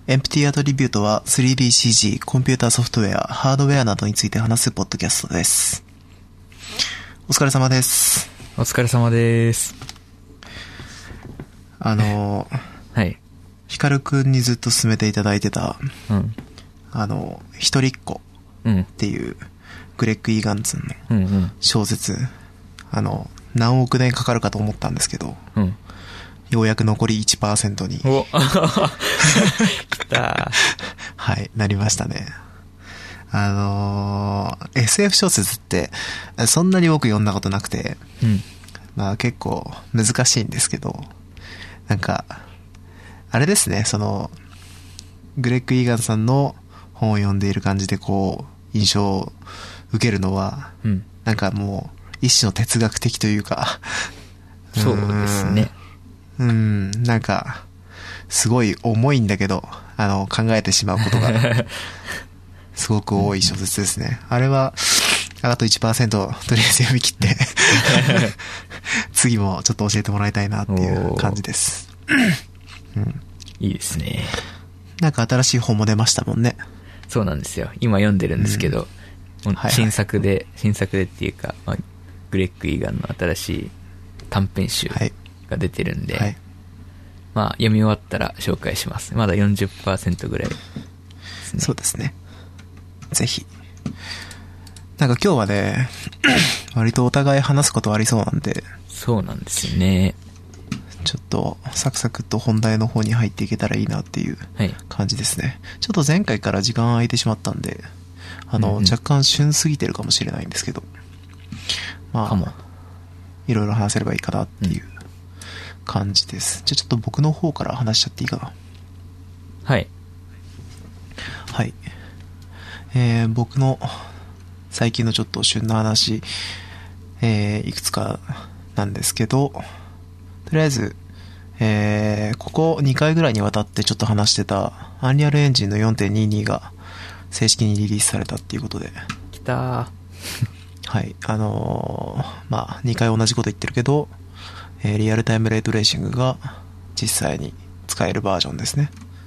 エンプティアトリビュートは 3DCG、コンピューターソフトウェア、ハードウェアなどについて話すポッドキャストです。お疲れ様です。 お疲れ様です。 はい。ヒカルくんにずっと勧めていただいてた、一人っ子っていうグレッグ・イーガンツの小説、何億年かかるかと思ったんですけど、ようやく残り 1% に来たはい、なりましたね。SF 小説ってそんなに僕読んだことなくて、まあ結構難しいんですけど、なんかあれですね、そのグレッグ・イーガンさんの本を読んでいる感じでこう印象を受けるのは、なんかもう一種の哲学的というかそうですね。 なんかすごい重いんだけど考えてしまうことがすごく多い小説ですね。あれはあと 1% とりあえず読み切って次もちょっと教えてもらいたいなっていう感じです。 いいですね。 なんか新しい本も出ましたもんね。 そうなんですよ。今読んでるんですけど、新作でっていうか、グレッグ・イーガンの新しい短編集が出てるんで、まあ読み終わったら紹介します。まだ 40% ぐらいですね。 そうですね。ぜひ。なんか今日はね割とお互い話すことありそうなんで。 そうなんですよね。 ちょっとサクサクと本題の方に入っていけたらいいなっていう感じですね。ちょっと前回から時間空いてしまったんで若干旬すぎてるかもしれないんですけど、まあいろいろ話せればいいかなっていう感じです。じゃあちょっと僕の方から話しちゃっていいかな。 はいはい。僕の最近のちょっと旬な話、いくつかなんですけど、とりあえず、ここ2回ぐらいにわたってちょっと話してたアンリアルエンジンの 4.22 が正式にリリースされたっていうことで。 きたはい。まあ、2回同じこと言ってるけど、リアルタイムレイトレーシングが実際に使えるバージョンですね。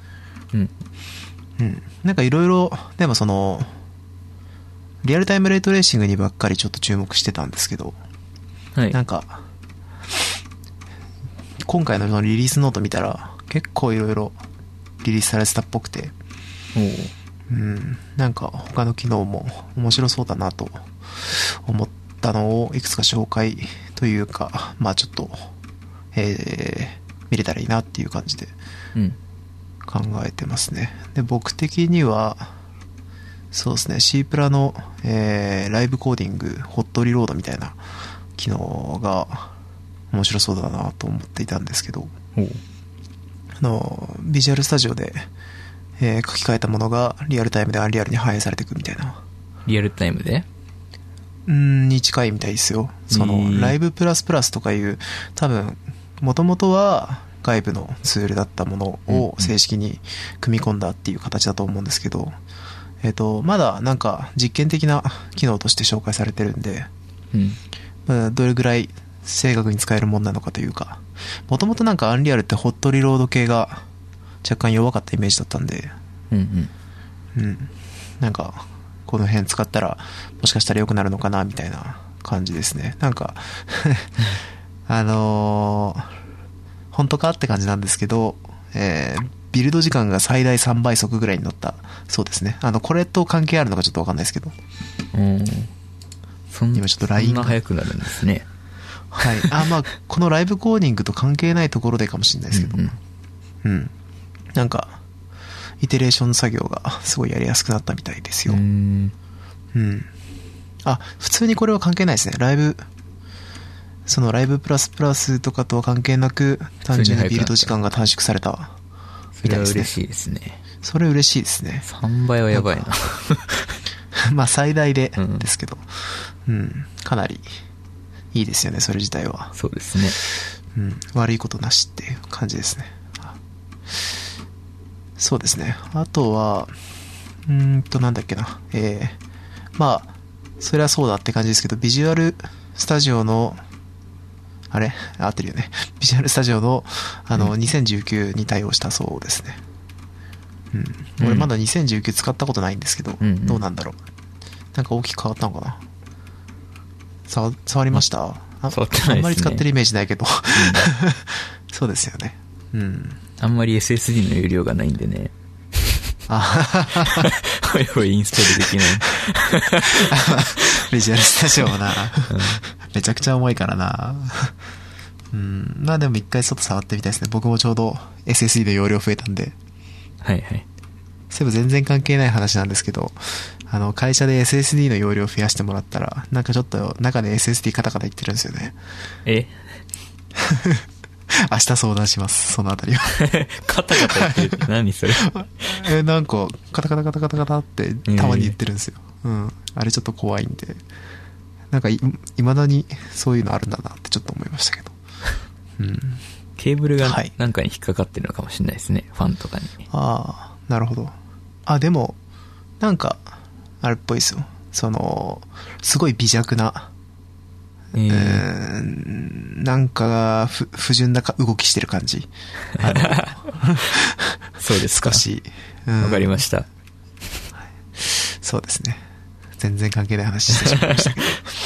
なんかいろいろ、でもその、リアルタイムレイトレーシングにばっかりちょっと注目してたんですけど、なんか、今回のそのリリースノート見たら、結構いろいろリリースされてたっぽくて、なんか他の機能も面白そうだなと思ったのをいくつか紹介というか、まあちょっと、見れたらいいなっていう感じで考えてますね。で、僕的にはそうですね、C プラの、ライブコーディングホットリロードみたいな機能が面白そうだなと思っていたんですけど、ビジュアルスタジオで、書き換えたものがリアルタイムでアンリアルに反映されていくみたいな。 リアルタイムでに近いみたいですよ。そのライブプラスプラスとかいう多分もともとは外部のツールだったものを正式に組み込んだっていう形だと思うんですけど、まだなんか実験的な機能として紹介されてるんで、どれぐらい正確に使えるもんなのかというか、もともとなんかアンリアルってホットリロード系が若干弱かったイメージだったんで、なんかこの辺使ったらもしかしたら良くなるのかなみたいな感じですね。なんか本当かって感じなんですけど、ビルド時間が最大3倍速ぐらいに乗ったそうですね。これと関係あるのかちょっと分かんないですけど、今ちょっと LINE がそんな速くなるんですね。 はい。まあこのライブコーディングと関係ないところでかもしれないですけど、なんかイテレーション作業がすごいやりやすくなったみたいですよ。普通にこれは関係ないですね。そのライブプラスプラスとかとは関係なく単純にビルド時間が短縮されたみたいですね。 それは嬉しいですね。 それ嬉しいですね。 3倍はやばいな。 まあ最大でですけど、かなりいいですよね、それ自体は。 そうですね。 悪いことなしっていう感じですね。そうですね。あとはなんだっけな、まあそれはそうだって感じですけど、ビジュアルスタジオのあれ合ってるよね。ビジュアルスタジオの2019に対応したそうですね。 俺まだ2019使ったことないんですけど、どうなんだろう。なんか大きく変わったのかな。触りました？ 触ってないですね。 あんまり使ってるイメージないけど。そうですよね。 あんまり SSD の容量がないんでね。ほいほいインストールできない。 ビジュアルスタジオもな、めちゃくちゃ重いからな。まあでも一回外触ってみたいですね。僕もちょうど SSD の容量増えたんで。 はいはい。 そういえば全然関係ない話なんですけど、会社で SSD の容量増やしてもらったら、なんかちょっと中で SSD カタカタ言ってるんですよね。明日相談します、そのあたりは。 カタカタ言ってる。何それ。 なんか、カタカタカタカタカタってたまに言ってるんですよ。あれちょっと怖いんで。なんか未だにそういうのあるんだなってちょっと思いましたけど。 ケーブルがなんかに引っかかってるのかもしれないですね。ファンとかに。 ああ、なるほど。でも、なんか、あれっぽいですよ。すごい微弱な、なんか不純な動きしてる感じ。 そうですか。 少し。 わかりました。 そうですね。全然関係ない話してしまいましたけ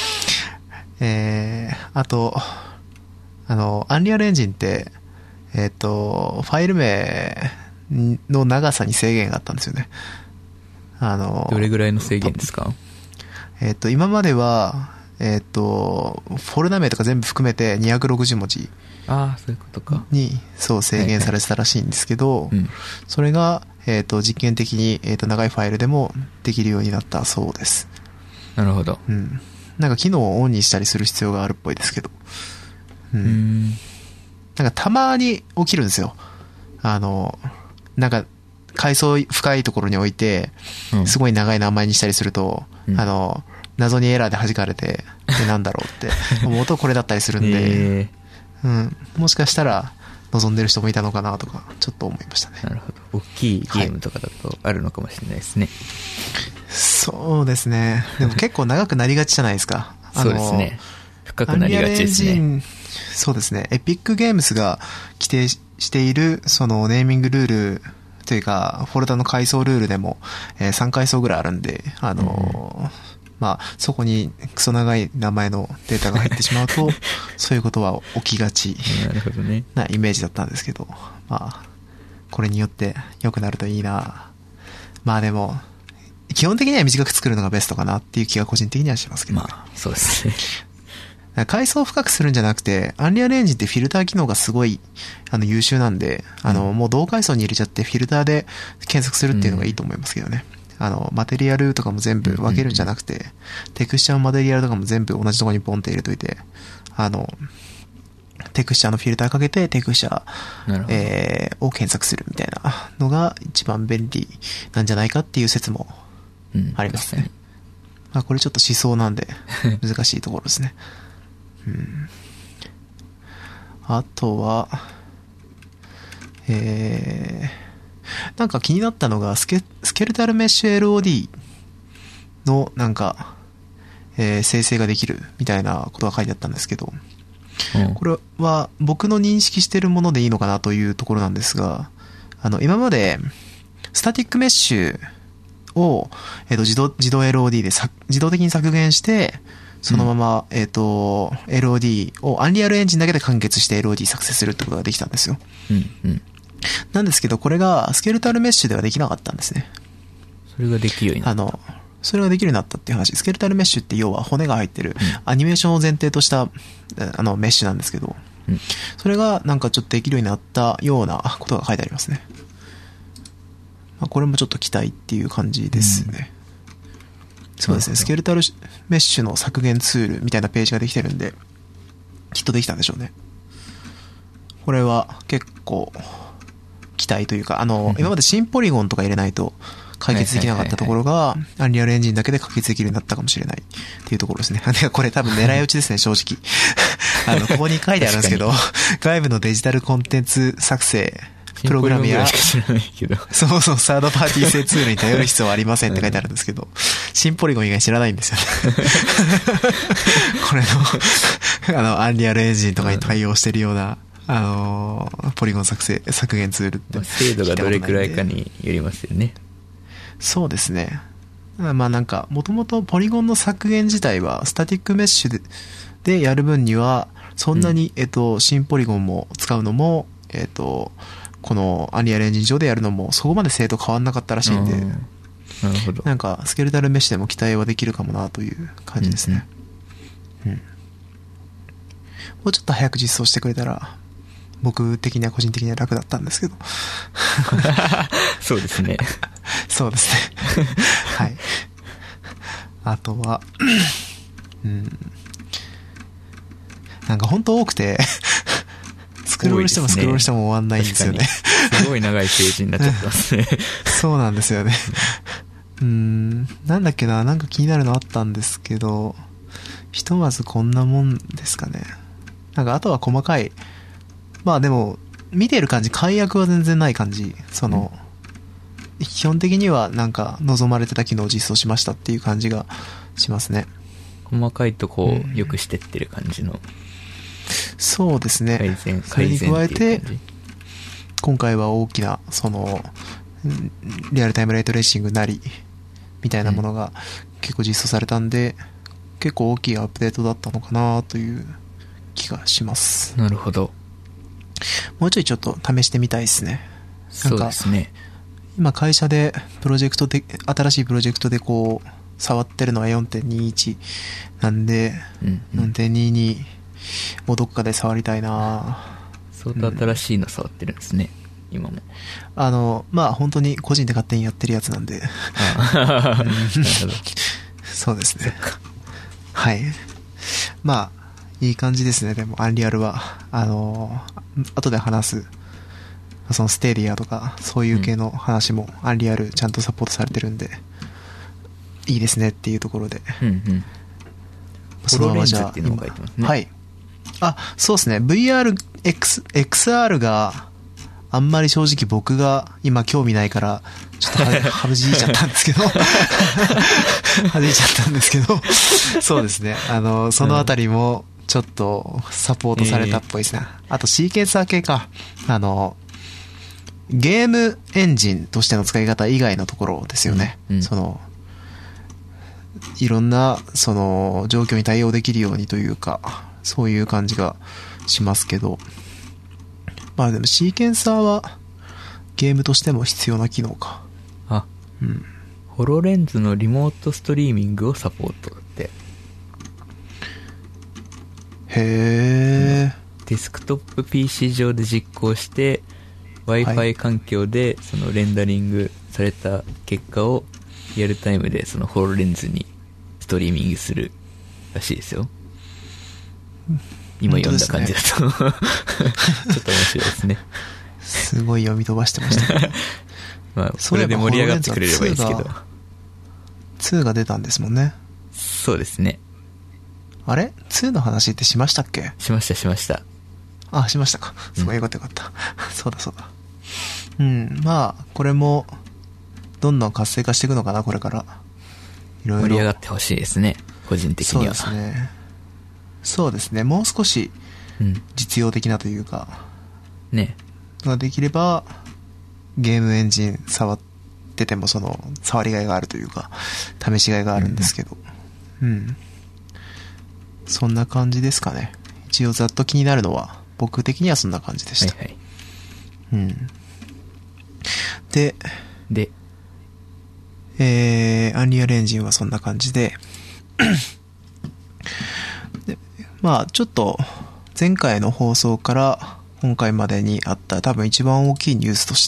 ど。あと、アンリアルエンジンって、ファイル名の長さに制限があったんですよね。 どれぐらいの制限ですか？ 今までは、フォルダ名とか全部含めて260文字。 そういうことか。 に、そう制限されてたらしいんですけど、それが、実験的に、長いファイルでもできるようになったそうです。 なるほど。 なんか機能をオンにしたりする必要があるっぽいですけど。なんかたまに起きるんですよ。なんか、階層深いところに置いて、すごい長い名前にしたりすると、謎にエラーで弾かれて、なんだろうって、元これだったりするんで、もしかしたら望んでる人もいたのかなとか、ちょっと思いましたね。 なるほど。大きいゲームとかだとあるのかもしれないですね。 そうですね。でも結構長くなりがちじゃないですか。 そうですね。深くなりがちですね。 そうですね。エピックゲームスが規定している、そのネーミングルールというか、フォルダの階層ルールでも、3階層ぐらいあるんで、まあ、そこにクソ長い名前のデータが入ってしまうと、そういうことは起きがちなイメージだったんですけど、まあ、これによって良くなるといいな。まあでも、基本的には短く作るのがベストかなっていう気が個人的にはしますけど、ね。 まあ、そうですね。 階層を深くするんじゃなくて、アンリアルエンジンってフィルター機能がすごい、優秀なんで、もう同階層に入れちゃってフィルターで検索するっていうのがいいと思いますけどね。マテリアルとかも全部分けるんじゃなくて、テクスチャーマテリアルとかも全部同じところにポンって入れといて、テクスチャーのフィルターかけて、テクスチャー、を検索するみたいなのが一番便利なんじゃないかっていう説もありますね。まあこれちょっと思想なんで、難しいところですね。あとは、なんか気になったのがスケルタルメッシュ LOD のなんか、生成ができるみたいなことが書いてあったんですけど、これは僕の認識しているものでいいのかなというところなんですが、今までスタティックメッシュを、自動 LOD で自動的に削減して、そのまま、LOD をアンリアルエンジンだけで完結して LOD 作成するってことができたんですよ。なんですけど、これがスケルタルメッシュではできなかったんですね。 それができるようになった。 それができるようになったっていう話。スケルタルメッシュって要は骨が入ってる、アニメーションを前提としたメッシュなんですけど、それがなんかちょっとできるようになったようなことが書いてありますね。まあ、これもちょっと期待っていう感じですね。そうですね。スケルタルメッシュの削減ツールみたいなページができてるんで、きっとできたんでしょうね。これは結構期待というか、今まで新ポリゴンとか入れないと解決できなかったところが、アンリアルエンジンだけで解決できるようになったかもしれないっていうところですね。これ多分狙い撃ちですね、正直。ここに書いてあるんですけど、外部のデジタルコンテンツ作成、プログラムや、そうそう、サードパーティー製ツールに頼る必要はありませんって書いてあるんですけど、新ポリゴン以外知らないんですよね。これの、アンリアルエンジンとかに対応してるような、 ポリゴン削減ツールって。 精度がどれくらいかによりますよね。 そうですね。まあなんか、もともとポリゴンの削減自体は、スタティックメッシュでやる分には、そんなに、新ポリゴンも使うのも、このアンリアルエンジン上でやるのも、そこまで精度変わんなかったらしいんで、 なるほど。 なんか、スケルタルメッシュでも期待はできるかもなという感じですね。もうちょっと早く実装してくれたら、僕的には個人的には楽だったんですけど。 そうですね。 そうですね。はい。あとは、なんか本当多くて、スクロールしてもスクロールしても終わんないんですよね。 すごい長いページになっちゃってますね。 そうなんですよね。なんだっけな、なんか気になるのあったんですけど、ひとまずこんなもんですかね。なんかあとは細かい、まあでも、見てる感じ、解約は全然ない感じ。基本的にはなんか望まれてた機能を実装しましたっていう感じがしますね。 細かいとこをよくしてってる感じの。 そうですね。それに加えて、今回は大きな、リアルタイムレイトレーシングなり、みたいなものが結構実装されたんで、結構大きいアップデートだったのかなという気がします。 なるほど。 もうちょいちょっと試してみたいですね。 そうですね。 今会社で新しいプロジェクトでこう触ってるのは 4.21 なんで、4.22 もうどっかで触りたいな。 相当新しいの触ってるんですね、今も。 まあ本当に個人で勝手にやってるやつなんで。 なるほど。 そうですね。はい。まあいい感じですね。でもアンリアルは後で話すそのステーディアとかそういう系の話もアンリアルちゃんとサポートされてるんで、いいですねっていうところで。 そのままじゃあ今、 はい。そうですね。XR があんまり正直僕が今興味ないからちょっとはじいちゃったんですけどはじいちゃったんですけどそうですね。そのあたりもちょっとサポートされたっぽいですね。あとシーケンサー系か。ゲームエンジンとしての使い方以外のところですよね。いろんな、状況に対応できるようにというか、そういう感じがしますけど。まあでもシーケンサーはゲームとしても必要な機能か。 ホロレンズのリモートストリーミングをサポートって。 へー。 デスクトップ PC 上で実行して、Wi-Fi 環境でそのレンダリングされた結果をリアルタイムでそのホロレンズにストリーミングするらしいですよ。今読んだ感じだと、ちょっと面白いですね。 すごい読み飛ばしてましたね。 まあこれで盛り上がってくれればいいですけど。 2が出たんですもんね。 そうですね。 あれ ?2 の話ってしましたっけ？ しました。しましたか。すごいよかったよかった。そうだ。まあ、これも、どんどん活性化していくのかな、これから。いろいろ。 盛り上がってほしいですね、個人的には。 そうですね。もう少し、実用的なというか、ができれば、ゲームエンジン触ってても、触りがいがあるというか、試しがいがあるんですけど。そんな感じですかね。一応ざっと気になるのは、僕的にはそんな感じでした。で、アンリアルエンジンはそんな感じで、まあちょっと前回の放送から今回までにあった多分一番大きいニュースとして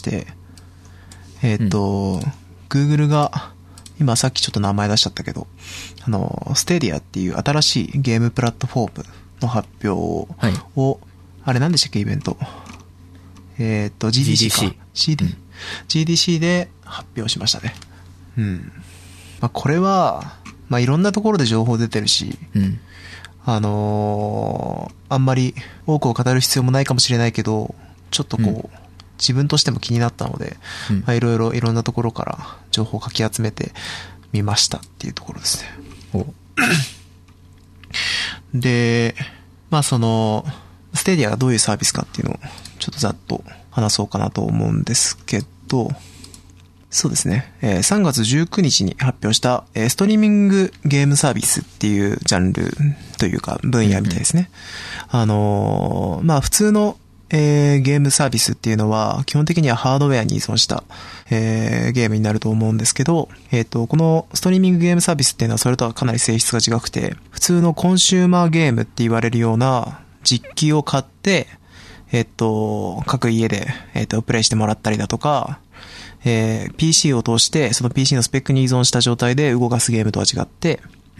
、Google が今さっきちょっと名前出しちゃったけど、ステディアっていう新しいゲームプラットフォームの発表を、あれ何でしたっけイベント。GDC か。GDC で発表しましたね。まあこれは、まあいろんなところで情報出てるし、あんまり多くを語る必要もないかもしれないけど、ちょっと自分としても気になったので、まあいろんなところから情報をかき集めてみましたっていうところですね。で、まあステディアがどういうサービスかっていうのをちょっとざっと話そうかなと思うんですけど、そうですね。3月19日に発表した、ストリーミングゲームサービスっていうジャンルというか分野みたいですね。まあ普通の、ゲームサービスっていうのは基本的にはハードウェアに依存した、ゲームになると思うんですけど、このストリーミングゲームサービスっていうのはそれとはかなり性質が違くて、普通のコンシューマーゲームって言われるような実機を買って、各家で、プレイしてもらったりだとか、PC を通してその PC のスペックに依存した状態で動かすゲームとは違って、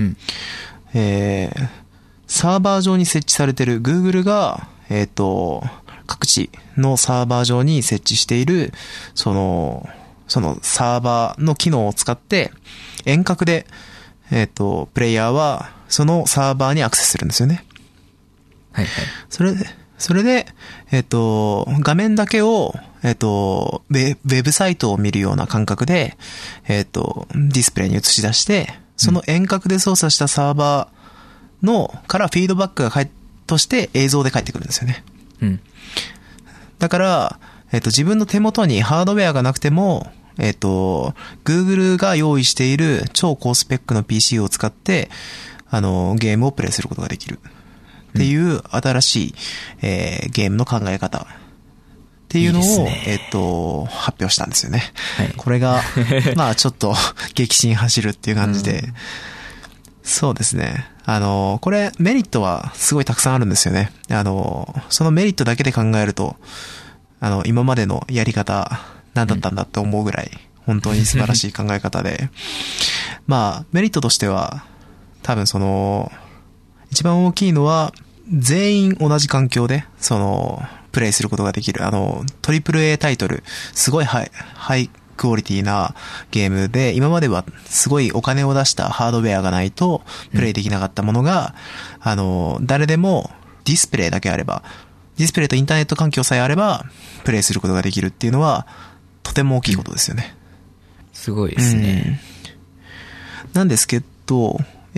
サーバー上に設置されている Google が、各地のサーバー上に設置しているそのサーバーの機能を使って遠隔で、プレイヤーはそのサーバーにアクセスするんですよね。 はいはい。 それで、画面だけを、ウェブサイトを見るような感覚で、ディスプレイに映し出して、その遠隔で操作したサーバーからフィードバックがとして映像で返ってくるんですよね。 うん。 だから、自分の手元にハードウェアがなくても、Google が用意している超高スペックの PC を使って、ゲームをプレイすることができる。っていう新しい、ゲームの考え方っていうのを、発表したんですよね。はい、これが、まあちょっと激震走るっていう感じで、そうですね。これメリットはすごいたくさんあるんですよね。そのメリットだけで考えると、今までのやり方何だったんだって思うぐらい、本当に素晴らしい考え方で、まあメリットとしては、多分一番大きいのは、全員同じ環境で、プレイすることができる。トリプル A タイトル、すごいハイクオリティなゲームで、今まではすごいお金を出したハードウェアがないと、プレイできなかったものが、誰でもディスプレイだけあれば、ディスプレイとインターネット環境さえあれば、プレイすることができるっていうのは、とても大きいことですよね。 すごいですね。 なんですけど、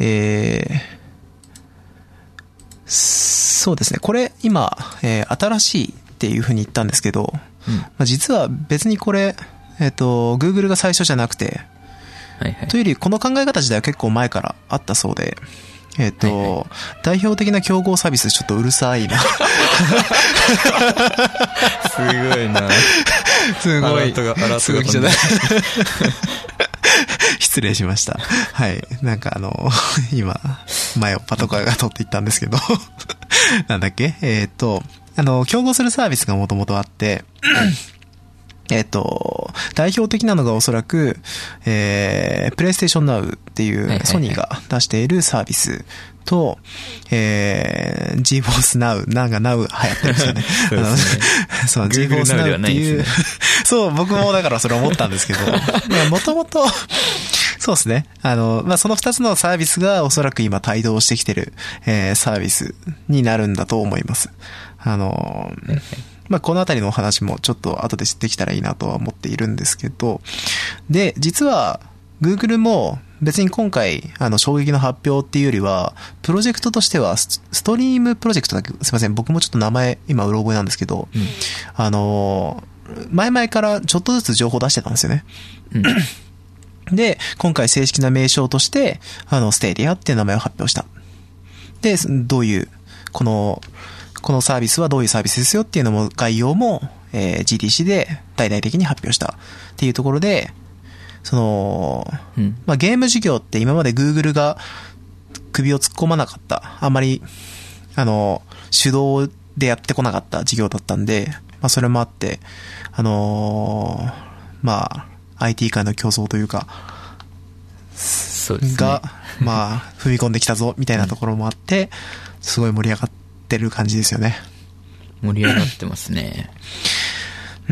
そうですね。これ今、新しいっていうふうに言ったんですけど、まあ、実は別にこれ、Google が最初じゃなくて、 はいはい、 というよりこの考え方自体は結構前からあったそうで、代表的な競合サービスちょっとうるさいな。すごいな。 すごい。 すごいじゃない。 失礼しました。はい。なんか今、前をパトカーが通っていったんですけど、なんだっけ競合するサービスがもともとあって、代表的なのがおそらく、PlayStation Now っていうソニーが出しているサービスと、GeForce Now、なんか Now 流行ってるんですよね。そう、GeForce Now っていう、そう、僕もだからそれ思ったんですけど、もともと、そうですね。まあ、その二つのサービスがおそらく今帯同してきてる、サービスになるんだと思います。まあ、このあたりのお話もちょっと後で知ってきたらいいなとは思っているんですけど、で、実は、Google も別に今回、衝撃の発表っていうよりは、プロジェクトとしては、ストリームプロジェクトだけ、すいません、僕もちょっと名前、今、うろ覚えなんですけど、前々からちょっとずつ情報出してたんですよね。で、今回正式な名称として、ステディアっていう名前を発表した。で、どういう、このサービスはどういうサービスですよっていうのも、概要も、GTC で大々的に発表したっていうところで、まあ、ゲーム事業って今まで Google が首を突っ込まなかった、あんまり、手動でやってこなかった事業だったんで、まあ、それもあって、まあ、IT 界の競争というか、 そうですね、 が、まあ、踏み込んできたぞ、みたいなところもあって、すごい盛り上がってる感じですよね。 盛り上がってますね。 うん。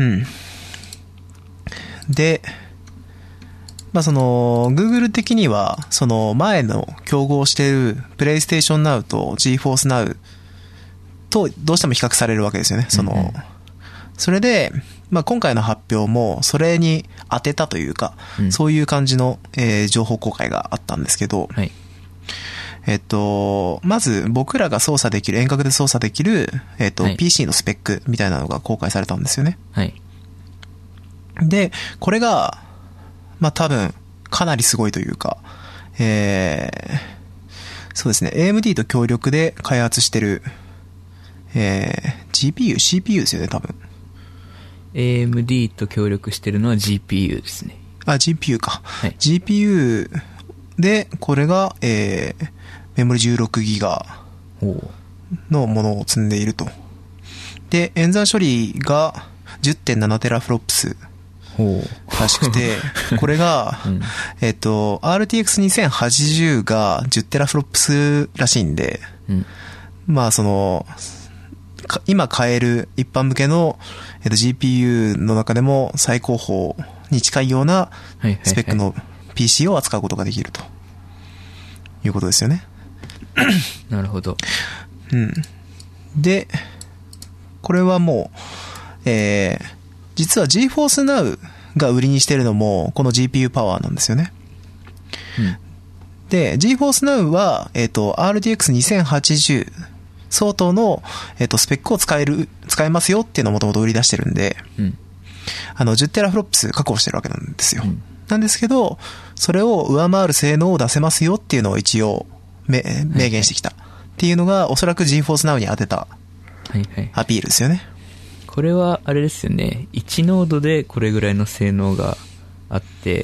で、まあGoogle 的には、前の競合している PlayStation Now と GeForce Now とどうしても比較されるわけですよね。それで、まあ今回の発表もそれに当てたというか、そういう感じの、情報公開があったんですけど、 はい、 まず僕らが操作できる、遠隔で操作できる、はい、PC のスペックみたいなのが公開されたんですよね。 はい。 で、これが、まあ、多分、かなりすごいというか、そうですね、AMD と協力で開発してる、GPU、CPU ですよね、多分。 AMD と協力してるのは GPU ですね。 あ、GPU か。 はい、 GPU で、これが、メモリ16ギガのものを積んでいると。で、演算処理が 10.7 テラフロップスらしくて、これが、うん、RTX 2080が10テラフロップスらしいんで、うん、まあ今買える一般向けの、GPU の中でも最高峰に近いようなスペックの PC を扱うことができるということですよね。 なるほど。 うん。で、これはもう、実は GeForce Now が売りにしてるのもこの GPU パワーなんですよね。うん、で、GeForce Now は、RTX 2080相当の、スペックを使えますよっていうのをもともと売り出してるんで、うん、10テラフロップス確保してるわけなんですよ。うん、なんですけど、それを上回る性能を出せますよっていうのを一応明言してきたっていうのが、おそらく GeForce Now に当てたアピールですよね。 これはあれですよね、1ノードでこれぐらいの性能があって、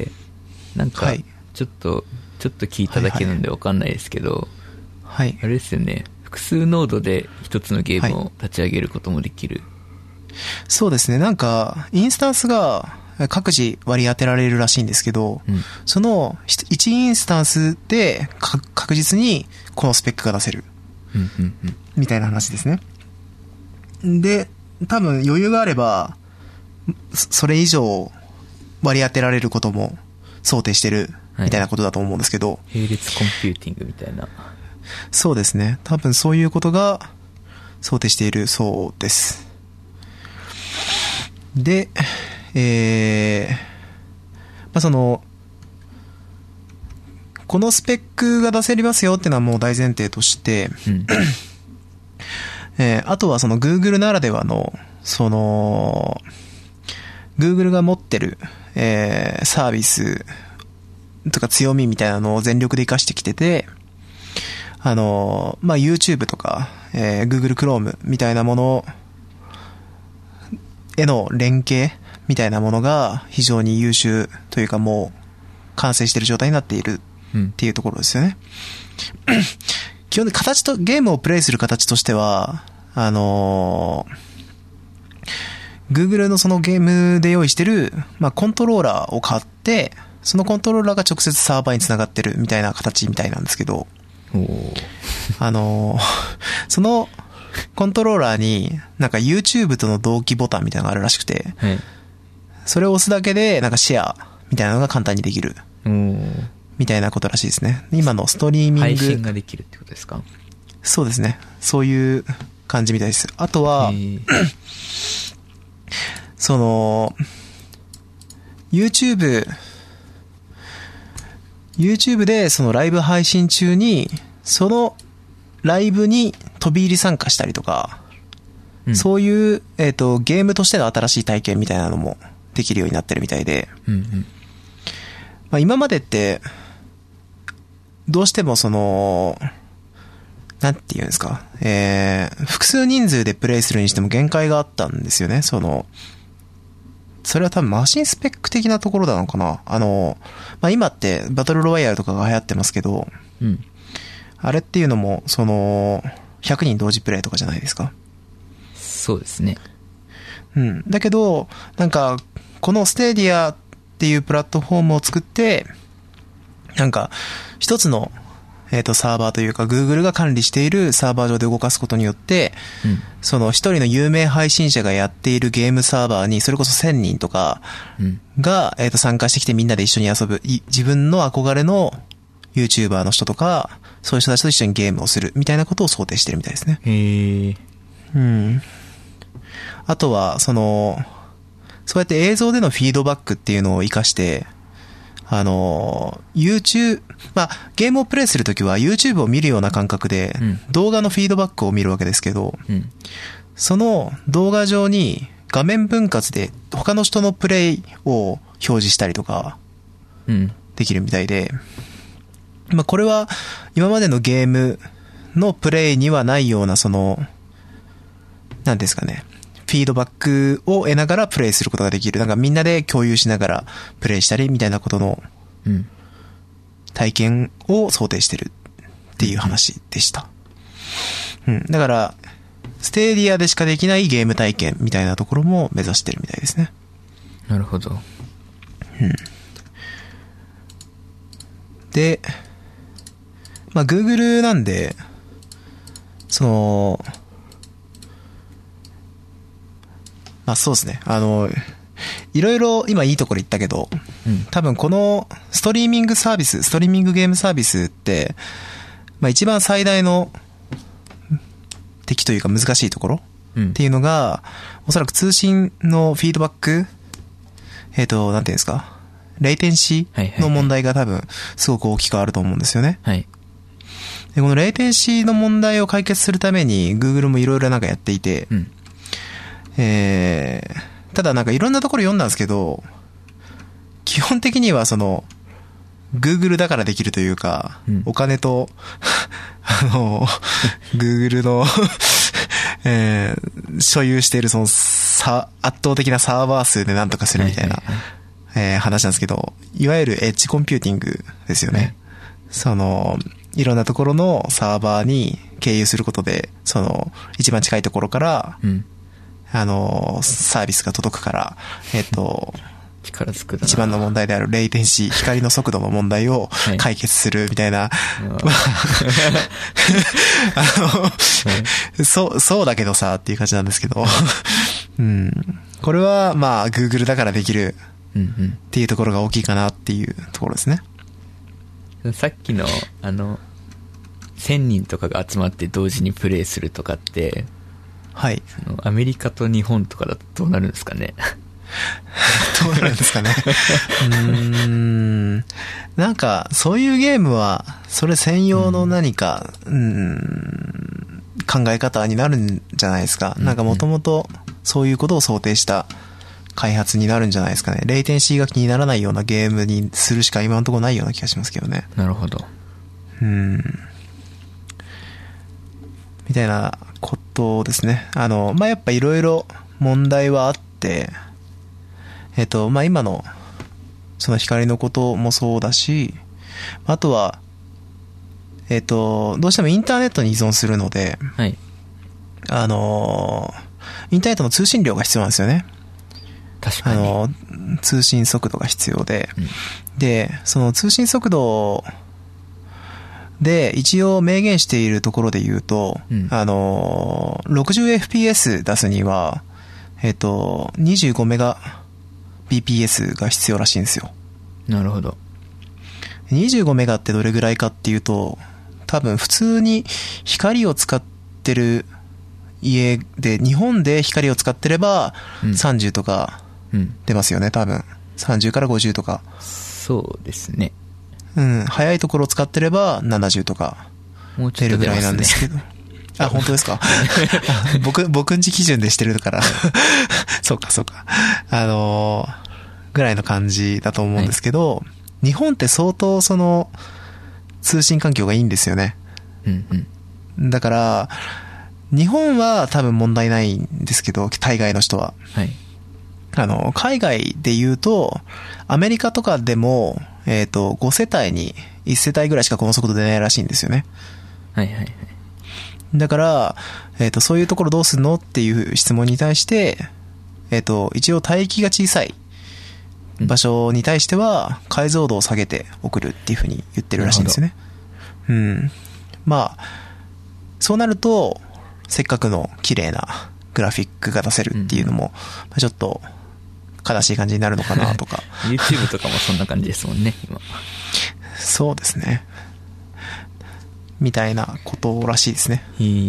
なんかちょっと聞いただけなんで分かんないですけど、はい、あれですよね、複数ノードで一つのゲームを立ち上げることもできる。はい、 そうですね、なんかインスタンスが各自割り当てられるらしいんですけど、うん、その1インスタンスで確実にこのスペックが出せる、うんうんうん、みたいな話ですね。で、多分余裕があればそれ以上割り当てられることも想定してるみたいなことだと思うんですけど、 並列コンピューティングみたいな。 そうですね、多分そういうことが想定しているそうです。で、まあ、このスペックが出せますよっていうのはもう大前提として、うんあとはその Google ならではのGoogle が持ってる、サービスとか強みみたいなのを全力で活かしてきてて、まあ、YouTube とか、Google Chrome みたいなものへの連携みたいなものが非常に優秀というか、もう完成している状態になっているっていうところですよね。基本的にゲームをプレイする形としては、Google のそのゲームで用意してる、まあ、コントローラーを買って、そのコントローラーが直接サーバーにつながってるみたいな形みたいなんですけど、そのコントローラーになんか YouTube との同期ボタンみたいなのがあるらしくて、はい、それを押すだけでなんかシェアみたいなのが簡単にできるみたいなことらしいですね。今のストリーミング配信ができるってことですか？ そうですね、そういう感じみたいです。あとはYouTube でそのライブ配信中にそのライブに飛び入り参加したりとか、うん、そういう、ゲームとしての新しい体験みたいなのもできるようになってるみたいで、うんうんまあ、今までってどうしてもなんていうんですか、複数人数でプレイするにしても限界があったんですよね。それは多分マシンスペック的なところなのかな。まあ、今ってバトルロワイヤルとかが流行ってますけど、うん、あれっていうのも100人同時プレイとかじゃないですか。 そうですね。 うん。だけどなんかこのステーディアっていうプラットフォームを作って、なんか一つのサーバーというか Google が管理しているサーバー上で動かすことによって、うん、その一人の有名配信者がやっているゲームサーバーにそれこそ1000人とかが、参加してきてみんなで一緒に遊ぶ、自分の憧れの YouTuber の人とかそういう人たちと一緒にゲームをするみたいなことを想定してるみたいですね。 へー。 うん。あとはそうやって映像でのフィードバックっていうのを活かして、 YouTube、まあ、ゲームをプレイするときは YouTube を見るような感覚で、動画のフィードバックを見るわけですけど、その動画上に画面分割で他の人のプレイを表示したりとか、できるみたいで、まあ、これは今までのゲームのプレイにはないようななんですかね、フィードバックを得ながらプレイすることができる。なんかみんなで共有しながらプレイしたりみたいなことの体験を想定してるっていう話でした。だから、ステーディアでしかできないゲーム体験みたいなところも目指してるみたいですね。 なるほど。 で、まあ Google なんで、まあそうですね。いろいろ今いいところ言ったけど、多分このストリーミングゲームサービスって、まあ一番最大の敵というか難しいところっていうのが、おそらく通信のフィードバック、なんていうんですか、レイテンシーの問題が多分すごく大きくあると思うんですよね。でこのレイテンシーの問題を解決するために Google もいろいろなんかやっていて、ただなんかいろんなところ読んだんですけど、基本的にはGoogle だからできるというか、お金とGoogle の所有している圧倒的なサーバー数でなんとかするみたいな、話なんですけど、いわゆるエッジコンピューティングですよね。いろんなところのサーバーに経由することで、一番近いところから、サービスが届くから、 力つくだな。 一番の問題であるレイテンシー、光の速度の問題を解決するみたいな。そうだけどさっていう感じなんですけど。これはまあ Google だからできるっていうところが大きいかなっていうところですね。 さっきの1000人とかが集まって同時にプレイするとかって、 はい。 アメリカと日本とかだとどうなるんですかね。 どうなるんですかね。なんか、そういうゲームは、それ専用の何か、考え方になるんじゃないですか。なんかもともと、そういうことを想定した開発になるんじゃないですかね。レイテンシーが気にならないようなゲームにするしか今のところないような気がしますけどね。 なるほど。 みたいなことですね。まあ、やっぱいろいろ問題はあって、まあ、今の、光のこともそうだし、あとは、どうしてもインターネットに依存するので、 はい。 インターネットの通信量が必要なんですよね。 確かに。 通信速度が必要で、で、その通信速度で一応明言しているところで言うと、60fps 出すには、25メガ bps が必要らしいんですよ。 なるほど。 25メガってどれぐらいかっていうと、多分普通に光を使ってる家で、日本で光を使ってれば30とか出ますよね、多分。30から50とか。 そうですね。 早いところを使ってれば70とか出るぐらいなんですけど。あ、本当ですか。僕んち基準でしてるから。そうか。ぐらいの感じだと思うんですけど、日本って相当通信環境がいいんですよね。だから、日本は多分問題ないんですけど、大概の人は。 はい。 海外で言うと、アメリカとかでも、5世帯に1世帯ぐらいしかこの速度出ないらしいんですよね。だから、そういうところどうすんのっていう質問に対して、一応帯域が小さい場所に対しては、解像度を下げて送るっていうふうに言ってるらしいんですよね。まあ、そうなると、せっかくの綺麗なグラフィックが出せるっていうのも、ちょっと悲しい感じになるのかなとか。 YouTube とかもそんな感じですもんね、今。 そうですね。みたいなことらしいですね。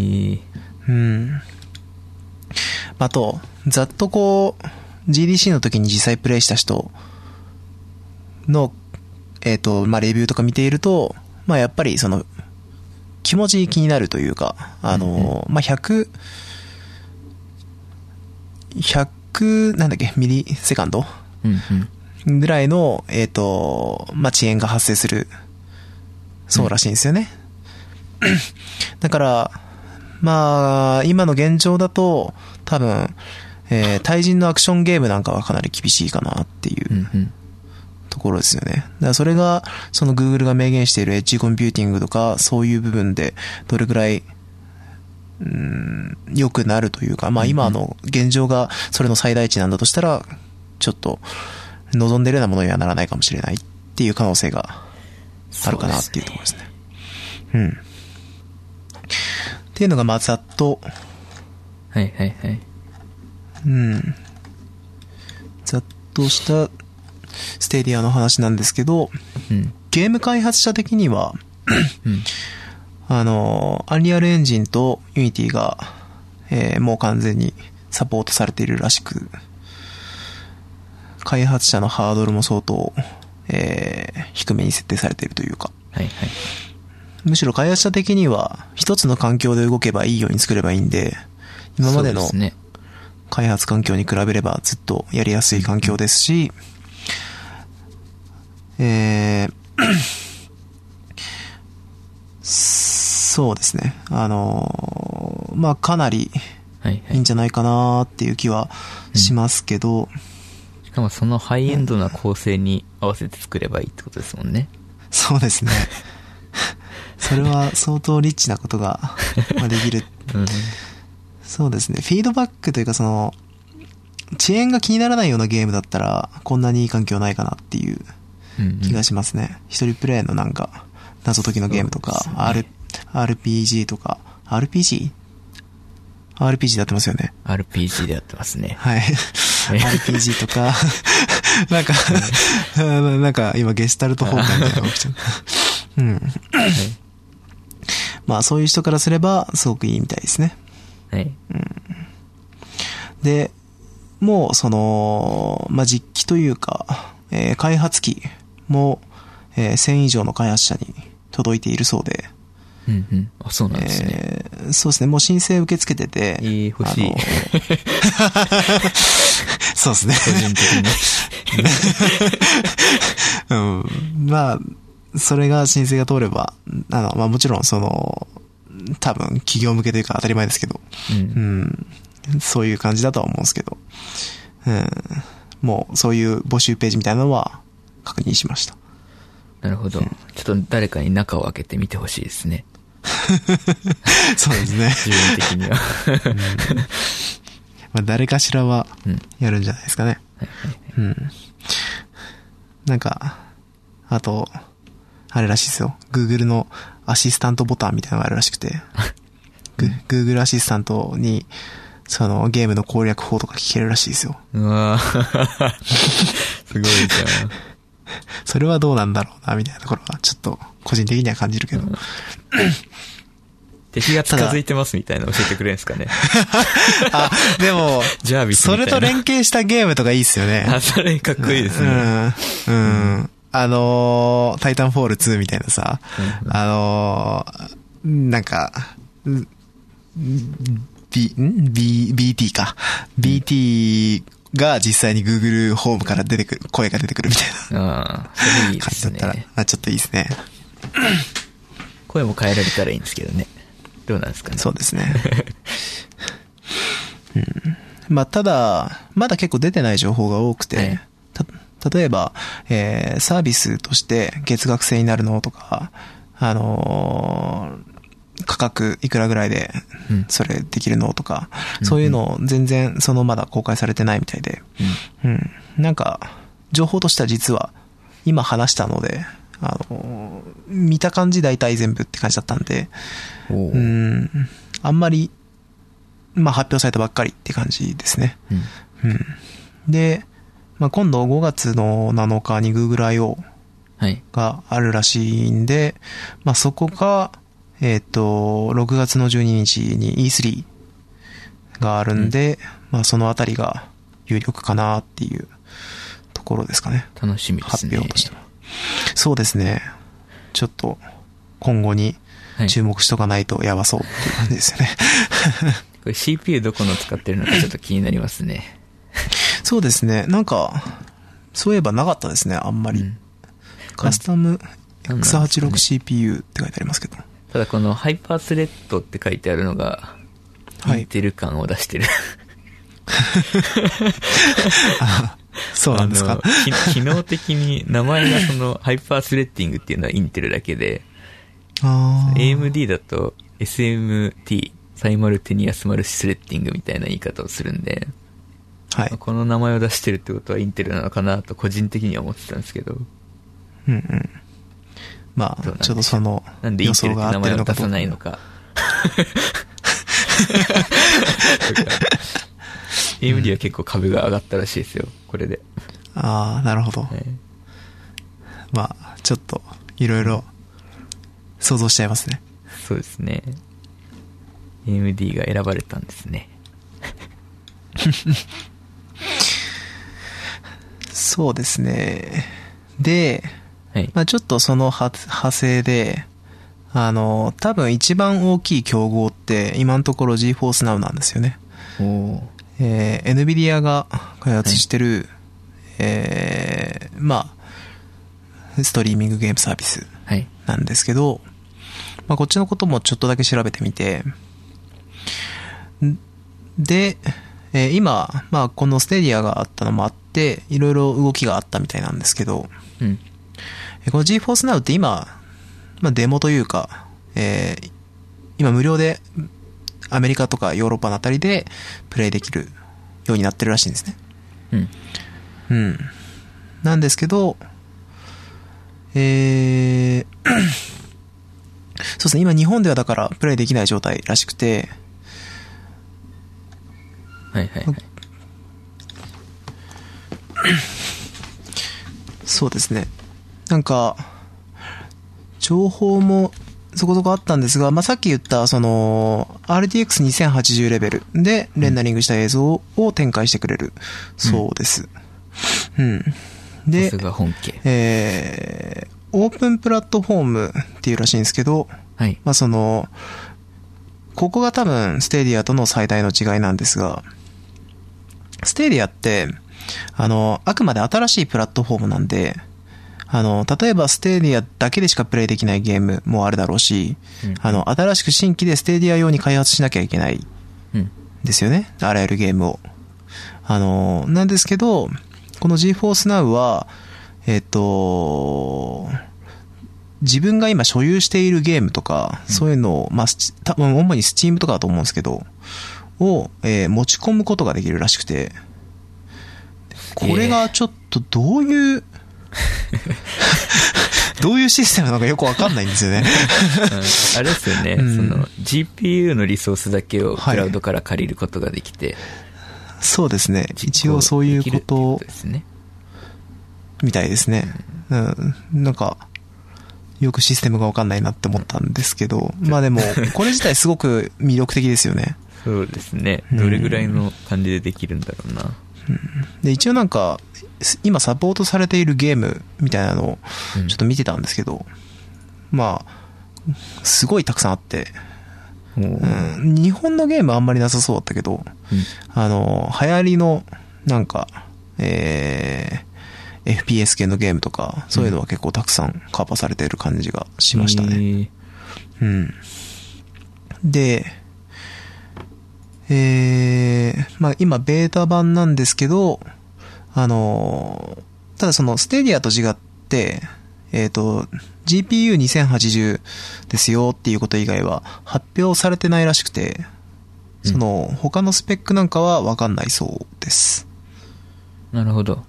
あと、ざっとGDC の時に実際プレイした人のまあ、レビューとか見ていると、まあ、やっぱり気持ち気になるというか、まあ、100、なんだっけ、ミリセカンドぐらいの、まあ、遅延が発生する、そうらしいんですよね。だから、まあ、今の現状だと、多分、対人のアクションゲームなんかはかなり厳しいかなっていうところですよね。だからそれが、Google が明言しているエッジコンピューティングとか、そういう部分で、どれくらい、良くなるというか、まあ今の現状がそれの最大値なんだとしたら、ちょっと、望んでるようなものにはならないかもしれないっていう可能性があるかなっていうところですね。うん。っていうのが、まあ、ざっと、 はいはいはい。 うん。ざっとしたステディアの話なんですけど、 うん、 ゲーム開発者的には、うん、アンリアルエンジンとユニティが、もう完全にサポートされているらしく、開発者のハードルも相当、低めに設定されているというか、 はいはい、 むしろ開発者的には一つの環境で動けばいいように作ればいいんで、今までの開発環境に比べればずっとやりやすい環境ですし、そうですね。まあ、かなりいいんじゃないかなっていう気はしますけど、 しかもそのハイエンドな構成に合わせて作ればいいってことですもんね。 そうですね。それは相当リッチなことができる。そうですね。フィードバックというか遅延が気にならないようなゲームだったらこんなにいい環境ないかなっていう気がしますね。一人プレイのなんか謎解きのゲームとか、RPG とか、RPG でやってますよね。 RPG でやってますね。 はい。RPG とか、なんか今ゲスタルト崩壊みたいなのが起きちゃう。うん。はい、まあそういう人からすればすごくいいみたいですね。 はい。 うん、で、もうまあ、実機というか、開発機も、1000以上の開発者に届いているそうで。 うんうん。あ、そうなんですね。 そうですね。もう申請受け付けてて。 欲しい。 そうですね。 個人的に。うん。まあ、それが申請が通れば、まあもちろん多分企業向けというか当たり前ですけど、 うん、 そういう感じだとは思うんですけど、もうそういう募集ページみたいなのは確認しました。 なるほど。ちょっと誰かに中を開けてみてほしいですね。 そうですね。 自分的には。 まあ、誰かしらはやるんじゃないですかね。なんか、あと、あれらしいですよ。Google のアシスタントボタンみたいなのがあるらしくて、Google アシスタントに、ゲームの攻略法とか聞けるらしいですよ。 うわーすごいじゃん。 それはどうなんだろうな、みたいなところは、ちょっと、個人的には感じるけど。 敵が近づいてますみたいなの教えてくれるんですかね。 あ、でも、 ジャービスみたいな。 それと連携したゲームとかいいっすよね。 あ、それかっこいいですね。 タイタンフォール2みたいなさ、なんか、BT か。BT が実際に Google ホームから声が出てくるみたいな。 ああ、それいいですね。 感じだったら、まあちょっといいですね。 声も変えられたらいいんですけどね。どうなんですかね。 そうですね。まあただ、まだ結構出てない情報が多くて、例えば、サービスとして月額制になるのとか、価格いくらぐらいでそれできるのとか、そういうの全然まだ公開されてないみたいで、なんか情報としては実は今話したので、見た感じ大体全部って感じだったんで、あんまりまあ発表されたばっかりって感じですね。で、まあ、今度5月の7日に Google I.O. があるらしいんで、まあ、そこが6月の12日に E3 があるんで、まあそのあたりが有力かなっていうところですかね。 楽しみですね。 発表としては。 そうですね。ちょっと、今後に注目しとかないとやばそうっていう感じですよね。 これ CPU どこの使ってるのかちょっと気になりますね。 そうですね。なんか、そういえばなかったですね、あんまり。カスタム X86CPU って書いてありますけど。 ただこのハイパースレッドって書いてあるのが、インテル感を出してる。 そうなんですか。 機能的に名前がそのハイパースレッディングっていうのはインテルだけで、AMD だと SMT、サイマルテニアスマルチスレッディングみたいな言い方をするんで、 はい。 この名前を出してるってことはインテルなのかなと個人的には思ってたんですけど。 うんうん。まあ、ちょっとそのなんでインテルって名前を出さないのか。AMD は結構株が上がったらしいですよ、これで。 ああ、なるほど。まあ、ちょっと、いろいろ、想像しちゃいますね。 そうですね。AMD が選ばれたんですね。 そうですね。で、 はい、 まあちょっとその派生で、多分一番大きい競合って今のところ GeForce Now なんですよね。NVIDIA が開発してる、はい、まあストリーミングゲームサービスなんですけど、まあこっちのこともちょっとだけ調べてみて、で、今、まあこのステディアがあったのもあって、いろいろ動きがあったみたいなんですけど、 うん、 この GeForce Now って今、まあデモというか、今無料でアメリカとかヨーロッパのあたりでプレイできるようになってるらしいんですね。 うん。 うん。なんですけど、そうですね、今日本ではだからプレイできない状態らしくて、 はいはいはい。 そうですね。なんか、情報もそこそこあったんですが、まあ、さっき言った、その、RTX2080 レベルでレンダリングした映像を展開してくれるそうです。うん。で、 さすが本家。 オープンプラットフォームっていうらしいんですけど、 はい。 まあ、その、ここが多分ステディアとの最大の違いなんですが、ステディアって、あくまで新しいプラットフォームなんで、例えばステディアだけでしかプレイできないゲームもあるだろうし、新しく新規でステディア用に開発しなきゃいけないですよね。あらゆるゲームを。なんですけど、この GeForce Now は、自分が今所有しているゲームとか、そういうのを、まあ、多分主に Steam とかだと思うんですけど、を、持ち込むことができるらしくて、これがちょっとどういうどういうシステムなのかよくわかんないんですよね。 あれですよね、その GPU のリソースだけをクラウドから借りることができて、はい、 そうですね。一応そういうことみたいですね。うん、なんかよくシステムがわかんないなって思ったんですけど、まあでもこれ自体すごく魅力的ですよね。 そうですね。どれぐらいの感じでできるんだろうな。 で一応なんか今サポートされているゲームみたいなのをちょっと見てたんですけど、まあすごいたくさんあって、日本のゲームあんまりなさそうだったけど、流行りのなんかFPS 系のゲームとかそういうのは結構たくさんカバーされている感じがしましたね。でまあ今ベータ版なんですけど、ただそのステディアと違って、GPU2080 ですよっていうこと以外は発表されてないらしくて、その他のスペックなんかはわかんないそうです。 なるほど。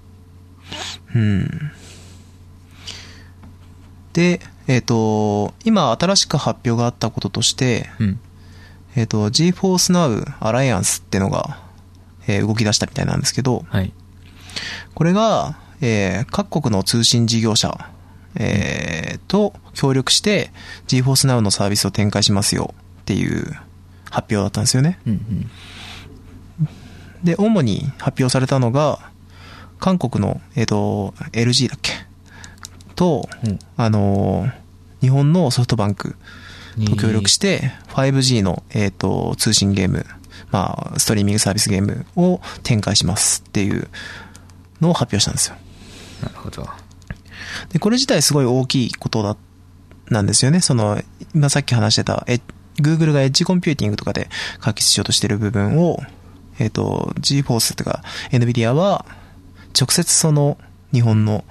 で、今新しく発表があったこととして、GeForce Now Alliance ってのが、動き出したみたいなんですけど、 はい、 これが、各国の通信事業者、と協力して GeForce Now のサービスを展開しますよっていう発表だったんですよね。で、主に発表されたのが韓国の、LG だっけと、日本のソフトバンクと協力して、5G の、通信ゲーム、まあ、ストリーミングサービスゲームを展開しますっていうのを発表したんですよ。 なるほど。 で、これ自体すごい大きいことなんですよね。今さっき話してた、Google がエッジコンピューティングとかで解決しようとしている部分を、GeForce とか NVIDIA は、直接日本の、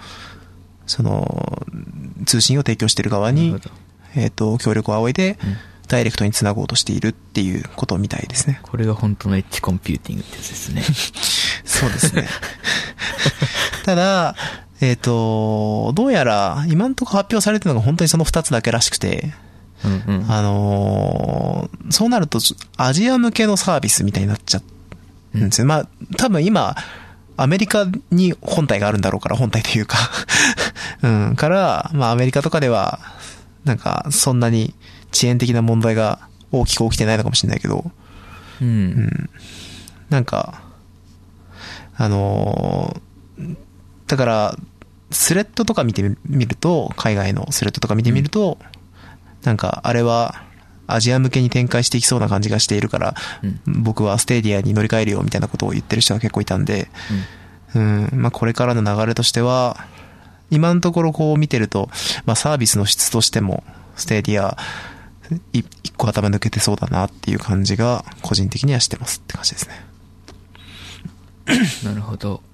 通信を提供している側に、協力を仰いで、ダイレクトにつなごうとしているっていうことみたいですね。 これが本当のエッジコンピューティングってやつですね。 そうですね。ただ、どうやら、今んとこ発表されてるのが本当にその2つだけらしくて、そうなると、アジア向けのサービスみたいになっちゃうんですよ。まあ、多分今、アメリカに本体があるんだろうから、本体というか、から、まあアメリカとかでは、なんか、そんなに遅延的な問題が大きく起きてないのかもしれないけど、なんか、だから、スレッドとか見てみると、海外のスレッドとか見てみると、なんか、あれは、アジア向けに展開していきそうな感じがしているから、僕はステーディアに乗り換えるよみたいなことを言ってる人が結構いたんで、まあこれからの流れとしては、今のところこう見てると、まあサービスの質としても、ステーディア一個頭抜けてそうだなっていう感じが、個人的にはしてますって感じですね。 なるほど。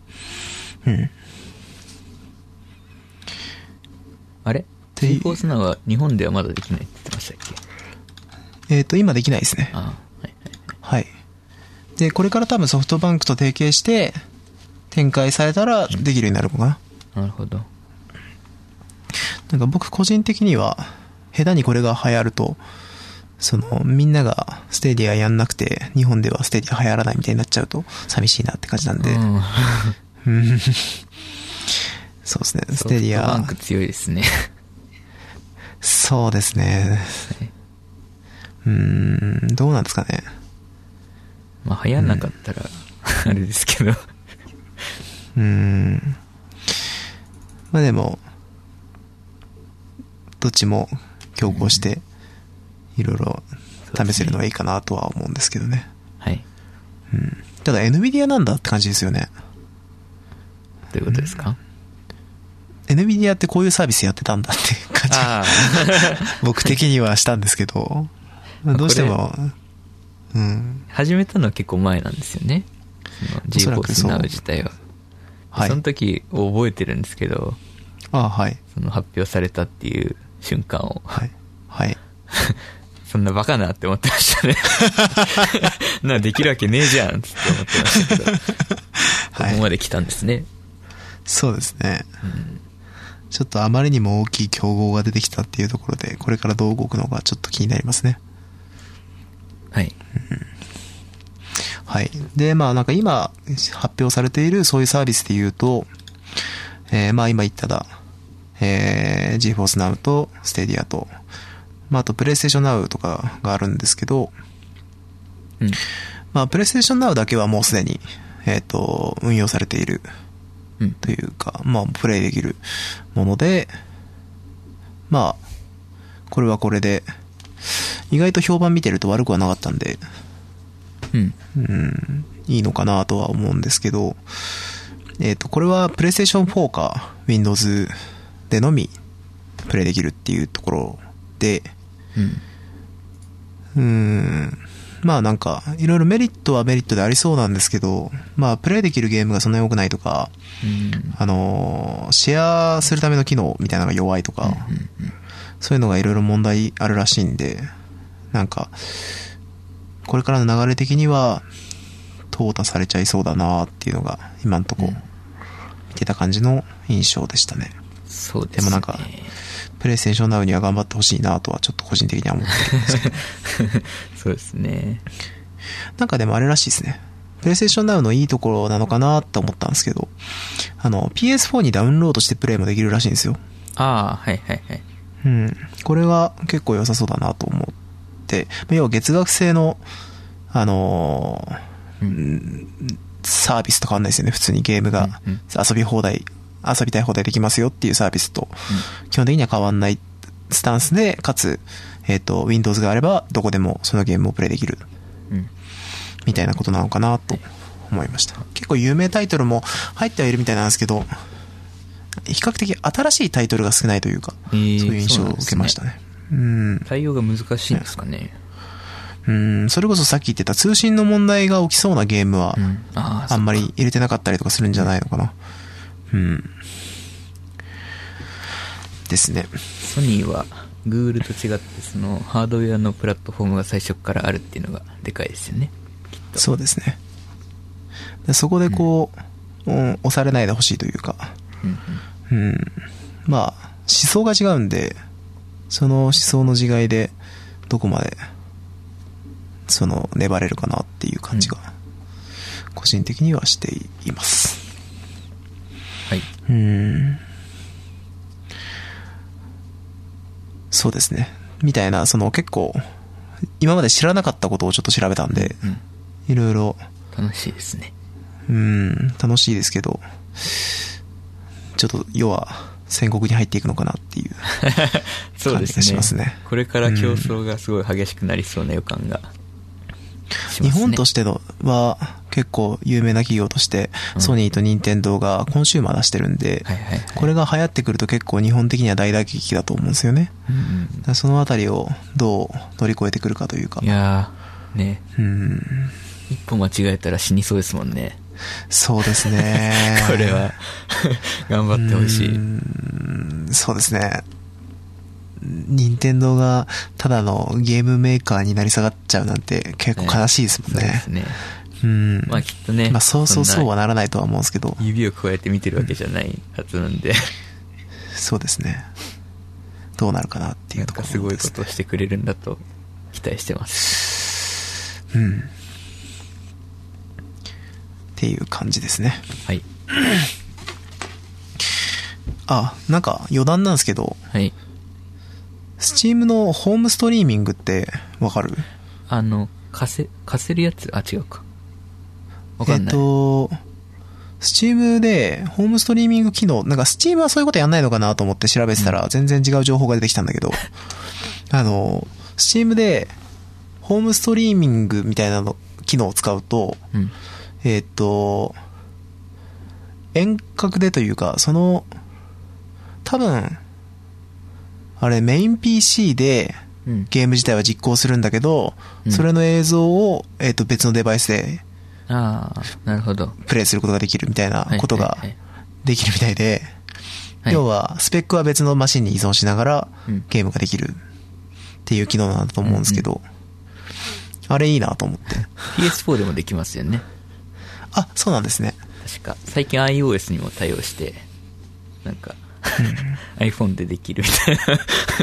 あれ？GeForce Nowは日本ではまだできないって言ってましたっけ？今できないですね。はい。で、これから多分ソフトバンクと提携して展開されたらできるようになるのかな。 なるほど。 なんか僕個人的には下手にこれが流行ると、みんながステディアやんなくて日本ではステディア流行らないみたいになっちゃうと寂しいなって感じなんで。そうですね。ステディア。 ソフトバンク強いですね。 そうですね。どうなんですかね。 まあ流行んなかったら、あれですけど。 まあでも、どっちも競合して、いろいろ試せるのはいいかなとは思うんですけどね。 はい。 ただ NVIDIA なんだって感じですよね。 どういうことですか ？NVIDIA ってこういうサービスやってたんだっていう感じが僕的にはしたんですけど、どうしても、 始めたのは結構前なんですよね。GeForce Now 自体は。はい。その時覚えてるんですけど、 はい。 発表されたっていう瞬間を。 はい。はい。 そんなバカなって思ってましたね。できるわけねえじゃんって思ってましたけど、ここまで来たんですね。 そうですね。ちょっとあまりにも大きい競合が出てきたっていうところで、これからどう動くのかちょっと気になりますね。 はい。 はい。で、まあなんか今発表されているそういうサービスで言うと、まあ今言ったGeForce Now と Stadia と、まああと PlayStation Now とかがあるんですけど、まあ PlayStation Now だけはもうすでに、運用されているというか、まあプレイできるもので、まあこれはこれで意外と評判見てると悪くはなかったんで、いいのかなとは思うんですけど、これは PlayStation 4か Windows でのみプレイできるっていうところで、まあなんかいろいろメリットはメリットでありそうなんですけど、まあプレイできるゲームがそんなに多くないとか、シェアするための機能みたいなのが弱いとか、そういうのがいろいろ問題あるらしいんで、なんかこれからの流れ的には淘汰されちゃいそうだなっていうのが今んとこ見てた感じの印象でしたね。 そうですね。 でもなんかプレイステーションナウには頑張ってほしいなとはちょっと個人的には思ってるんですけどそうですね。 なんかでもあれらしいですね。プレイステーションナウのいいところなのかなって思ったんですけど、PS4 にダウンロードしてプレイもできるらしいんですよ。 はいはいはい。 これは結構良さそうだなと思って、要は月額制のサービスと変わんないですよね。普通にゲームが遊び放題遊びたい放題できますよっていうサービスと、基本的には変わんないスタンスで、かつ、Windows があれば、どこでもそのゲームをプレイできる。みたいなことなのかなと思いました。結構有名タイトルも入ってはいるみたいなんですけど、比較的新しいタイトルが少ないというか、そういう印象を受けましたね。 対応が難しいんですかね。 それこそさっき言ってた通信の問題が起きそうなゲームは、あんまり入れてなかったりとかするんじゃないのかな。ですね。 ソニーは Google と違って、そのハードウェアのプラットフォームが最初からあるっていうのがでかいですよね。きっと。 そうですね。でそこでこう、押されないでほしいというか、まあ、思想が違うんで、その思想の違いで、どこまで、粘れるかなっていう感じが、個人的にはしています。 はい。 そうですね。みたいな、結構、今まで知らなかったことをちょっと調べたんで、いろいろ。 楽しいですね。 楽しいですけど、ちょっと世は戦国に入っていくのかなっていう感じがしますね。 これから競争がすごい激しくなりそうな予感がしますね。 日本としては結構有名な企業としてソニーと任天堂がコンシューマー出してるんで、これが流行ってくると結構日本的には大打撃だと思うんですよね。そのあたりをどう乗り越えてくるかというか。 いやーね、一歩間違えたら死にそうですもんね。 そうですね。 これは頑張ってほしい。 そうですね。任天堂がただのゲームメーカーになり下がっちゃうなんて結構悲しいですもんね。 そうですね。まあきっとね。 まあそうはならないとは思うんですけど。 指を加えて見てるわけじゃないはずなんで。 そうですね。どうなるかなっていうところですね。 なんかすごいことをしてくれるんだと期待してます。 っていう感じですね。 はい。 なんか余談なんですけど、 はい。 スチームのホームストリーミングってわかる？ 貸せるやつ？違うか。わかんない。 スチームでホームストリーミング機能、なんかスチームはそういうことやんないのかなと思って調べてたら全然違う情報が出てきたんだけど、スチームでホームストリーミングみたいな機能を使うと、遠隔でというか、多分、あれメイン PC でゲーム自体は実行するんだけど、それの映像を、別のデバイスで、 なるほど。 プレイすることができるみたいなことができるみたいで、要はスペックは別のマシンに依存しながらゲームができるっていう機能なんだと思うんですけど、あれいいなと思って。 PS4 でもできますよね。 そうなんですね。 確か最近 iOS にも対応してなんか、iPhone でできるみたいな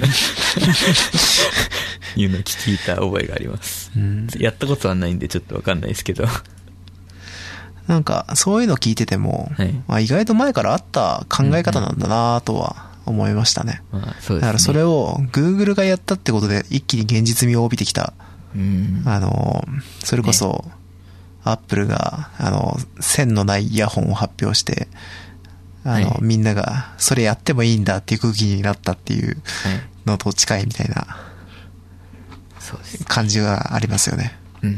いうのを聞いた覚えがあります。やったことはないんでちょっとわかんないですけど、 なんかそういうの聞いてても、意外と前からあった考え方なんだなとは思いましたね。 そうですね。 だからそれを Google がやったってことで一気に現実味を帯びてきた。それこそ、アップルが線のないイヤホンを発表してみんながそれやってもいいんだっていう空気になったっていうのと近いみたいな感じがありますよね。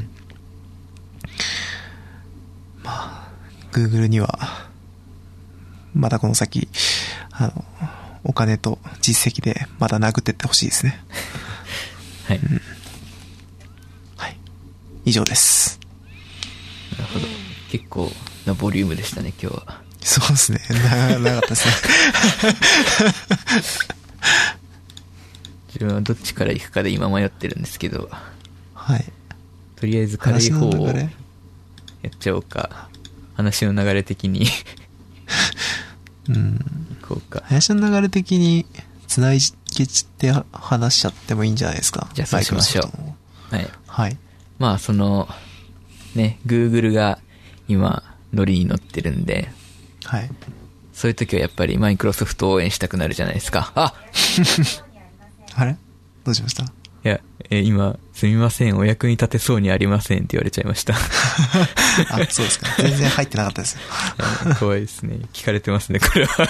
まあ Google にはまだこの先お金と実績でまだ殴ってってほしいですね。 はい、 はい、以上です。 なるほど。結構なボリュームでしたね今日は。 そうですね。なかったですね。 自分はどっちから行くかで今迷ってるんですけど、 はい。 とりあえず軽い方をやっちゃおうか。話の流れ的にこうか。 話の流れ的につなげて話しちゃってもいいんじゃないですか。 じゃあそうしましょう。はい。 はい。 まあね、Google が今ノリに乗ってるんで、 はい。 そういう時はやっぱりマイクロソフトを応援したくなるじゃないですか。 あれどうしました？ いや、今、すみません、お役に立てそうにありませんって言われちゃいました。 あ、そうですか。全然入ってなかったです。 怖いですね。聞かれてますね、これは。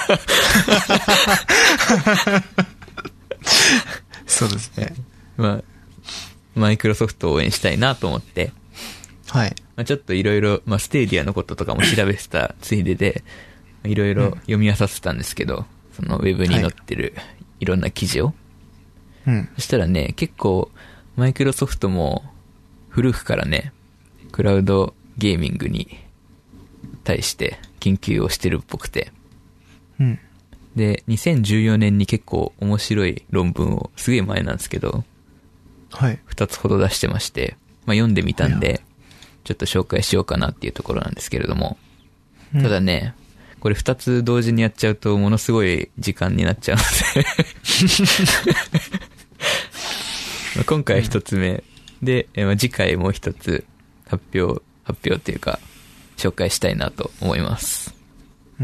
そうですね。 まあ、マイクロソフトを応援したいなと思って、 はい。 まあ、ちょっといろいろ、まあ、ステーディアのこととかも調べてたついでで、いろいろ読み漁ってたんですけど、そのウェブに載ってるいろんな記事を。 うん。 そしたらね、結構、マイクロソフトも古くからね、クラウドゲーミングに対して研究をしてるっぽくて。 うん。 で、2014年に結構面白い論文を、すげえ前なんですけど、 はい。 2つほど出してまして、まあ、読んでみたんで、ちょっと紹介しようかなっていうところなんですけれども、ただね、これ2つ同時にやっちゃうとものすごい時間になっちゃうので今回1つ目で、次回もう1つ発表っていうか紹介したいなと思います。 うん。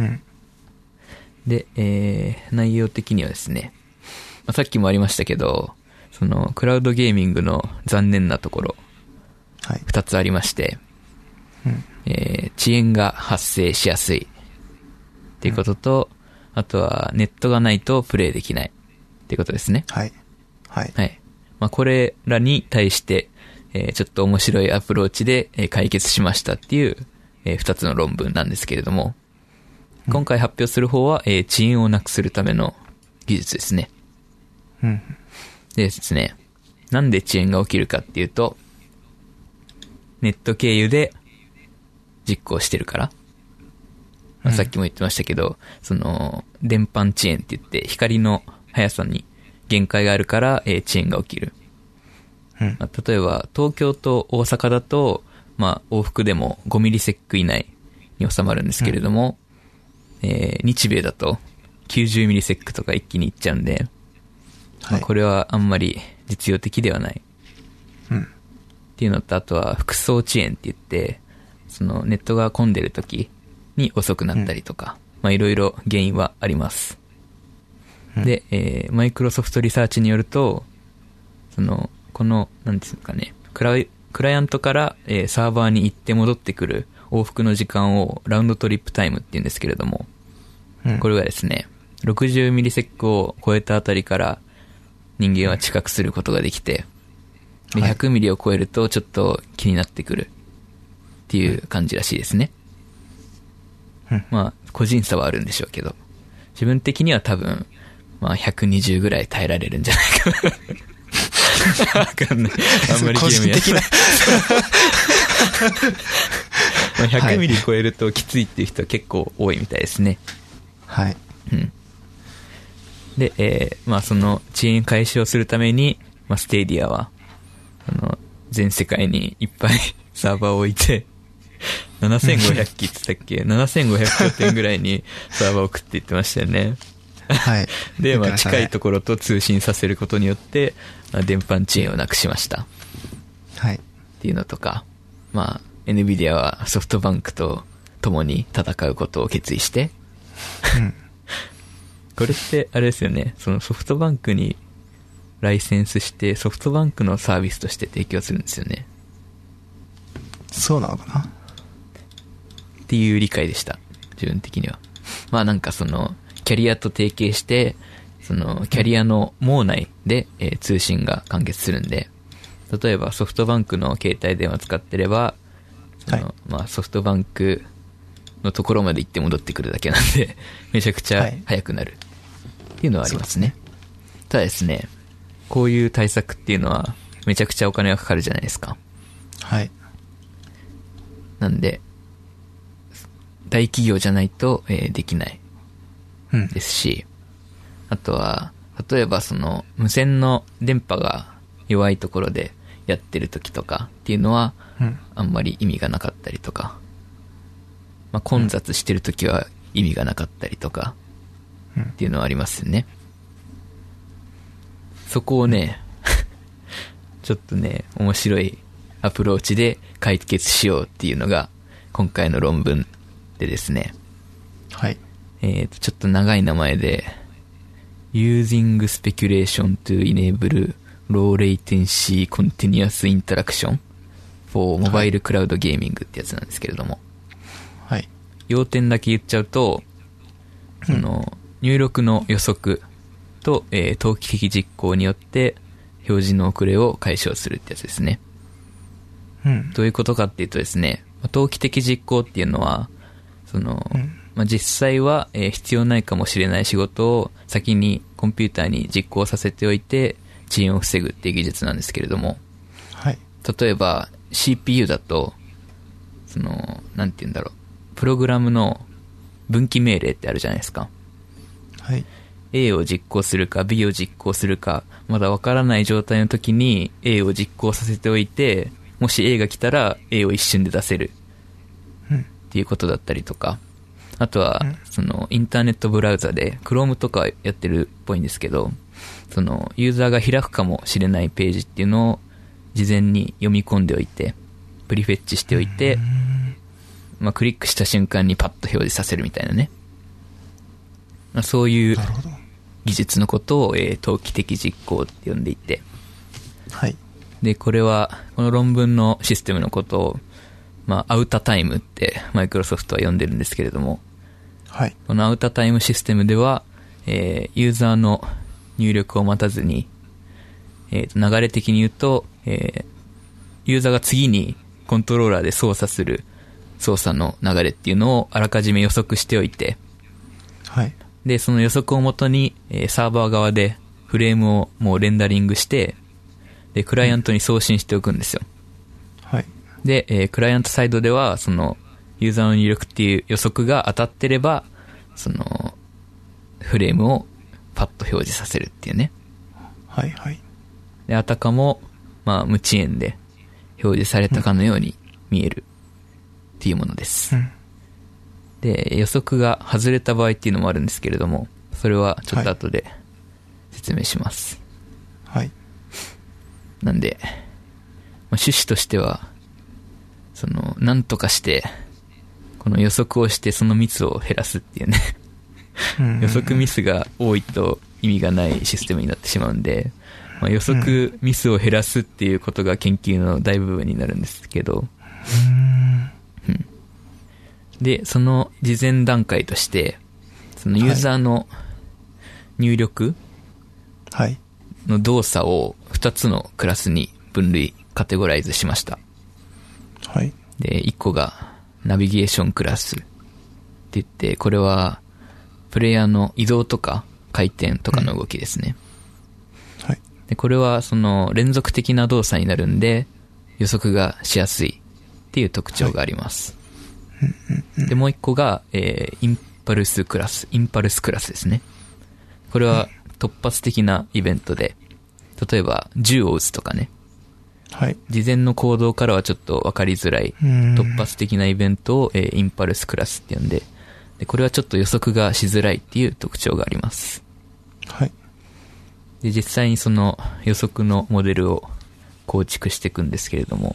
で、内容的にはですね、まあ、さっきもありましたけど、そのクラウドゲーミングの残念なところ、 はい、 2つありまして、 うん、 遅延が発生しやすいっていうことと、あとはネットがないとプレイできないっていうことですね。 はい。はい。 はい。まあ、これらに対して、ちょっと面白いアプローチで解決しましたっていう、2つの論文なんですけれども、今回発表する方は、遅延をなくするための技術ですね。 うん。 でですね、なんで遅延が起きるかっていうと、ネット経由で実行してるから。まあ、さっきも言ってましたけど、その、電波遅延って言って、光の速さに限界があるから、遅延が起きる。まあ、例えば、東京と大阪だと、まあ、往復でも5ミリセック以内に収まるんですけれども、日米だと90ミリセックとか一気にいっちゃうんで、まあ、これはあんまり実用的ではない。っていうのと、あとは複層遅延って言って、そのネットが混んでる時に遅くなったりとか、まあいろいろ原因はあります。で、マイクロソフトリサーチによると、その、この、なんていうんですかね、クライアントから、サーバーに行って戻ってくる往復の時間をラウンドトリップタイムって言うんですけれども、これがですね、60ミリセックを超えたあたりから人間は知覚することができて、で100ミリを超えるとちょっと気になってくるっていう感じらしいですね。まあ、個人差はあるんでしょうけど、自分的には多分、まあ120ぐらい耐えられるんじゃないかな。わかんない。あんまりゲームやってない。まあ100ミリ超えるときついっていう人は結構多いみたいですね。 はい。 うん。で、まあその遅延解消するために、まあステーディアは、全世界にいっぱいサーバーを置いて、7500機って言ったっけ ?7500 拠点ぐらいにサーバーを送っていってましたよね。 はい。 で、まあ近いところと通信させることによって、まあ、電波遅延をなくしました。 はい。 っていうのとか、まあ、NVIDIA はソフトバンクと共に戦うことを決意して、これってあれですよね、そのソフトバンクにライセンスしてソフトバンクのサービスとして提供するんですよね。 そうなのかなっていう理解でした、自分的には。まあなんかそのキャリアと提携してそのキャリアの網内で、通信が完結するんで、例えばソフトバンクの携帯電話使ってればまあソフトバンクのところまで行って戻ってくるだけなんでめちゃくちゃ早くなるっていうのはありますね。ただですね、こういう対策っていうのはめちゃくちゃお金がかかるじゃないですか。 はい。 なんで大企業じゃないと、できないですし、あとは例えばその無線の電波が弱いところでやってる時とかっていうのは、あんまり意味がなかったりとか、まあ、混雑してる時は意味がなかったりとかっていうのはありますよね。そこをねちょっとね面白いアプローチで解決しようっていうのが今回の論文でですね、 はい。 ちょっと長い名前で Using Speculation to Enable ローレイテンシーコンティニュアスインタラクション for モバイルクラウドゲーミングってやつなんですけれども、 はい。 要点だけ言っちゃうと、その入力の予測と、投機的実行によって表示の遅れを解消するってやつですね。 うん。 どういうことかっていうとですね、投機的実行っていうのは、その、実際は、必要ないかもしれない仕事を先にコンピューターに実行させておいて遅延を防ぐっていう技術なんですけれども、 はい。 例えば CPU だと、その、なんて言うんだろう、プログラムの分岐命令ってあるじゃないですか。 はい。 A を実行するか B を実行するか、まだわからない状態の時に A を実行させておいて、もし A が来たら A を一瞬で出せるっていうことだったりとか、あとはそのインターネットブラウザで Chrome とかやってるっぽいんですけど、そのユーザーが開くかもしれないページっていうのを事前に読み込んでおいて、プリフェッチしておいて、クリックした瞬間にパッと表示させるみたいなね。そういう技術のことを、投機的実行って呼んでいて、 はい。 で、これはこの論文のシステムのことを、アウタタイムってマイクロソフトは呼んでるんですけれども、 はい。 このアウタタイムシステムでは、ユーザーの入力を待たずに、流れ的に言うと、ユーザーが次にコントローラーで操作する操作の流れっていうのをあらかじめ予測しておいて、 はい。 で、その予測をもとに、サーバー側でフレームをもうレンダリングして、で、クライアントに送信しておくんですよ。 はい。 で、クライアントサイドでは、その、ユーザーの入力っていう予測が当たってれば、その、フレームをパッと表示させるっていうね。 はいはい。 で、あたかも、無遅延で表示されたかのように見えるっていうものです。 うん。 で、予測が外れた場合っていうのもあるんですけれども、それはちょっと後で説明します。 はい。 なんで、趣旨としては、その、なんとかして、この予測をしてそのミスを減らすっていうね。予測ミスが多いと意味がないシステムになってしまうんで、予測ミスを減らすっていうことが研究の大部分になるんですけど、で、その事前段階として、そのユーザーの入力の動作を2つのクラスに分類、カテゴライズしました。 はい。 で、1個がナビゲーションクラスって言って、これはプレイヤーの移動とか回転とかの動きですね。 はい。 で、これはその連続的な動作になるんで予測がしやすいっていう特徴があります。で、もう1個が、インパルスクラスですね。これは突発的なイベントで、例えば銃を撃つとかね。 はい。 事前の行動からはちょっと分かりづらい突発的なイベントを、インパルスクラスって呼んで、で、これはちょっと予測がしづらいっていう特徴があります。 はい。 で、実際にその予測のモデルを構築していくんですけれども、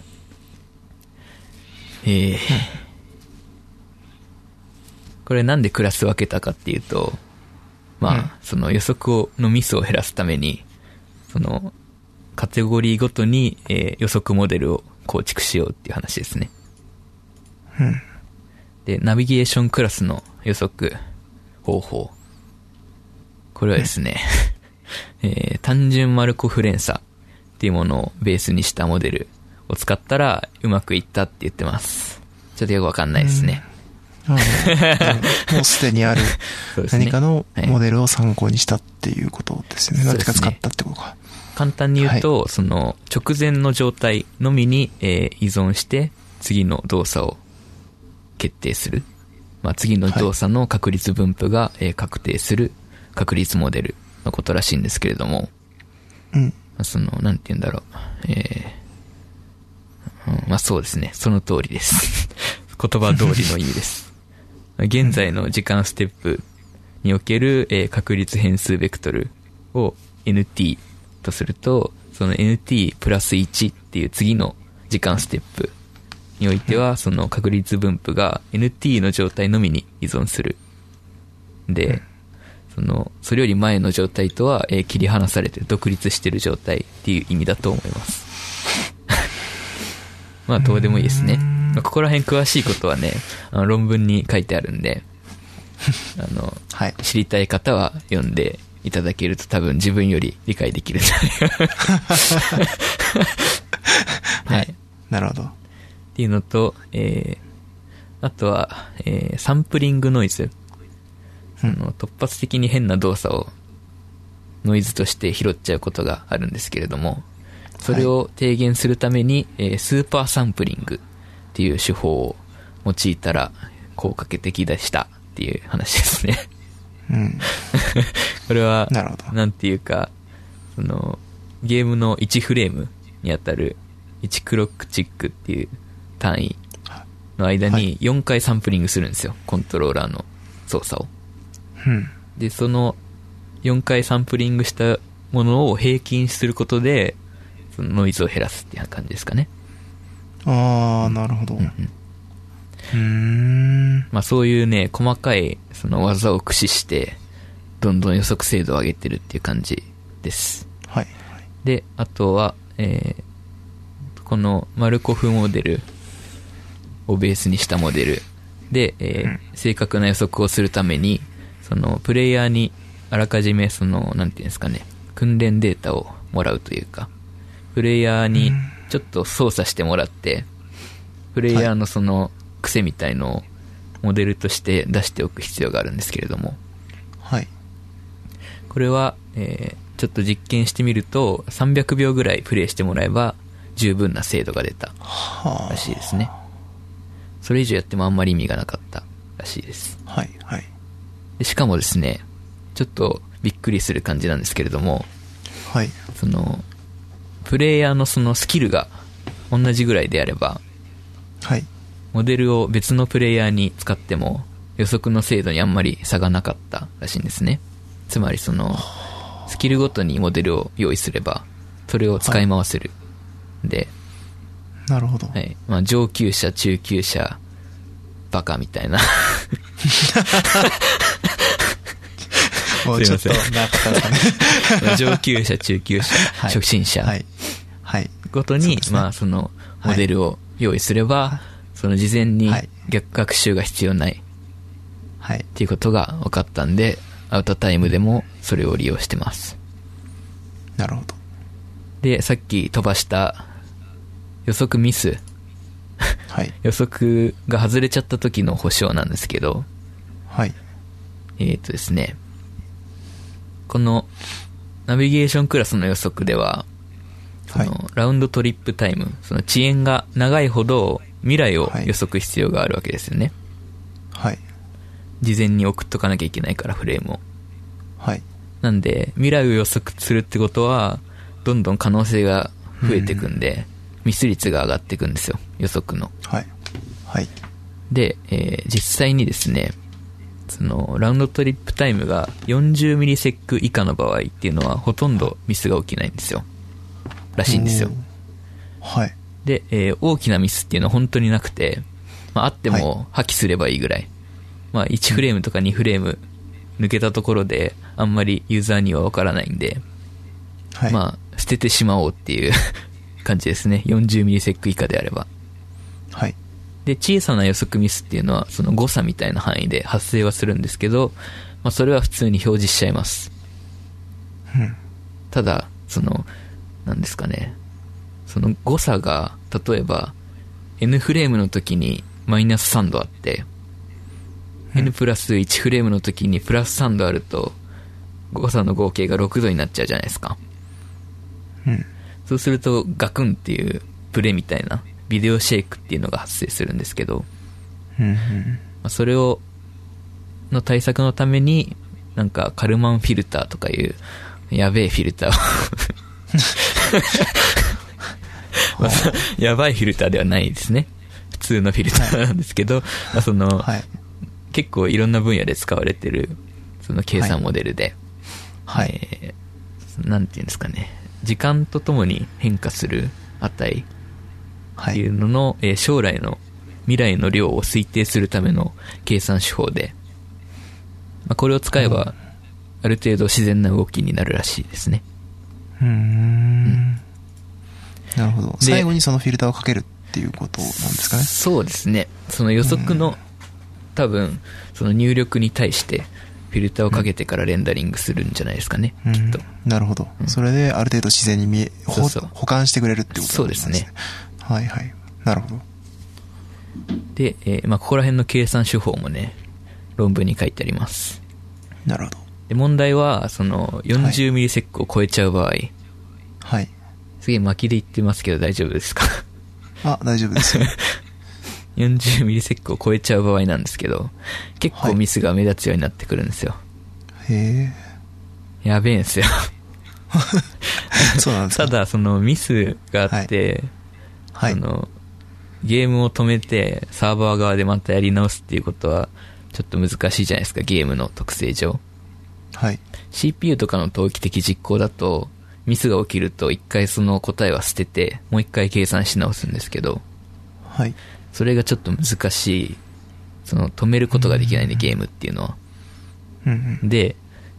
これなんでクラス分けたかっていうと、その予測のミスを減らすために、そのカテゴリーごとに、予測モデルを構築しようっていう話ですね。で、ナビゲーションクラスの予測方法。これはですね、単純マルコフ連鎖っていうものをベースにしたモデルを使ったらうまくいったって言ってます。ちょっとよくわかんないですね。 もうすでにある何かのモデルを参考にしたっていうことですよね。何か使ったってことか。 簡単に言うと、その直前の状態のみに、依存して次の動作を決定する。次の動作の確率分布が、確定する確率モデルのことらしいんですけれども、その、なんて言うんだろう。そうですね。その通りです。言葉通りの意味です。現在の時間ステップにおける、確率変数ベクトルを NT とすると、その NT プラス1っていう次の時間ステップにおいては、その確率分布が NT の状態のみに依存する。で、 それより前の状態とは、切り離されて独立してる状態っていう意味だと思います。まあどうでもいいですね。ここら辺詳しいことはね、論文に書いてあるんで、はい、知りたい方は読んでいただけると多分自分より理解できるんじゃないかな。はい。 なるほど。 っていうのと、あとは、サンプリングノイズ。突発的に変な動作をノイズとして拾っちゃうことがあるんですけれども、それを低減するために、スーパーサンプリングっていう手法を用いたら効果的でしたっていう話ですね。 うん、 これは、なんていうか、ゲームの1フレームにあたる1クロックチックっていう単位の間に4回サンプリングするんですよ。コントローラーの操作を。 うん、 で、その4回サンプリングしたものを平均することで、そのノイズを減らすっていう感じですかね。 ああ、なるほど。 まあそういうね、細かいその技を駆使して、どんどん予測精度を上げてるっていう感じです。 はい。 で、あとは、このマルコフモデルをベースにしたモデルで、正確な予測をするために、そのプレイヤーにあらかじめなんていうんですかね、訓練データをもらうというか、プレイヤーにちょっと操作してもらって、プレイヤーのその癖みたいのをモデルとして出しておく必要があるんですけれども、 はい。 これは、ちょっと実験してみると300秒ぐらいプレイしてもらえば十分な精度が出たらしいですね。それ以上やってもあんまり意味がなかったらしいです。 はいはい。 でしかもですね、ちょっとびっくりする感じなんですけれども、 はい。 プレイヤーのそのスキルが同じぐらいであれば、 はい。 モデルを別のプレイヤーに使っても予測の精度にあんまり差がなかったらしいんですね。つまりスキルごとにモデルを用意すればそれを使い回せる、はい、で、 なるほど。 はい。まあ上級者、中級者、バカみたいなもうちょっとなかったですね上級者、中級者、はい、初心者、 はいはい、 ごとに、ね、まあそのモデルを用意すれば、はい、その事前に逆学習が必要ない、はい、っていうことが分かったんで、アウトタイムでもそれを利用してます。 なるほど。 で、さっき飛ばした予測ミス、 はい、 予測が外れちゃった時の保証なんですけど、 はい、 ですね、このナビゲーションクラスの予測では、 はい、 ラウンドトリップタイム、その遅延が長いほど未来を予測必要があるわけですよね。 はい。 事前に送っとかなきゃいけないから、フレームを。 はい。 なんで、未来を予測するってことは、どんどん可能性が増えていくんで、ミス率が上がっていくんですよ、予測の。 はい。はい。 で、実際にですね、ラウンドトリップタイムが40ミリセック以下の場合っていうのは、ほとんどミスが起きないんですよ。らしいんですよ。 はい。 で、大きなミスっていうのは本当になくて、まあ、あっても破棄すればいいぐらい。まあ、1フレームとか2フレーム抜けたところで、あんまりユーザーにはわからないんで、 はい、 まあ、捨ててしまおうっていう感じですね。40ミリセック以下であれば。 はい。 で、小さな予測ミスっていうのは、その誤差みたいな範囲で発生はするんですけど、まあ、それは普通に表示しちゃいます。 うん。 ただ、なんですかね。その誤差が、例えば、N フレームの時にマイナス3度あって、N プラス1フレームの時にプラス3度あると、誤差の合計が6度になっちゃうじゃないですか。 うん。 そうすると、ガクンっていうブレみたいな、ビデオシェイクっていうのが発生するんですけど、 うんうん、 まあ、それの対策のために、なんかカルマンフィルターとかいうやべえフィルターをまあ、やばいフィルターではないですね。普通のフィルターなんですけど、はい、まあはい、 結構いろんな分野で使われてるその計算モデルで、 はい、 なんていうんですかね、時間とともに変化する値っていうのの、将来の未来の量を推定するための計算手法で、まあ、これを使えばある程度自然な動きになるらしいですね。 なるほど。最後にそのフィルターをかけるっていうことなんですかね。 そうですね。その予測の、多分、その入力に対して、フィルターをかけてからレンダリングするんじゃないですかね、きっと。 なるほど。それである程度自然に保管してくれるってことなんですね。 そうですね。 はいはい。なるほど。 で、ここら辺の計算手法もね、論文に書いてあります。 なるほど。 で、問題は、その、40ミリセックを超えちゃう場合。 はい。 すげえ巻きで言ってますけど大丈夫ですか？ 大丈夫ですよ。 40ミリセックを超えちゃう場合なんですけど、結構ミスが目立つようになってくるんですよ。 へえ。やべえんですよ。 そうなんですか。 ただ、そのミスがあって、その、ゲームを止めてサーバー側でまたやり直すっていうことはちょっと難しいじゃないですか、ゲームの特性上。 はい。 CPU とかの同期的実行だと、ミスが起きると一回その答えは捨てて、もう一回計算し直すんですけど、 はい。 それがちょっと難しい、その止めることができないんで、ゲームっていうのは。で、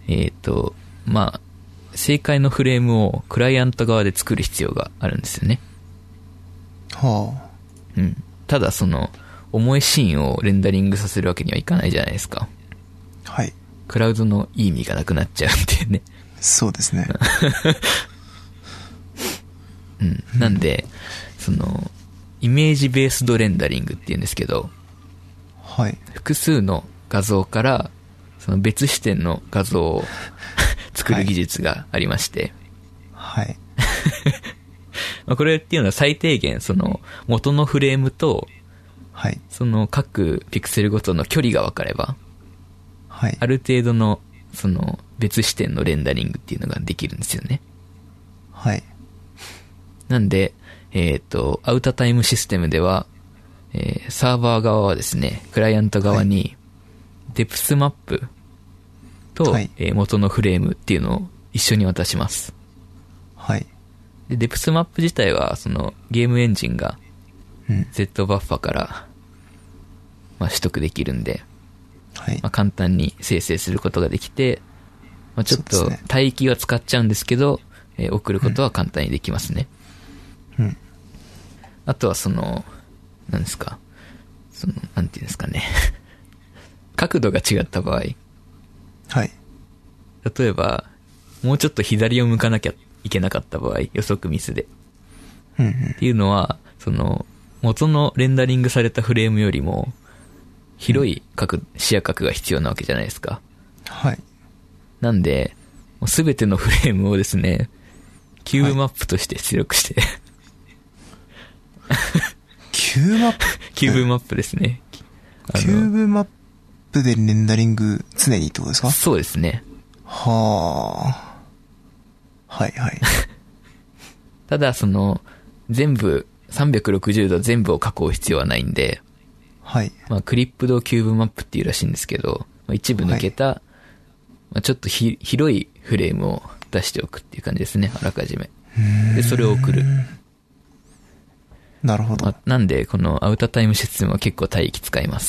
正解のフレームをクライアント側で作る必要があるんですよね。 はあ。 ただその、重いシーンをレンダリングさせるわけにはいかないじゃないですか。 はい。 クラウドのいい意味がなくなっちゃうんでね。 そうですね。 なんで、その、イメージベースドレンダリングっていうんですけど、 はい。 複数の画像から、その別視点の画像を作る技術がありまして。 はい。 これっていうのは最低限、その、元のフレームと、 はい。 その各ピクセルごとの距離が分かれば、 はい。 ある程度の、その、別視点のレンダリングっていうのができるんですよね。 はい。 なんで、アウタタイムシステムでは、サーバー側はですね、クライアント側に、デプスマップと、元のフレームっていうのを一緒に渡します。 はい。 で、デプスマップ自体は、その、ゲームエンジンが、Z バッファから、取得できるんで、 はい。 簡単に生成することができて、ちょっと帯域は使っちゃうんですけど、送ることは簡単にできますね。あとはその、何ですか、その、なんていうんですかね。角度が違った場合。 はい。 例えば、もうちょっと左を向かなきゃいけなかった場合、予測ミスで。っていうのは、その、元のレンダリングされたフレームよりも、広い視野角が必要なわけじゃないですか。 はい。 なんで、すべてのフレームをですね、キューブマップとして出力して、 キューブマップキューブマップですね。 キューブマップでレンダリング常にってことですか？ そうですね。 はあ。はいはい。 ただ、その、全部、360度全部を囲う必要はないんで、 はい。 クリップドキューブマップっていうらしいんですけど、一部抜けた、ちょっと広いフレームを出しておくっていう感じですね、あらかじめ。で、それを送る。 なるほど。 なんで、このアウタータイムシステムは結構帯域使います。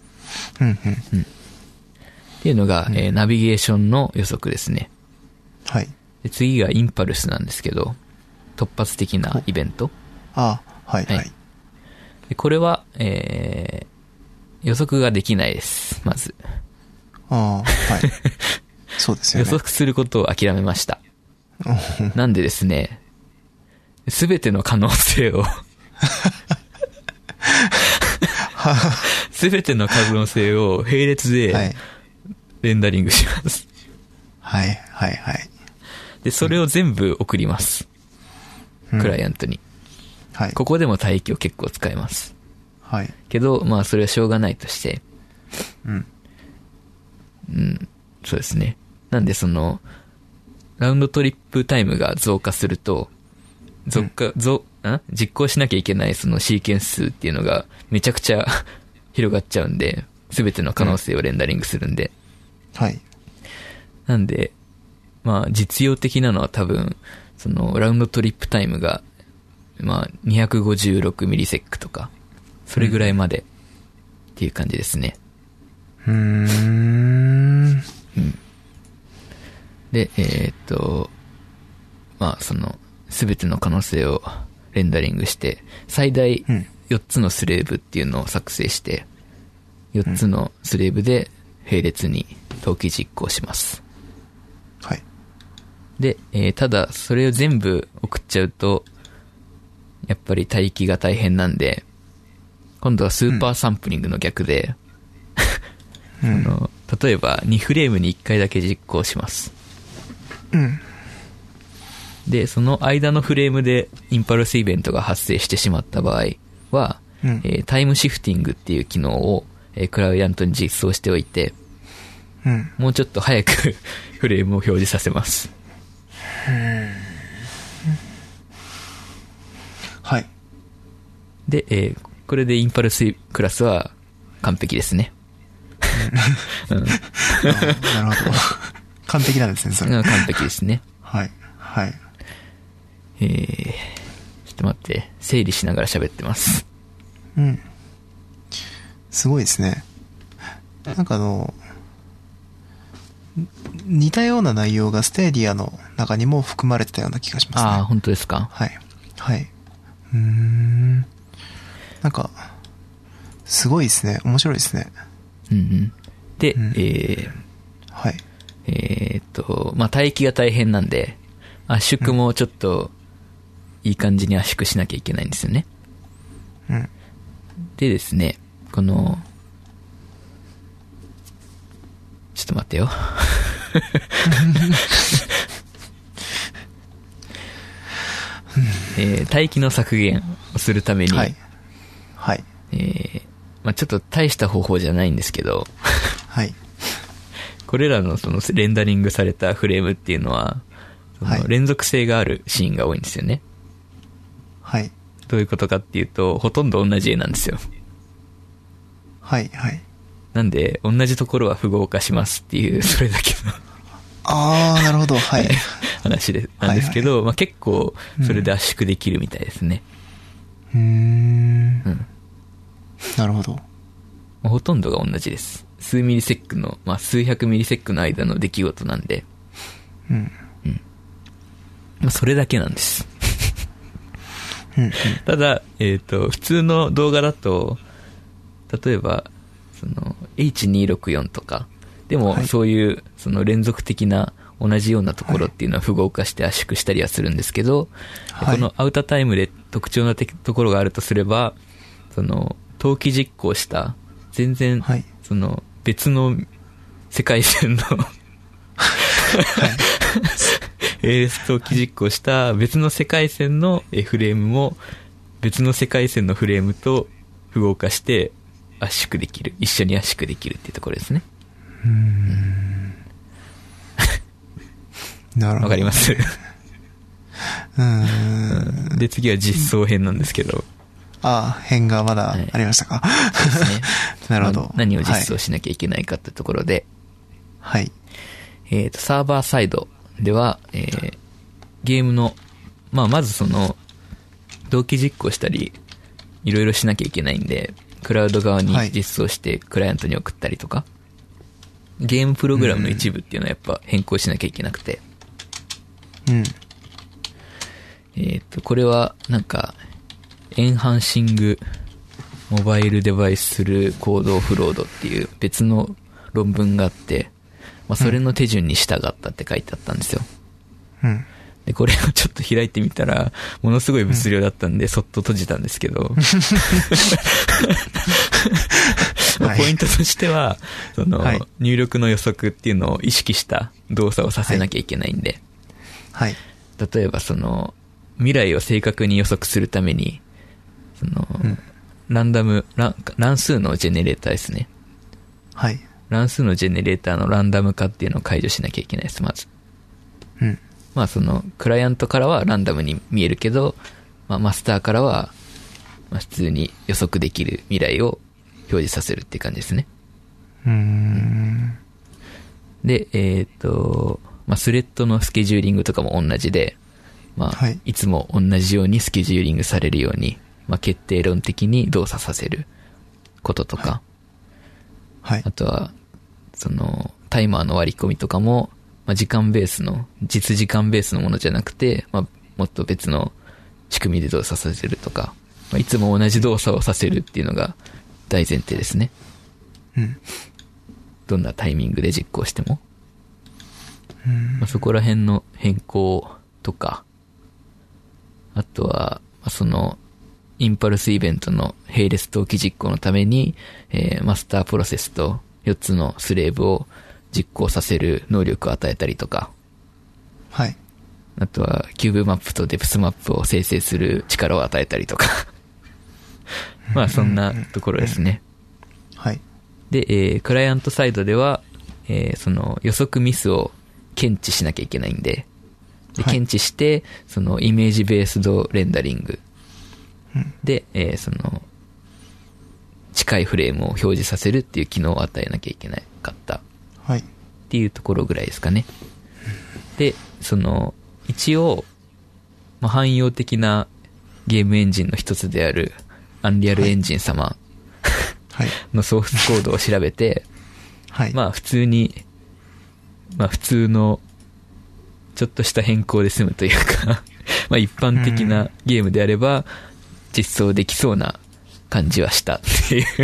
っていうのが、ナビゲーションの予測ですね。 はい。 で、次がインパルスなんですけど、突発的なイベント。 はいはい。 でこれは、予測ができないです、まず。 はい。そうですよね。 予測することを諦めました。なんでですね、すべての可能性をすべての可能性を並列でレンダリングします。 はい、はい、はい。 で、それを全部送ります。クライアントに。はい。ここでも帯域を結構使えます。はい。けど、それはしょうがないとして。そうですね。なんでその、ラウンドトリップタイムが増加すると、実行しなきゃいけないそのシーケンス数っていうのがめちゃくちゃ広がっちゃうんで、すべての可能性をレンダリングするんで。はい。なんで、実用的なのは多分、その、ラウンドトリップタイムが、256ミリセックとか、それぐらいまでっていう感じですね。 で、まあその、すべての可能性をレンダリングして、最大4つのスレーブっていうのを作成して、4つのスレーブで並列に登記実行します。 はい。 で、ただ、それを全部送っちゃうと、やっぱり待機が大変なんで、今度はスーパーサンプリングの逆で、例えば2フレームに1回だけ実行します。 うん。 で、その間のフレームでインパルスイベントが発生してしまった場合は、タイムシフティングっていう機能を、クライアントに実装しておいて、もうちょっと早くフレームを表示させます。 はい。 で、これでインパルスクラスは完璧ですね。 なるほど。完璧なんですね、それ。 完璧ですね。 はい。はい。 ちょっと待って、整理しながら喋ってます。 うん。すごいですね。なんか似たような内容がステーディアの中にも含まれてたような気がしますね。 ああ、本当ですか。 はい。はい。なんか、すごいですね。面白いですね。 うんうん。で、 はい。 まあ、待機が大変なんで、圧縮もちょっと、いい感じに圧縮しなきゃいけないんですよね。 うん。 でですね、この、ちょっと待ってよ。待機の削減をするために、 はい。はい。 まあ、ちょっと大した方法じゃないんですけど、 はい。 これらのそのレンダリングされたフレームっていうのは、連続性があるシーンが多いんですよね。 はい。 どういうことかっていうと、ほとんど同じ絵なんですよ。 はい、はい。 なんで、同じところは符号化しますっていう、それだけのあー、なるほど、はい。 話なんですけど、まあ、結構、それで圧縮できるみたいですね。 なるほど。 ほとんどが同じです。数ミリセックの、まあ、数百ミリセックの間の出来事なんで。まあ、それだけなんです。ただ、普通の動画だと、例えば、H264 とか、でもそういう、連続的な同じようなところっていうのは符号化して圧縮したりはするんですけど、このアウタータイムで特徴なところがあるとすれば、登記実行した、全然、別の世界線の登記実行した別の世界線のフレームも別の世界線のフレームと符号化して圧縮できる、一緒に圧縮できるっていうところですね。 なるほど。 わかります？で、次は実装編なんですけど。 編がまだありましたか。 そうですね。 なるほど。 何を実装しなきゃいけないかってところで。 はい。 サーバーサイドでは、ゲームの、まず同期実行したり、いろいろしなきゃいけないんで、クラウド側に実装してクライアントに送ったりとか、ゲームプログラムの一部っていうのはやっぱ変更しなきゃいけなくて。これはなんか、エンハンシングモバイルデバイスするコードオフロードっていう別の論文があって、それの手順に従ったって書いてあったんですよ。で、これをちょっと開いてみたら、ものすごい物量だったんで、そっと閉じたんですけど、ポイントとしては、入力の予測っていうのを意識した動作をさせなきゃいけないんで、例えば未来を正確に予測するために、乱数のジェネレーターですね。乱数のジェネレーターのランダム化っていうのを解除しなきゃいけないです、まず。クライアントからはランダムに見えるけど、マスターからは、普通に予測できる未来を表示させるっていう感じですね。で、スレッドのスケジューリングとかも同じで、いつも同じようにスケジューリングされるように、決定論的に動作させることとか、あとは、タイマーの割り込みとかも、 時間ベースの、実時間ベースのものじゃなくて、もっと別の仕組みで動作させるとか、いつも同じ動作をさせるっていうのが大前提ですね。 うん。 どんなタイミングで実行しても。そこら辺の変更とか、あとは、インパルスイベントの並列同期実行のために、マスタープロセスと4つのスレーブを実行させる能力を与えたりとか、 はい。 あとは、キューブマップとデプスマップを生成する力を与えたりとか。そんなところですね。 はい。 で、クライアントサイドでは、予測ミスを検知しなきゃいけないんで、検知して、イメージベースドレンダリングで、近いフレームを表示させるっていう機能を与えなきゃいけなかったっていうところぐらいですかね。で、一応、汎用的なゲームエンジンの一つであるアンリアルエンジン様のソースコードを調べて、普通に、普通のちょっとした変更で済むというか一般的なゲームであれば実装できそうな感じはしたっていう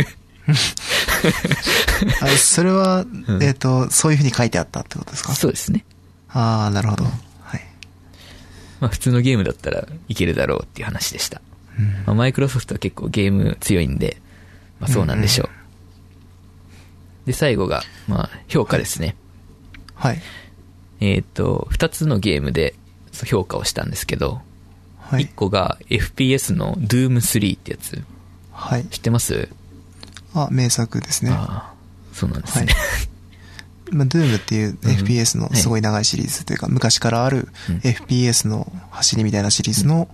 それは、そういう風に書いてあったってことですか？ そうですね。 ああ、なるほど。はい。 普通のゲームだったらいけるだろうっていう話でした。マイクロソフトは結構ゲーム強いんで、そうなんでしょう。で、最後が、評価ですね。 はい。 2つのゲームで評価をしたんですけど、1個が FPS の Doom 3ってやつ。 はい。 知ってます？ 名作ですね。 そうなんですね。 Doom っていう FPS のすごい長いシリーズというか、昔からある FPS の走りみたいなシリーズの、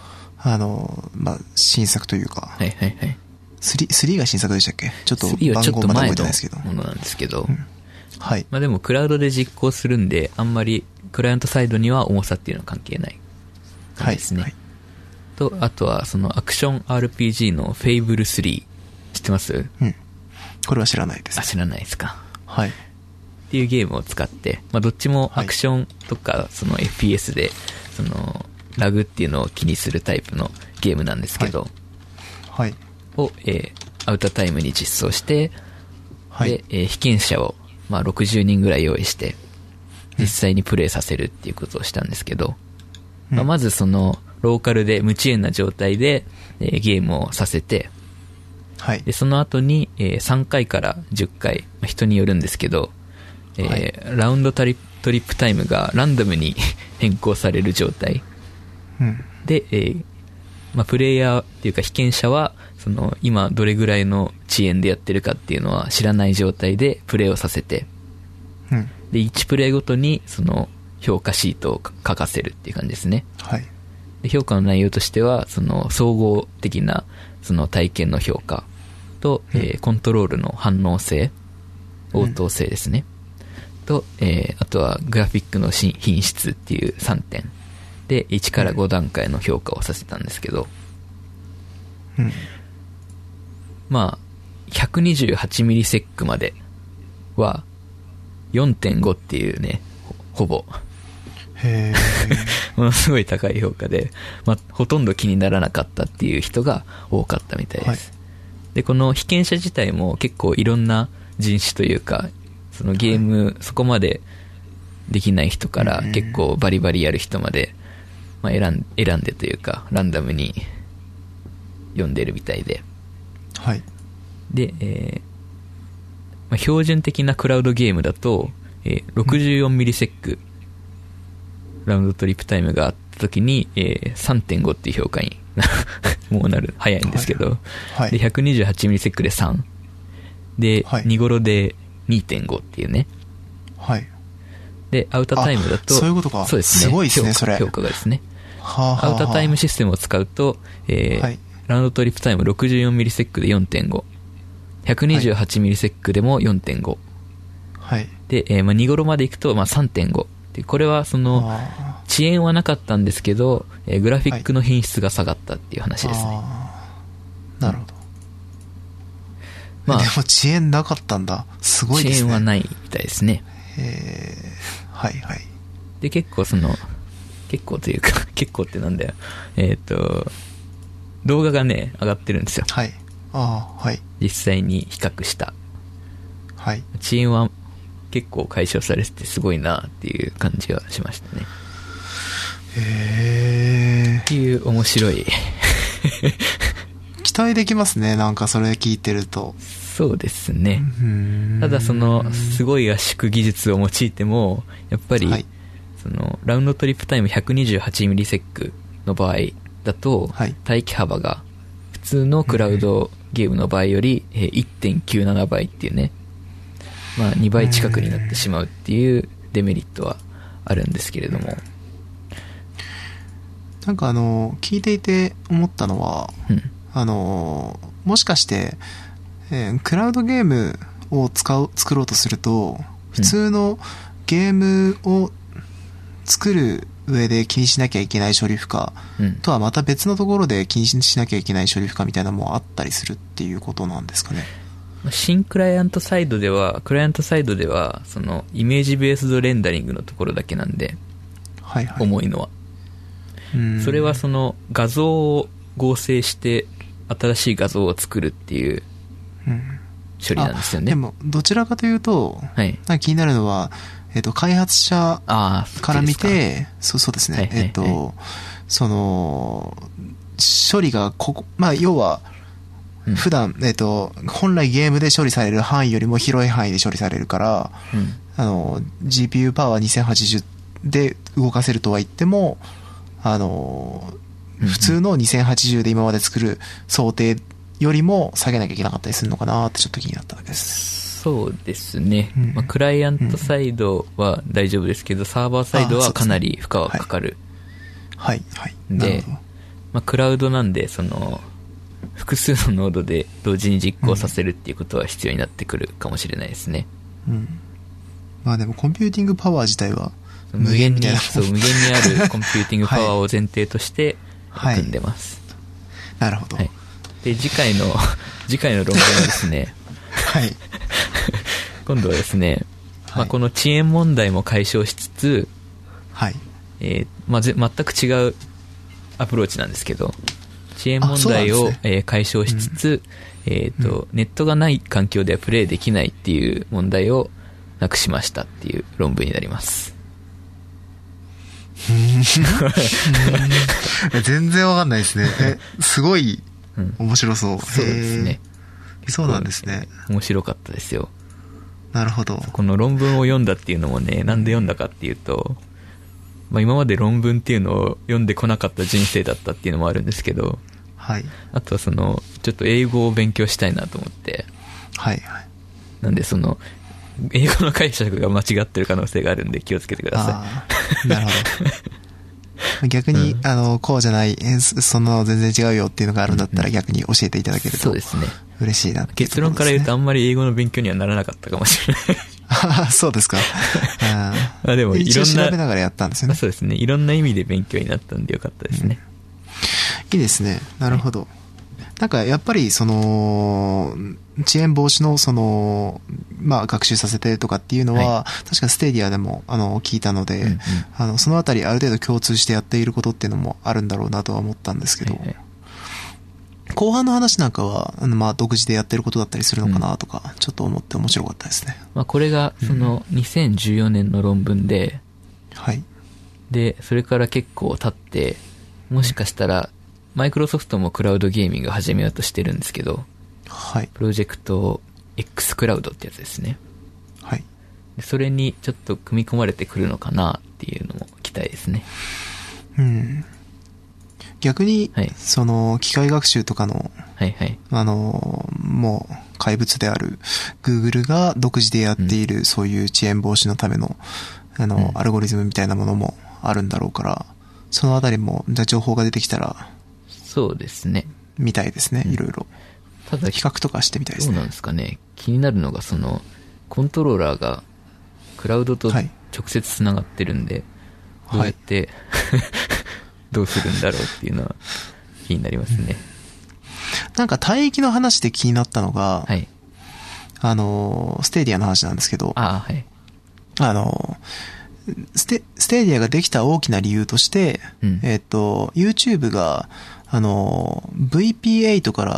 新作というか。3が新作でしたっけ？ちょっと番号まだ覚えてないですけど。 ものなんですけど。 はい。 でもクラウドで実行するんで、あんまりクライアントサイドには重さっていうのは関係ない感じですね。と、あとはアクション RPG の Fable 3。知ってます？ これは知らないです。 知らないですか。 はい。 っていうゲームを使って、どっちもアクションとか、FPS で、ラグっていうのを気にするタイプのゲームなんですけど、を、アウタータイムに実装して、で、被験者を、60人ぐらい用意して、実際にプレイさせるっていうことをしたんですけど、まずローカルで無遅延な状態で、ゲームをさせて、で、その後に、3回から10回、人によるんですけど、ラウンドトリップタイムがランダムに変更される状態、で、プレイヤーっていうか被験者は今どれぐらいの遅延でやってるかっていうのは知らない状態でプレイをさせて、で1プレイごとに評価シートを書かせるっていう感じですね。で評価の内容としては総合的な体験の評価と、コントロールの反応性、応答性ですね、と、あとはグラフィックの品質っていう3点で1から5段階の評価をさせたんですけど、128ミリセックまでは 4.5 っていうね、ほぼものすごい高い評価で、ほとんど気にならなかったっていう人が多かったみたいです。で、この被験者自体も結構いろんな人種というか、ゲーム、そこまでできない人から結構バリバリやる人まで、選んでというか、ランダムに読んでるみたいで。で、標準的なクラウドゲームだと、64ミリセック、ラウンドトリップタイムがあった時に、3.5 っていう評価にもう早いんですけど、で、128ミリセックで3。で、2頃で 2.5 っていうね。で、アウタータイムだと、 そういうことか。 そうですね。 すごいですね、それ。 評価がですね。アウタータイムシステムを使うと、ラウンドトリップタイム64ミリセックで 4.5。128ミリセックでも 4.5。で、2頃まで行くと、3.5。で、これは遅延はなかったんですけど、グラフィックの品質が下がったっていう話ですね。 なるほど。でも遅延なかったんだ。すごいですね。 遅延はないみたいですね。 はいはい。 で、結構というか、結構ってなんだよ。動画がね、上がってるんですよ。 はい。ああ、はい。 実際に比較した。 はい。 遅延は結構解消されててすごいなっていう感じがしましたね。 へー。 っていう面白い。 期待できますね、なんかそれ聞いてると。 そうですね。ただすごい圧縮技術を用いても、やっぱり、はい、ラウンドトリップタイム128ミリセックの場合だと、はい、待機幅が普通のクラウドゲームの場合より 1.97 倍っていうね、まあ2倍近くになってしまうっていうデメリットはあるんですけれども、 なんか聞いていて思ったのは、もしかして、クラウドゲームを作ろうとすると、普通のゲームを作る上で気にしなきゃいけない処理負荷とはまた別のところで気にしなきゃいけない処理負荷みたいなのもあったりするっていうことなんですかね。 新クライアントサイドでは、そのイメージベースドレンダリングのところだけなんで、はいはい、重いのは。それはその画像を合成して新しい画像を作るっていう処理なんですよね。 でもどちらかというと、はい、なんか気になるのは、開発者から見て、そうですね、はいはいはい、その処理がまあ要は普段、本来ゲームで処理される範囲よりも広い範囲で処理されるから、GPU パワー2080で動かせるとは言っても、普通の2080で今まで作る想定よりも下げなきゃいけなかったりするのかなってちょっと気になっただけです。 そうですね。まあ、クライアントサイドは大丈夫ですけど、サーバーサイドはかなり負荷はかかる。 はいはい。 で、まあ、クラウドなんで複数のノードで同時に実行させるっていうことは必要になってくるかもしれないですね。 まあでもコンピューティングパワー自体は無限にあるコンピューティングパワーを前提として組んでます。 なるほど。 はい、で、次回の論文はですね、 はい。 今度はですね、まあ、この遅延問題も解消しつつ、 はい。 まあ、全く違うアプローチなんですけど、遅延問題を、解消しつつ、ネットがない環境ではプレイできないっていう問題をなくしましたっていう論文になります。 全然わかんないですね。すごい面白そう。 そうですね。 そうなんですね。 面白かったですよ。 なるほど。 この論文を読んだっていうのもね、なんで読んだかっていうと、まあ、今まで論文っていうのを読んでこなかった人生だったっていうのもあるんですけど、 はい。 あとはちょっと英語を勉強したいなと思って、 はいはい。 なんで英語の解釈が間違ってる可能性があるんで気をつけてください。なるほど。逆に、こうじゃない、そんなの全然違うよっていうのがあるんだったら逆に教えていただけると、 そうですね。 嬉しいなっていうところですね。 結論から言うとあんまり英語の勉強にはならなかったかもしれない。 あ、そうですか。 でも一応調べながらやったんですよね。 そうですね。いろんな意味で勉強になったんでよかったですね。 いいですね。なるほど。なんかやっぱり遅延防止のまあ学習させてとかっていうのは、確かステディアでも聞いたので、そのあたりある程度共通してやっていることっていうのもあるんだろうなとは思ったんですけど、後半の話なんかはまあ独自でやってることだったりするのかなとか、ちょっと思って面白かったですね。 まあこれが2014年の論文で、 はい。 でそれから結構経ってもしかしたらマイクロソフトもクラウドゲーミングを始めようとしてるんですけど、 はい。 プロジェクト X クラウドってやつですね。 はい。 でそれにちょっと組み込まれてくるのかなっていうのも期待ですね。 逆に、はい、機械学習とかの、 はいはい。 もう怪物である Google が独自でやっている、そういう遅延防止のための、アルゴリズムみたいなものもあるんだろうから、そのあたりも、じゃあ情報が出てきたら、 そうですね。 みたいですね、いろいろ。 ただ、 比較とかしてみたいですね。 そうなんですかね。気になるのが、コントローラーが、クラウドと直接つながってるんで、どうやって、どうするんだろうっていうのは気になりますね。 なんか帯域の話で気になったのが、 はい、 ステディアの話なんですけど、 はい、 ステーディアができた大きな理由として、YouTube が、VP8 から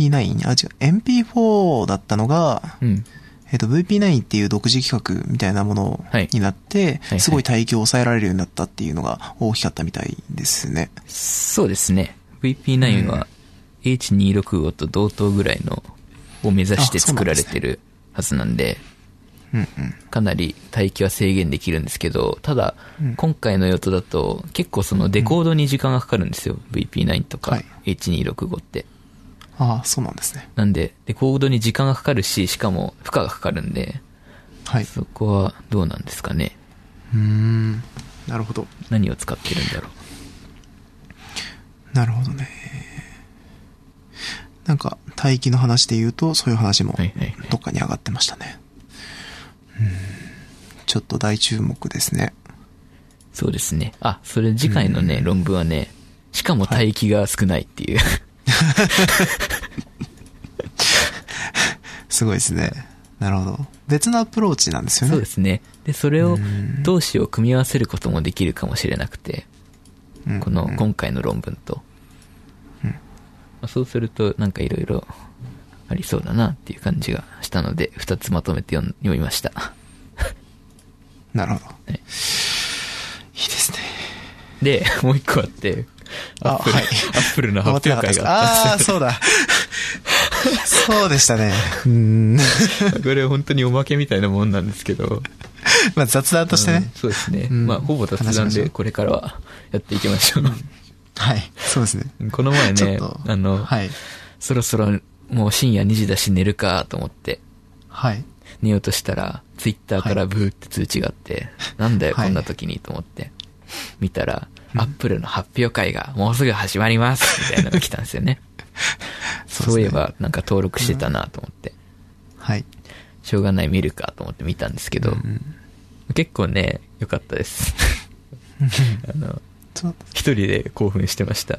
VP9、MP4 だったのが、VP9 っていう独自企画みたいなものになって、すごい帯域を抑えられるようになったっていうのが大きかったみたいですね。 そうですね。VP9 は H265 と同等ぐらいのを目指して作られてるはずなんで、かなり帯域は制限できるんですけど、ただ、今回の用途だと結構そのデコードに時間がかかるんですよ。VP9 とか H265 って。 ああ、そうなんですね。 なんで、デコードに時間がかかるし、しかも負荷がかかるんで、そこはどうなんですかね。 なるほど。 何を使ってるんだろう。なるほどね。なんか、帯域の話で言うと、そういう話もどっかに上がってましたね。ちょっと大注目ですね。 そうですね。あ、それ次回のね、論文はね、しかも帯域が少ないっていう。 すごいですね。なるほど。別のアプローチなんですよね。 そうですね。で、それを同士を組み合わせることもできるかもしれなくて、今回の論文と。そうするとなんかいろいろありそうだなっていう感じがしたので、2つまとめて読みました。 なるほど。はい、いいですね。 で、もう一個あって、アップルの発表会がああ、そうだ。そうでしたね。 これ本当におまけみたいなもんなんですけど。 まあ雑談としてね。 そうですね。まあほぼ雑談でこれからはやっていきましょう。 はい。そうですね。 この前ね、そろそろもう深夜2時だし寝るかと思って。寝ようとしたら、ツイッターからブーって通知があって、なんだよこんな時にと思って。見たら、アップルの発表会がもうすぐ始まりますみたいなのが来たんですよね。そういえばなんか登録してたなと思って。しょうがない見るかと思って見たんですけど、結構ね、良かったです。一人で興奮してました。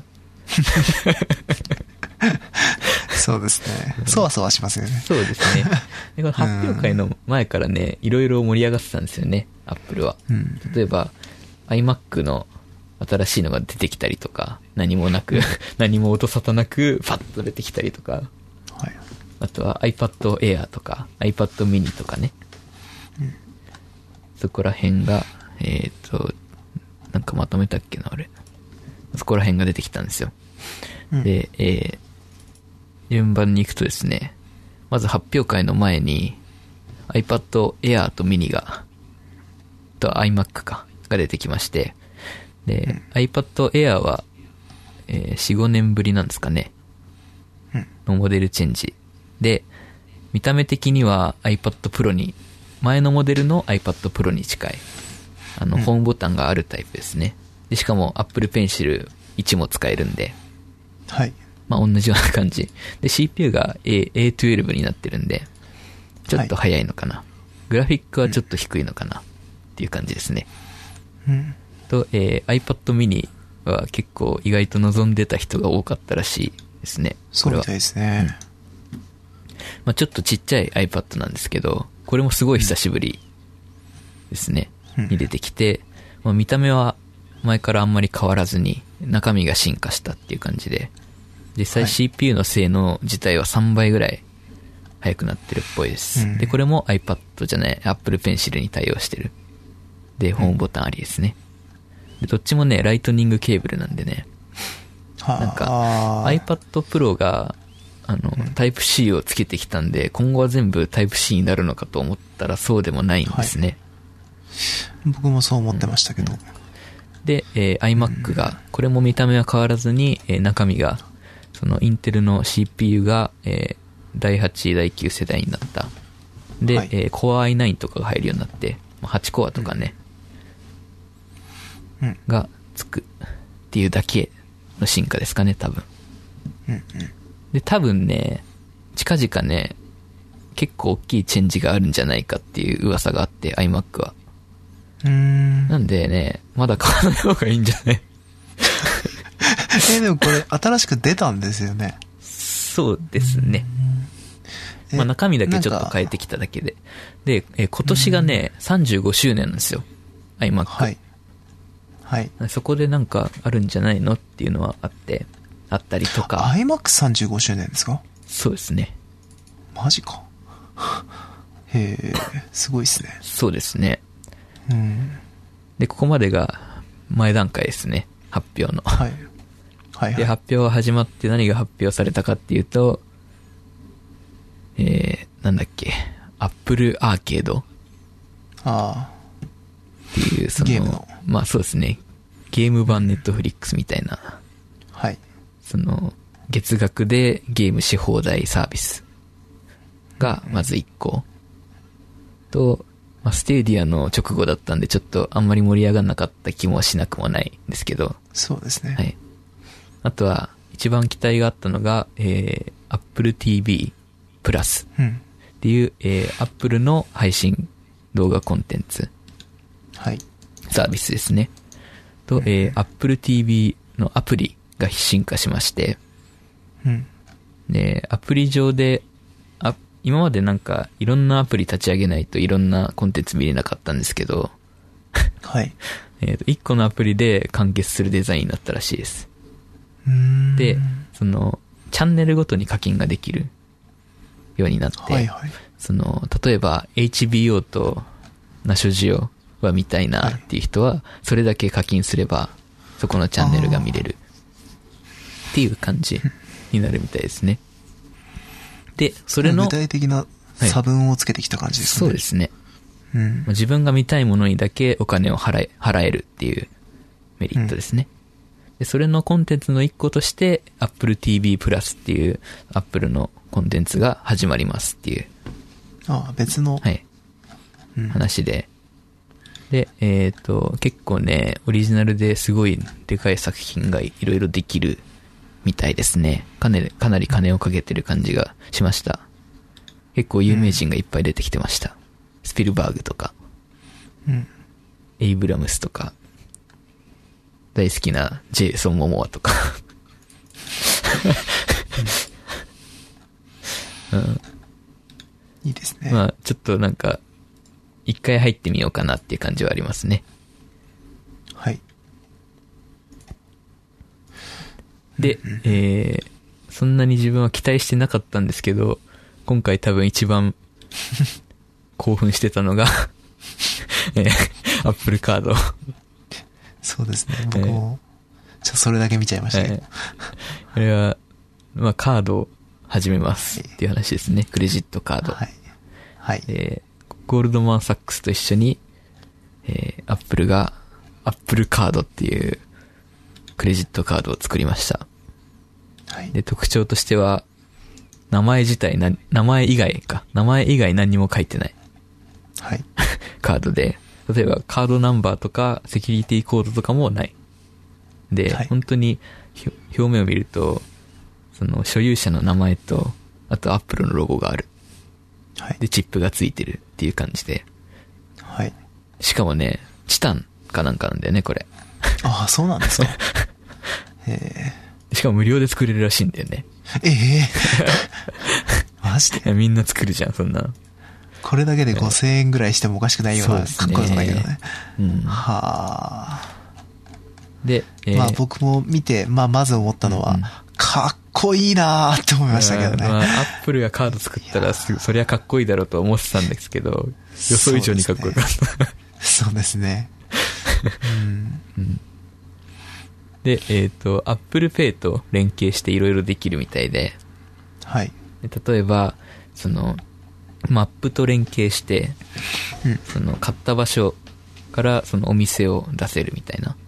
そうですね。そわそわしますよね。 そうですね。でこの発表会の前からね、いろいろ盛り上がってたんですよね、アップルは。例えば、iMac の新しいのが出てきたりとか、何もなく、何も音沙汰なく、パッと出てきたりとか、あとは iPad Air とか、iPad mini とかね。そこら辺が、なんかまとめたっけな、俺。そこら辺が出てきたんですよ。で、順番に行くとですね、まず発表会の前に iPad Air と mini が、と iMac が出てきまして、で、iPad Air は、4、5年ぶりなんですかね。のモデルチェンジ。で、見た目的には iPad Pro に、前のモデルの iPad Pro に近い。ホームボタンがあるタイプですね。で、しかも Apple Pencil 1も使えるんで。まあ同じような感じ。で、CPU が A12 になってるんで、ちょっと早いのかな。グラフィックはちょっと低いのかな。っていう感じですね。と、iPad mini は結構意外と望んでた人が多かったらしいですね。 そうみたいですね。 まあちょっとちっちゃい iPad なんですけど、これもすごい久しぶりですね。に出てきて、まあ、見た目は前からあんまり変わらずに中身が進化したっていう感じで、実際 CPU の性能自体は3倍ぐらい速くなってるっぽいです。で、これも iPad じゃない、Apple Pencil に対応してる。で、ホームボタンありですね。で、どっちもね、ライトニングケーブルなんでね、なんか iPad Pro がタイプ C をつけてきたんで、今後は全部タイプ C になるのかと思ったらそうでもないんですね。 僕もそう思ってましたけど。 で、iMac が、これも見た目は変わらずに、中身が、そのインテルの CPU が、第8、第9世代になった。で、Core i9 とかが入るようになって、8コアとかね、がつくっていうだけの進化ですかね、多分。で、多分ね、近々ね、結構大きいチェンジがあるんじゃないかっていう噂があって、iMac は。なんでね、まだ買わない方がいいんじゃないでもこれ新しく出たんですよね。 そうですね。まあ中身だけちょっと変えてきただけで。で、今年がね、35周年なんですよ。 iMac。 はい。はい。 そこでなんかあるんじゃないのっていうのはあったりとか。 iMac35 周年ですか？ そうですね。 マジか。へえ、すごいですね。 そうですね。 うん。 で、ここまでが前段階ですね。発表の。 はい。はい、はい。 で、発表が始まって何が発表されたかっていうと、なんだっけ、Apple Arcade。 ああ。 っていう、 ゲームの。 まあそうですね。ゲーム版Netflixみたいな。 はい。 月額でゲームし放題サービスが、まず1個。と、まあ、ステーディアの直後だったんで、ちょっとあんまり盛り上がんなかった気もしなくもないんですけど。 そうですね。 はい。あとは、一番期待があったのが、Apple TV プラスっていう、Apple の配信動画コンテンツ。 はい。 サービスですね。と、Apple TV のアプリが進化しまして、で、アプリ上で、今までなんかいろんなアプリ立ち上げないといろんなコンテンツ見れなかったんですけど、 はい。 1個のアプリで完結するデザインになったらしいです。で、チャンネルごとに課金ができるようになって、 はいはい、 例えば HBO とナショジオは見たいなっていう人は、それだけ課金すれば、そこのチャンネルが見れるっていう感じになるみたいですね。で、それの具体的な差分をつけてきた感じですね。 そうですね。自分が見たいものにだけお金を払えるっていうメリットですね。で、それのコンテンツの一個として Apple TV プラスっていう Apple のコンテンツが始まりますっていう。 別の。 はい。話で。で、結構ね、オリジナルですごいでかい作品がいろいろできるみたいですね。かなり金をかけてる感じがしました。結構有名人がいっぱい出てきてました。スピルバーグとか、エイブラムスとか、大好きなジェイソン・モモアとか、 いいですね。 まあちょっとなんか一回入ってみようかなっていう感じはありますね。 はい。 で、そんなに自分は期待してなかったんですけど、今回多分一番興奮してたのがApple カード。 そうですね。僕もそれだけ見ちゃいましたね。 これはまあカードを始めますっていう話ですね。クレジットカード。 はい。はい。 ゴールドマンサックスと一緒に、Apple が Apple カードっていうクレジットカードを作りました。 はい。 で、特徴としては、名前以外何にも書いてない。 はい。 カードで、例えばカードナンバーとかセキュリティコードとかもない。で、はい、本当に表面を見ると、所有者の名前と、あと Apple のロゴがある。 はい。 で、チップがついてるっていう感じで。 はい。 しかもね、チタンかなんかなんだよね、これ。 ああ、そうなんですか。 しかも無料で作れるらしいんだよね。 マジでみんな作るじゃん、そんな。 これだけで5000円ぐらいしてもおかしくないような、かっこよさだけどね。はあ。 で、 まあ僕も見て、まず思ったのは、かっこいいなーって思いましたけどね。 アップルがカード作ったらそりゃかっこいいだろうと思ってたんですけど、予想以上にかっこよかった。 そうですね。 で、Apple Pay と連携していろいろできるみたいで、 はい。 例えば、マップと連携して、買った場所からお店を出せるみたいな。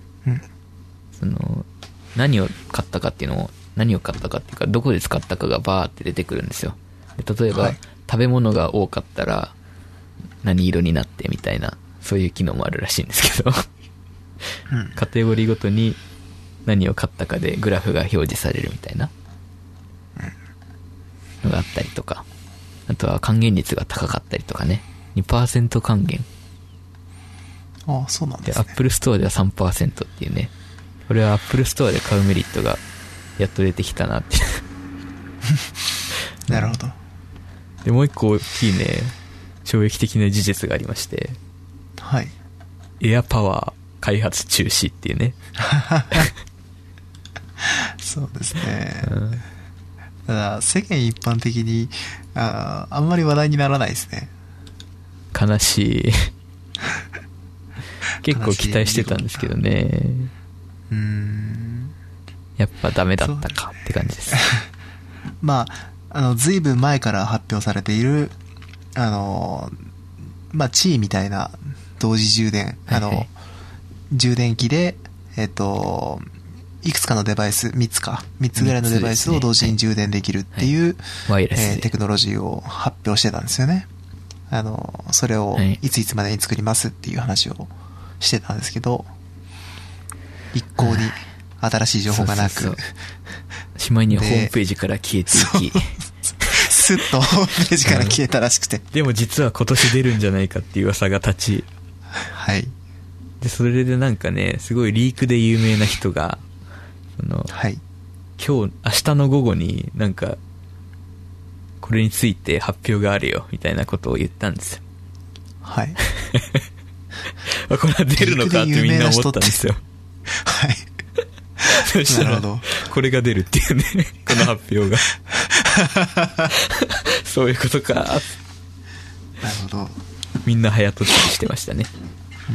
何を買ったかっていうか、どこで使ったかがバーって出てくるんですよ。で例えば、食べ物が多かったら、何色になってみたいな、そういう機能もあるらしいんですけど、カテゴリーごとに何を買ったかでグラフが表示されるみたいなのがあったりとか、あとは還元率が高かったりとかね、2% 還元。 ああ、そうなんですね。 で、Apple Store では 3% っていうね、これは Apple Store で買うメリットがやっと出てきたなってなるほど。 で、もう一個大きいね、衝撃的な事実がありまして、 はい。 エアパワー開発中止っていうね。 そうですね。ただ世間一般的にあんまり話題にならないですね。 悲しい。結構期待してたんですけどね。やっぱダメだったかって感じです。 まあ、ずいぶん前から発表されている、まあ、地位みたいな同時充電、充電器で、いくつかのデバイス、3つぐらいのデバイスを同時に充電できるっていう、テクノロジーを発表してたんですよね。それをいついつまでに作りますっていう話をしてたんですけど、一向に新しい情報がなく、 そうしまいにはホームページから消えていき、 スッとホームページから消えたらしくて、 でも実は今年出るんじゃないかっていう噂が立ち、 はい。 でそれでなんかね、すごいリークで有名な人がはい、 明日の午後になんかこれについて発表があるよみたいなことを言ったんですよ。 はい。 これは出るのかってみんな思ったんですよ。 はい。 そしたらこれが出るっていうね、この発表が。そういうことか。なるほど。 みんな早とちりしてましたね。はい。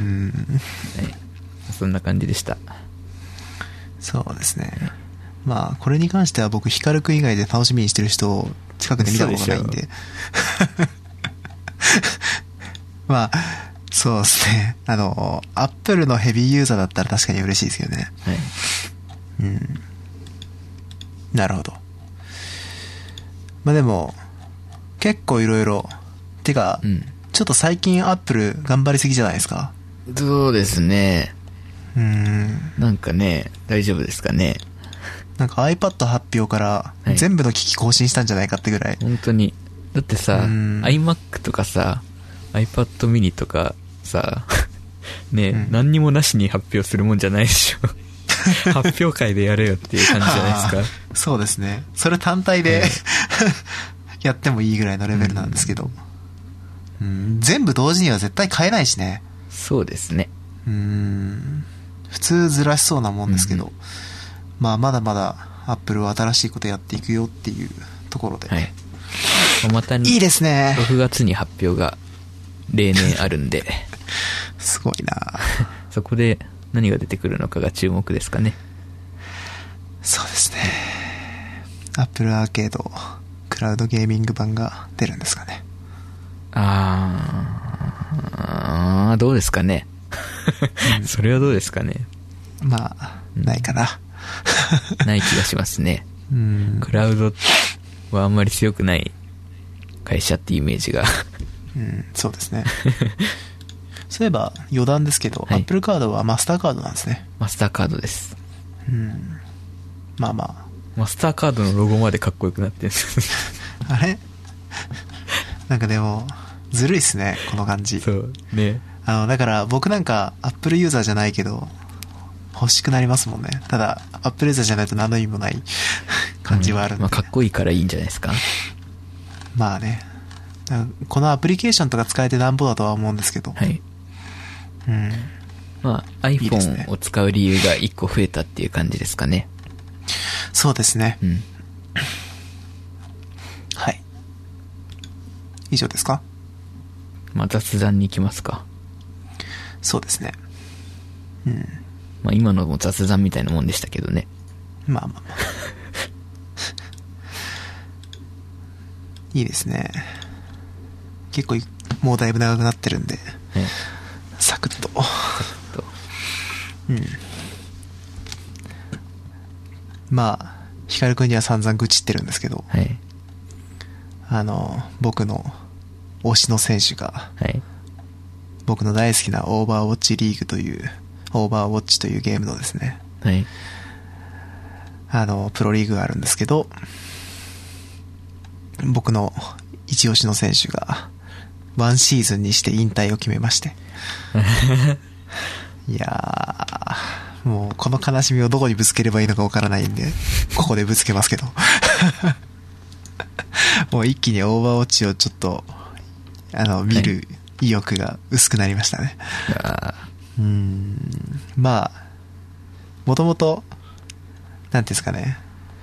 そんな感じでした。 そうですね。まあこれに関しては僕ヒカルくん以外で楽しみにしてる人を近くで見たことないんで。まあそうですね。アップルのヘビーユーザーだったら確かに嬉しいですよね。 はい。 なるほど。まあでも結構いろいろてか、ちょっと最近アップル頑張りすぎじゃないですか。 そうですね。なんかね、大丈夫ですかね。 なんか iPad 発表から全部の機器更新したんじゃないかってぐらい。 本当に。だってさ、iMac とかさ、iPad mini とかさ、ね、何にもなしに発表するもんじゃないでしょ。発表会でやれよっていう感じじゃないですか。 そうですね。それ単体で、やってもいいぐらいのレベルなんですけど。全部同時には絶対買えないしね。 そうですね。 普通ずらしそうなもんですけど、まあまだまだアップルは新しいことやっていくよっていうところで、はい、 またいいですね。 6月に発表が例年あるんですごいな。 そこで何が出てくるのかが注目ですかね。 そうですね。アップルアーケードクラウドゲーミング版が出るんですかね。 どうですかね。それはどうですかね。 まあ、ないかな。 ない気がしますね。クラウドはあんまり強くない会社ってイメージが。 そうですね。そういえば余談ですけど、アップルカードはマスターカードなんですね。 マスターカードです。 まあまあ。 マスターカードのロゴまでかっこよくなってるんですあれなんかでも、ずるいっすね、この感じ。 そうね。 だから僕なんかアップルユーザーじゃないけど欲しくなりますもんね。ただアップルユーザーじゃないと何の意味もない感じはあるんで、 まあ、かっこいいからいいんじゃないですか。 まあね、このアプリケーションとか使えてなんぼだとは思うんですけど、 はい。まあ iPhone を使う理由が1個増えたっていう感じですかね。 そうですね。はい。以上ですか。 まあ雑談に行きますか。 そうですね。 まあ今のも雑談みたいなもんでしたけどね。 まあまあまあ。いいですね。結構もうだいぶ長くなってるんで、サクッと。まあヒカルくんには散々愚痴ってるんですけど、 はい、 僕の推しの選手が、 はい、 僕の大好きなオーバーウォッチリーグというオーバーウォッチというゲームのですね、 はい、 プロリーグがあるんですけど、僕の一押しの選手がワンシーズンにして引退を決めましていやー、もうこの悲しみをどこにぶつければいいのかわからないんでここでぶつけますけどもう一気にオーバーウォッチをちょっと見る意欲が薄くなりましたね。 まあ、もともと、なんていうんですかね。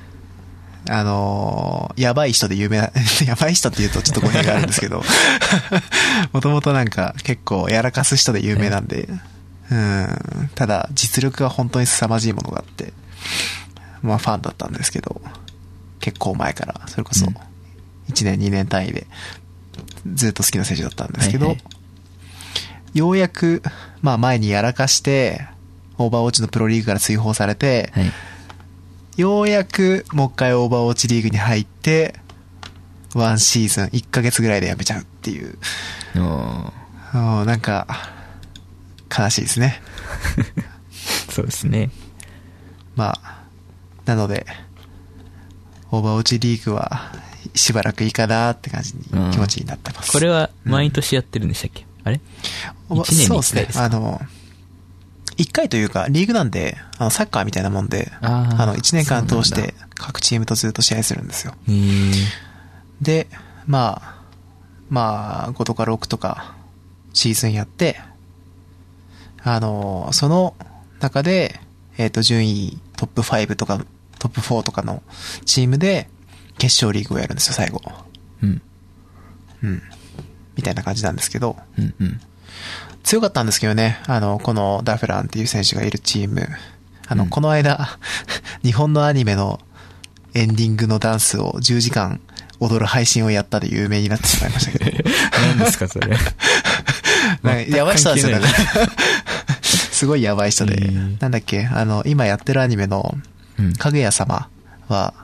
やばい人で有名な、やばい人って言うとちょっと語弊があるんですけど、もともとなんか結構やらかす人で有名なんで、ただ実力が本当に凄まじいものがあって、まあファンだったんですけど、結構前から、それこそ1年2年単位でずっと好きな選手だったんですけど、ようやく、まあ前にやらかして、オーバーウォッチのプロリーグから追放されて、ようやくもう一回オーバーウォッチリーグに入って、ワンシーズン1ヶ月ぐらいで辞めちゃうっていう。なんか、悲しいですね。 そうですね。 まあ、なので、オーバーウォッチリーグはしばらくいいかなって感じに気持ちになってます。 これは毎年やってるんでしたっけ、あれ ?1 年に1回ですか？そうですね。 1回というか、リーグなんで、サッカーみたいなもんで、1年間通して各チームとずっと試合するんですよ。で、まあ、5とか6とかシーズンやって、その中で、順位トップ5とかトップ4とかのチームで決勝リーグをやるんですよ、最後。みたいな感じなんですけど、強かったんですけどね、このダフランっていう選手がいるチーム。この間、日本のアニメのエンディングのダンスを10時間踊る配信をやったで有名になってしまいましたけど。 何ですか、それ。 やばい人ですよね。すごいやばい人で。なんだっけ、今やってるアニメの、かぐや様は、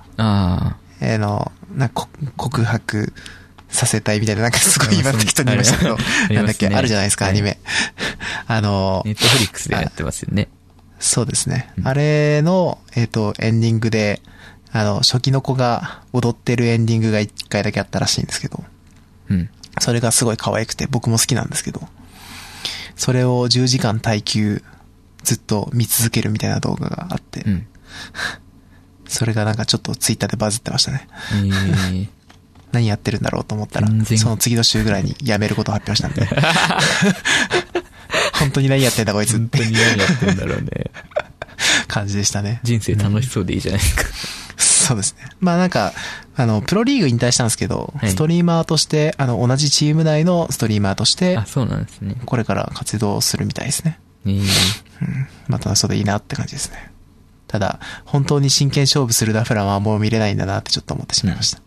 告白させたいみたいな、なんかすごい今適当に言いましたけど、なんだっけ、あるじゃないですか、アニメ。 ネットフリックスでやってますよね。 そうですね。あれの、エンディングで、初期の子が踊ってるエンディングが1回だけあったらしいんですけど、それがすごい可愛くて僕も好きなんですけど、それを10時間耐久ずっと見続けるみたいな動画があって、それがなんかちょっとツイッターでバズってましたね。何やってるんだろうと思ったら、その次の週ぐらいに辞めることを発表したんで。本当に何やってんだこいつって。 本当に何やってんだろうね。 感じでしたね。 人生楽しそうでいいじゃないですか。 そうですね。まあなんか、プロリーグ引退したんですけど、ストリーマーとして、同じチーム内のストリーマーとして、 そうなんですね。 これから活動するみたいですね。まあ楽しそうでいいなって感じですね。ただ、本当に真剣勝負するダフランはもう見れないんだなってちょっと思ってしまいました。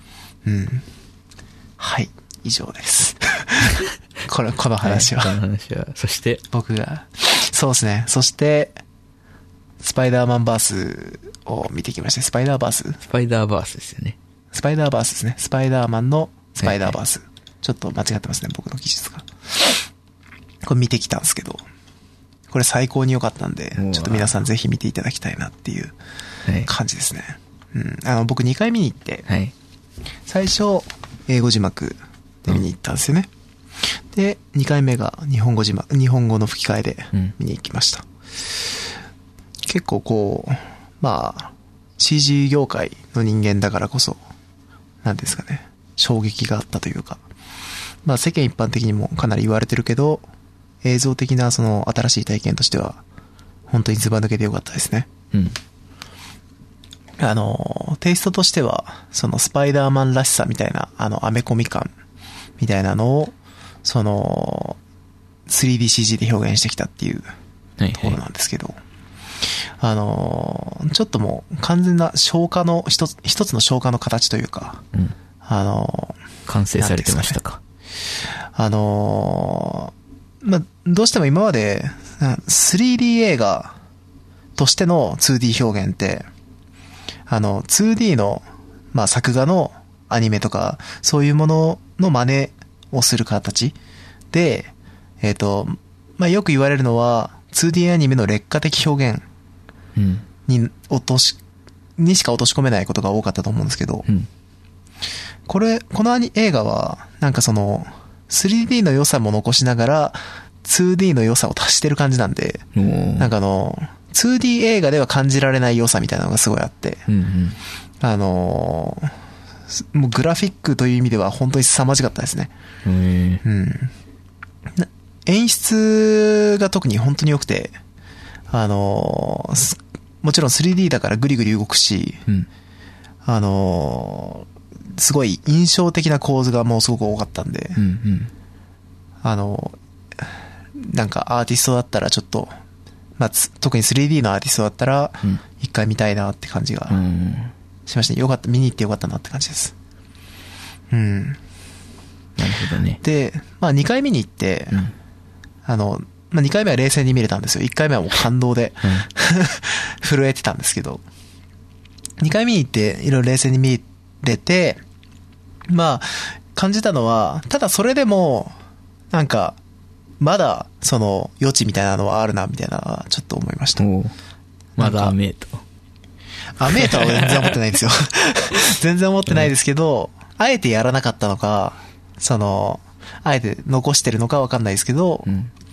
はい、以上です。この話は。 この話は。そして、 僕が、そうですね。そして、スパイダーマンバースを見てきました。スパイダーバースですよね。 スパイダーバースですね。スパイダーマンのスパイダーバース。ちょっと間違ってますね、僕の記述が。これ見てきたんですけど、これ最高に良かったんで、ちょっと皆さんぜひ見ていただきたいなっていう感じですね。僕2回見に行って、最初、英語字幕で見に行ったんですよね。で、2回目が日本語の吹き替えで見に行きました。結構こう、まあ、CG 業界の人間だからこそ、なんですかね、衝撃があったというか、まあ世間一般的にもかなり言われてるけど、映像的なその新しい体験としては、本当にズバ抜けてよかったですね。テイストとしては、そのスパイダーマンらしさみたいな、アメコミ感みたいなのを、その、3DCG で表現してきたっていうところなんですけど、ちょっともう完全な消化の一つの消化の形というか、 完成されてましたか。 まあ、どうしても今まで 3D 映画としての 2D 表現って、2D の、まあ、作画のアニメとか、そういうものの真似をする形で、まあ、よく言われるのは、2D アニメの劣化的表現にしか落とし込めないことが多かったと思うんですけど、この映画は、なんかその、3D の良さも残しながら、2D の良さを足してる感じなんで、なんか2D 映画では感じられない良さみたいなのがすごいあって、もうグラフィックという意味では本当に凄まじかったですね。 演出が特に本当に良くて、もちろん 3D だからグリグリ動くし、 うん、 すごい印象的な構図がもうすごく多かったんで、 うんうん、 なんかアーティストだったらちょっと、まあ、特に 3D のアーティストだったら、一回見たいなって感じがしましたね。よかった、見に行ってよかったなって感じです。うん。 なるほどね。 で、まあ2回見に行って、 うん、 まあ2回目は冷静に見れたんですよ。1回目はもう感動で、震えてたんですけど、2回見に行っていろいろ冷静に見れて、まあ感じたのは、ただそれでもなんかまだその余地みたいなのはあるなみたいなちょっと思いました。 まだアメート。 アメートは全然思ってないんですよ。全然思ってないですけど、あえてやらなかったのか、あえて残してるのかわかんないですけど、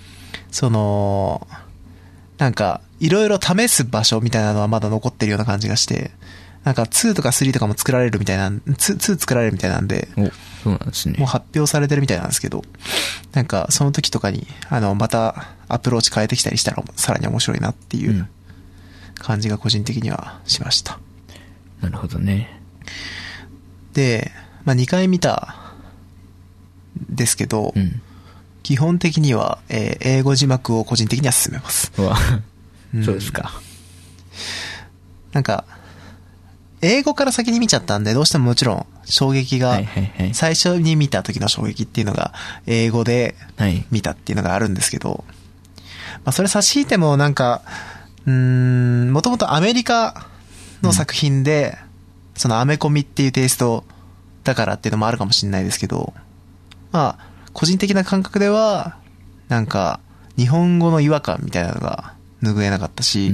なんか、いろいろ試す場所みたいなのはまだ残ってるような感じがして、なんか2とか3とかも作られるみたいな、2作られるみたいなんで、 そうなんですね。 もう発表されてるみたいなんですけど、なんかその時とかに、またアプローチ変えてきたりしたらさらに面白いなっていう感じが個人的にはしました。 なるほどね。 で、まあ2回見たですけど、基本的には、英語字幕を個人的には勧めます。 そうですか。 なんか、英語から先に見ちゃったんで、どうしてももちろん衝撃が、最初に見た時の衝撃っていうのが、英語で見たっていうのがあるんですけど、まあそれ差し引いてもなんか、もともとアメリカの作品で、そのアメコミっていうテイストだからっていうのもあるかもしれないですけど、まあ、個人的な感覚では、なんか、日本語の違和感みたいなのが拭えなかったし、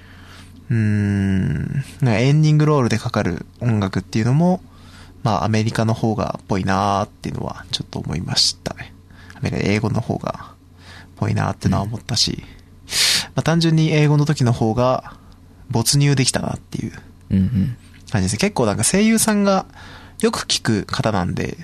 なんかエンディングロールでかかる音楽っていうのも、まあアメリカの方がっぽいなーっていうのはちょっと思いましたね。アメリカ英語の方がっぽいなーっていうのは思ったし、まあ単純に英語の時の方が没入できたなっていう感じですね。結構なんか声優さんがよく聞く方なんで、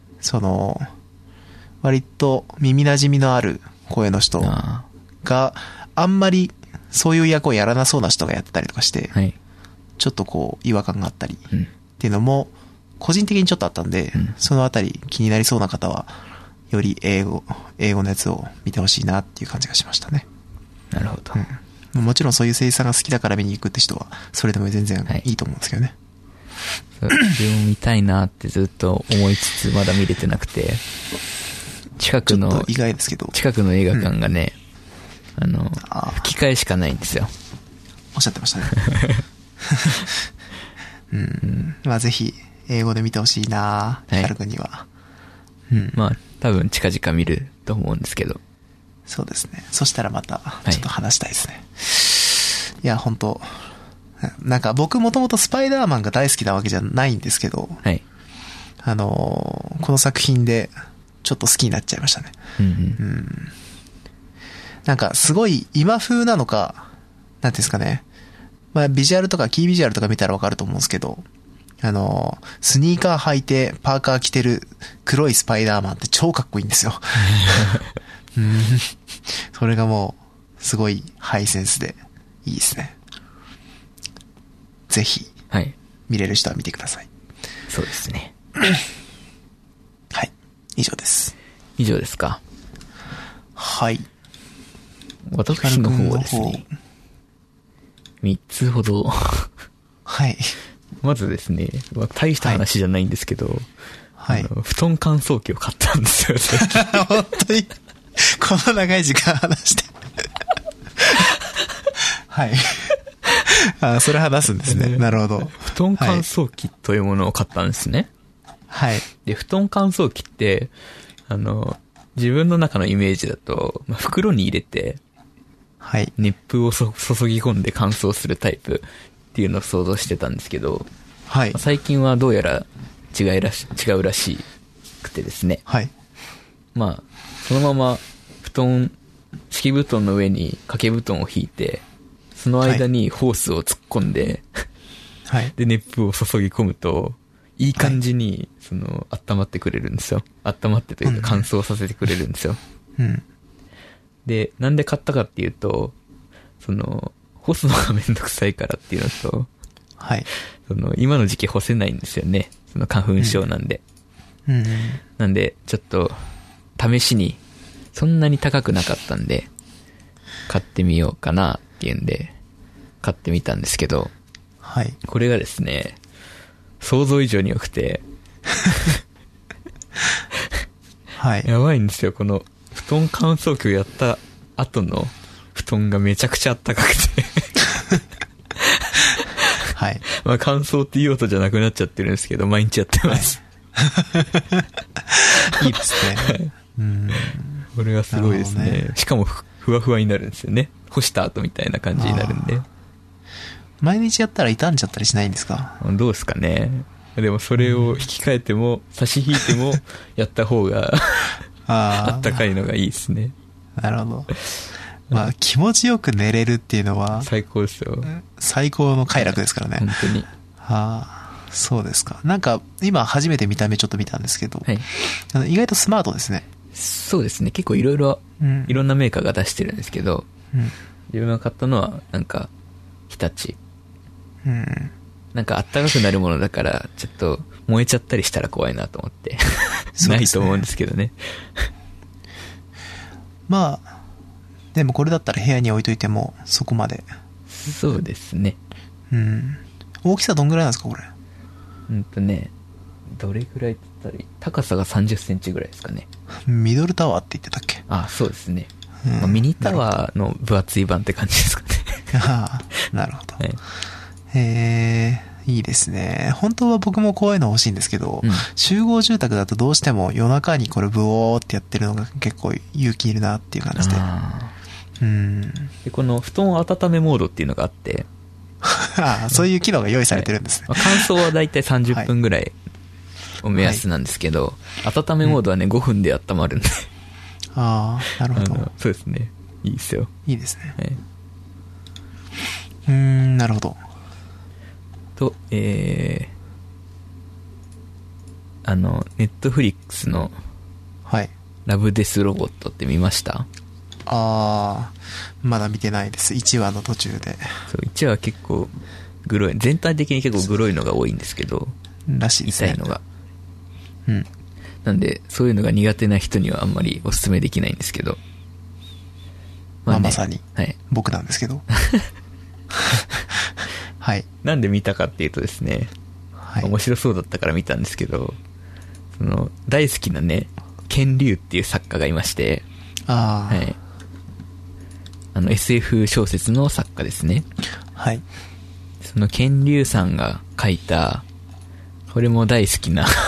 割と耳馴染みのある声の人があんまりそういう役をやらなそうな人がやってたりとかして、ちょっとこう違和感があったりっていうのも個人的にちょっとあったんで、そのあたり気になりそうな方はより英語のやつを見てほしいなっていう感じがしましたね。 なるほど。 もちろんそういう声優さんが好きだから見に行くって人はそれでも全然いいと思うんですけどね。 自分も見たいなってずっと思いつつまだ見れてなくて、近くの意外ですけど、 近くの映画館がね、吹き替えしかないんですよ。 おっしゃってましたね。まあぜひ英語で見てほしいな、ヒカル君には。 まあ多分近々見ると思うんですけど。 そうですね。そしたらまたちょっと話したいですね。いや本当なんか僕もともとスパイダーマンが大好きなわけじゃないんですけど、この作品でちょっと好きになっちゃいましたね。なんかすごい今風なのか、なんていうんですかね。まあビジュアルとかキービジュアルとか見たらわかると思うんですけど、スニーカー履いてパーカー着てる黒いスパイダーマンって超かっこいいんですよ。それがもうすごいハイセンスでいいですね。ぜひ見れる人は見てください。 そうですね。 はい、以上です。 以上ですか。 はい。 私の方はですね、3つほどはい。 まずですね、大した話じゃないんですけど、布団乾燥機を買ったんですよ。 本当にこの長い時間話してはい。それ話すんですね。なるほど。 布団乾燥機というものを買ったんですね。 はい。 で、布団乾燥機って、自分の中のイメージだと、袋に入れて、熱風を注ぎ込んで乾燥するタイプっていうのを想像してたんですけど、最近はどうやら違うらしくてですね。まあ、そのまま敷布団の上に掛け布団を引いて、その間にホースを突っ込んで、で、熱風を注ぎ込むと、いい感じに、温まってくれるんですよ。温まってというか乾燥させてくれるんですよ。 で、なんで買ったかっていうと、干すのがめんどくさいからっていうのと、 はい。 今の時期干せないんですよね。花粉症なんで。 うん。 なんで、ちょっと、試しに、そんなに高くなかったんで、買ってみようかなっていうんで、買ってみたんですけど、 はい。 これがですね、想像以上に良くて、 はい。 やばいんですよ、この、布団乾燥機をやった後の布団がめちゃくちゃあったかくてはい。 まあ乾燥っていう音じゃなくなっちゃってるんですけど、毎日やってます。 いいですね。うん。 これがすごいですね。しかもふわふわになるんですよね。干した後みたいな感じになるんで。 毎日やったら傷んじゃったりしないんですか？ どうですかね。でもそれを引き換えても、差し引いてもやった方があったかいのがいいですね。 なるほど。まあ気持ちよく寝れるっていうのは最高ですよ。 最高の快楽ですからね。 本当に。 そうですか。なんか今初めて見た目ちょっと見たんですけど、はい、意外とスマートですね。 そうですね。結構いろいろ、いろんなメーカーが出してるんですけど、自分が買ったのはなんか日立。なんかあったかくなるものだからちょっと燃えちゃったりしたら怖いなと思ってないと思うんですけどね。 まあでもこれだったら部屋に置いといてもそこまで。 そうですね。 大きさどんぐらいなんですかこれ？ どれぐらいって言ったらいい？高さが30センチぐらいですかね。 ミドルタワーって言ってたっけ？ そうですね。ミニタワーの分厚い版って感じですかね。 なるほど。はい、いいですね。本当は僕もこういうの欲しいんですけど、集合住宅だとどうしても夜中にこれブオーってやってるのが結構勇気いるなっていう感じで。 でこの布団温めモードっていうのがあってそういう機能が用意されてるんですね。 乾燥はだいたい30分ぐらいを目安なんですけど、温めモードはね、5分で温まるんでなるほど。そうですね。いいですよ。 いいですね。なるほど。 と、ネットフリックスのラブデスロボットって見ました？ まだ見てないです。1話の途中で。 そう、1話結構グロい。全体的に結構グロいのが多いんですけど。 らしいですね。 痛いのが。なんで、そういうのが苦手な人にはあんまりお勧めできないんですけど。 まさに。僕なんですけど。はい。 なんで見たかっていうとですね、面白そうだったから見たんですけど、大好きなね、ケン・リュウっていう作家がいまして、SF 小説の作家ですね。そのケン・リュウさんが書いた、これも大好きな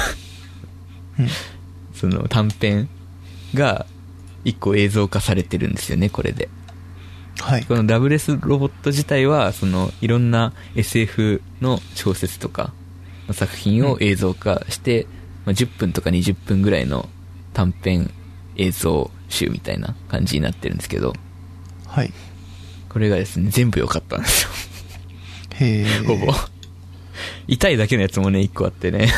その短編が一個映像化されてるんですよね、これで。このラブレスロボット自体はいろんな SF の小説とかの作品を映像化して、10分とか20分ぐらいの短編映像集みたいな感じになってるんですけど、これがですね、全部良かったんですよ。ほぼ。痛いだけのやつもね、1個あってね。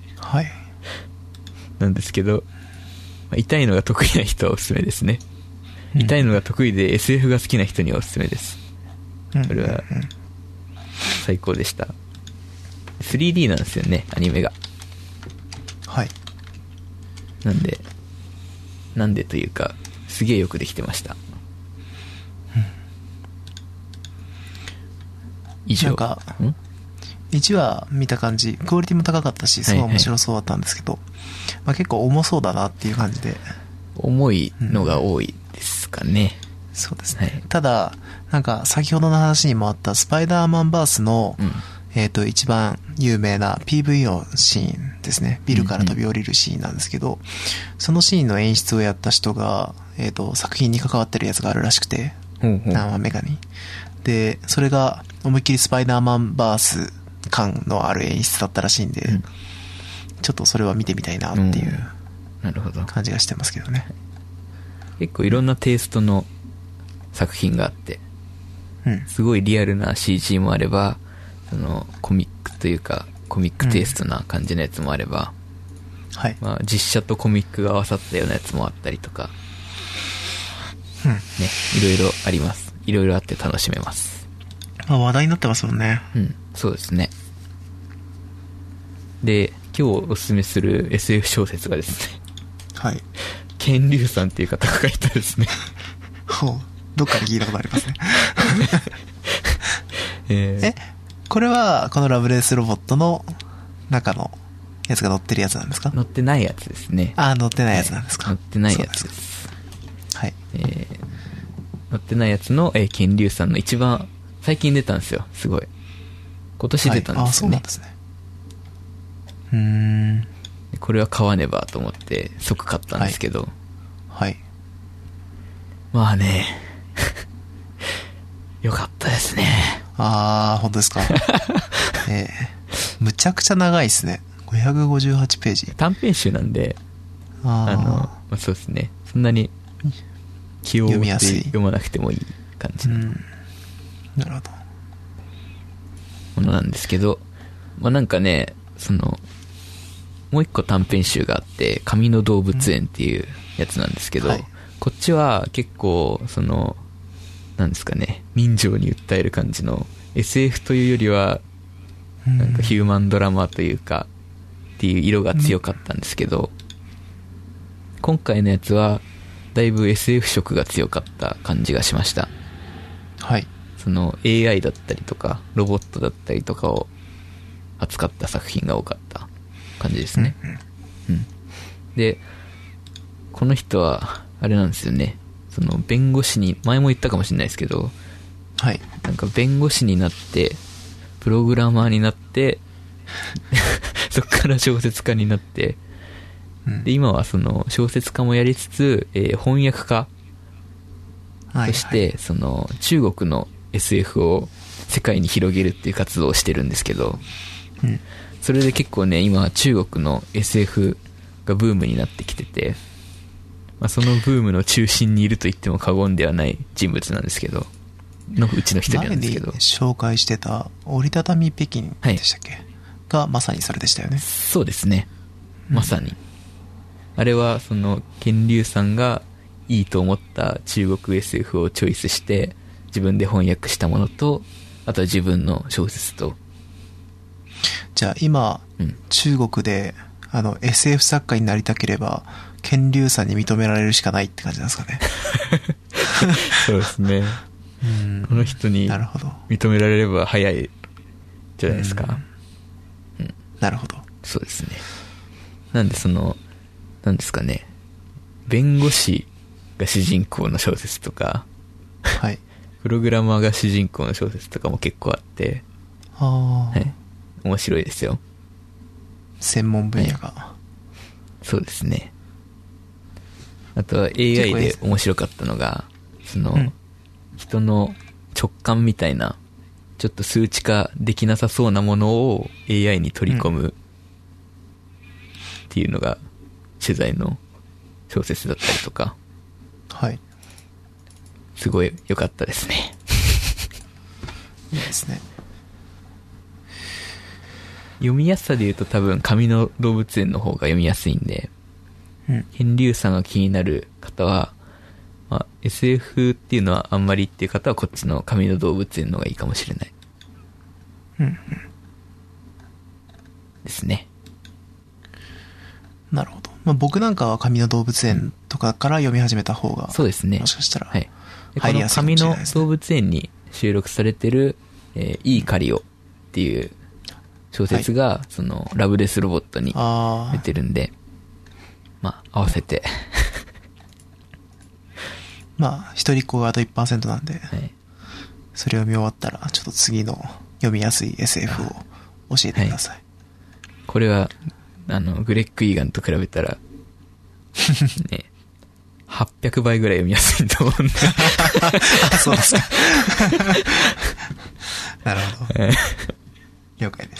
なんですけど、痛いのが得意な人はおすすめですね。痛いのが得意で SF が好きな人にはおすすめです。これは最高でした。3D なんですよね、アニメが。なんでというか、すげえよくできてました。以上。 1話見た感じ、クオリティも高かったし、すごい面白そうだったんですけど、結構重そうだなっていう感じで。 重いのが多いですかね。 そうですね。ただ、なんか先ほどの話にもあったスパイダーマンバースの、一番有名な PV のシーンですね。ビルから飛び降りるシーンなんですけど、そのシーンの演出をやった人が、作品に関わってるやつがあるらしくて、何話目かに。で、それが思いっきりスパイダーマンバース感のある演出だったらしいんで、ちょっとそれは見てみたいなっていう感じがしてますけどね。 結構いろんなテイストの作品があって、すごいリアルな CG もあれば、コミックというかコミックテイストな感じのやつもあれば、実写とコミックが合わさったようなやつもあったりとかうん。 ね、いろいろあります。いろいろあって楽しめます。 まあ話題になってますもんね。 うん、そうですね。で、今日おすすめする SF 小説がですね、 はい。 ケン・リュウさんっていう方が書いたですね。 ほう。どっかで聞いたことありますね。これは、このラブレースロボットの中のやつが載ってるやつなんですか？ 載ってないやつですね。 あ、載ってないやつなんですか？ 載ってないやつです。 はい。 載ってないやつの、ケン・リュウさんの一番、最近出たんですよ。すごい。今年出たんですよね。 はい、あ、そうなんですね。 これは買わねばと思って即買ったんですけど。 はい。はい、 まあね。よかったですね。 本当ですか。むちゃくちゃ長いですね。558ページ。 短編集なんで、まあ、そうですね。そんなに気を追って読まなくてもいい感じのなるほど。 ものなんですけど、まあなんかね、もう一個短編集があって、紙の動物園っていうやつなんですけど、はい、こっちは結構、なんですかね、人情に訴える感じの SF というよりは、なんかヒューマンドラマというか、っていう色が強かったんですけど、今回のやつは、だいぶ SF 色が強かった感じがしました。 はい。 AI だったりとか、ロボットだったりとかを扱った作品が多かった感じですね。うん。で、この人は、あれなんですよね。弁護士に、前も言ったかもしれないですけど、 はい。 なんか弁護士になって、プログラマーになって、そっから小説家になって、で、今は小説家もやりつつ、翻訳家として、中国の SF を世界に広げるっていう活動をしてるんですけど、それで結構ね、今中国の SF がブームになってきてて、まあ、そのブームの中心にいると言っても過言ではない人物なんですけど、のうちの一人なんですけど。 前に紹介してた折りたたみ北京でしたっけ、はい、がまさにそれでしたよね。 そうですね。まさに。あれはケン・リュウさんがいいと思った中国 SF をチョイスして自分で翻訳したものと、あとは自分の小説と。 じゃあ今、中国でSF 作家になりたければケン・リュウさんに認められるしかないって感じなんですかね。 そうですね。この人に認められれば早いじゃないですか。 なるほど。 そうですね。なんでなんですかね、弁護士が主人公の小説とか、 はい、 プログラマーが主人公の小説とかも結構あって、はい、面白いですよ。 専門分野が、 はい、そうですね。あとは AI で面白かったのが、人の直感みたいな、ちょっと数値化できなさそうなものを AI に取り込むっていうのが取材の小説だったりとか、 はい、 すごい良かったですね。 いいですね。 読みやすさで言うと多分紙の動物園の方が読みやすいんで、ケン・リュウさんが気になる方は、まあ、SF っていうのはあんまりっていう方はこっちの紙の動物園の方がいいかもしれない。ですね。 なるほど。まあ、僕なんかは紙の動物園とかから読み始めた方が、 そうですね。 もしかしたら入りやすいかもしれないですね。この紙の動物園に収録されてる、いいカリオっていう小説が、はい、ラブレスロボットに出てるんで、まあ、合わせて。 まあ、一人っ子があと 1% なんで、はい、それを見終わったら、ちょっと次の読みやすい SF を教えてください。はい、 これは、グレッグ・イーガンと比べたら、ね、800倍ぐらい読みやすいと思うんで。 あ、そうですか。なるほど。了解です。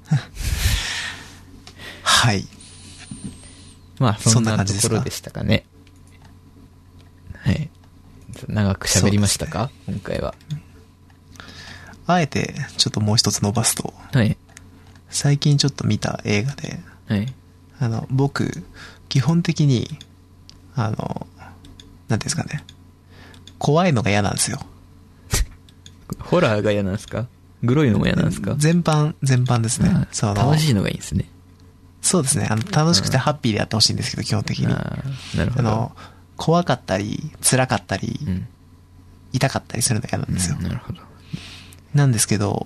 はい。 まあ、そんなところでしたかね。はい。長く喋りましたか、今回は。 あえて、ちょっともう一つ伸ばすと。 はい。 最近ちょっと見た映画で、 はい。 僕、基本的に、なんていうんですかね、 怖いのが嫌なんですよ。 ホラーが嫌なんですか？グロいのも嫌なんですか？ 全般ですね。 楽しいのがいいんですね。 そうですね。楽しくてハッピーでやってほしいんですけど、基本的に。 なるほど。 怖かったり、辛かったり、痛かったりするの嫌なんですよ。 なるほど。 なんですけど、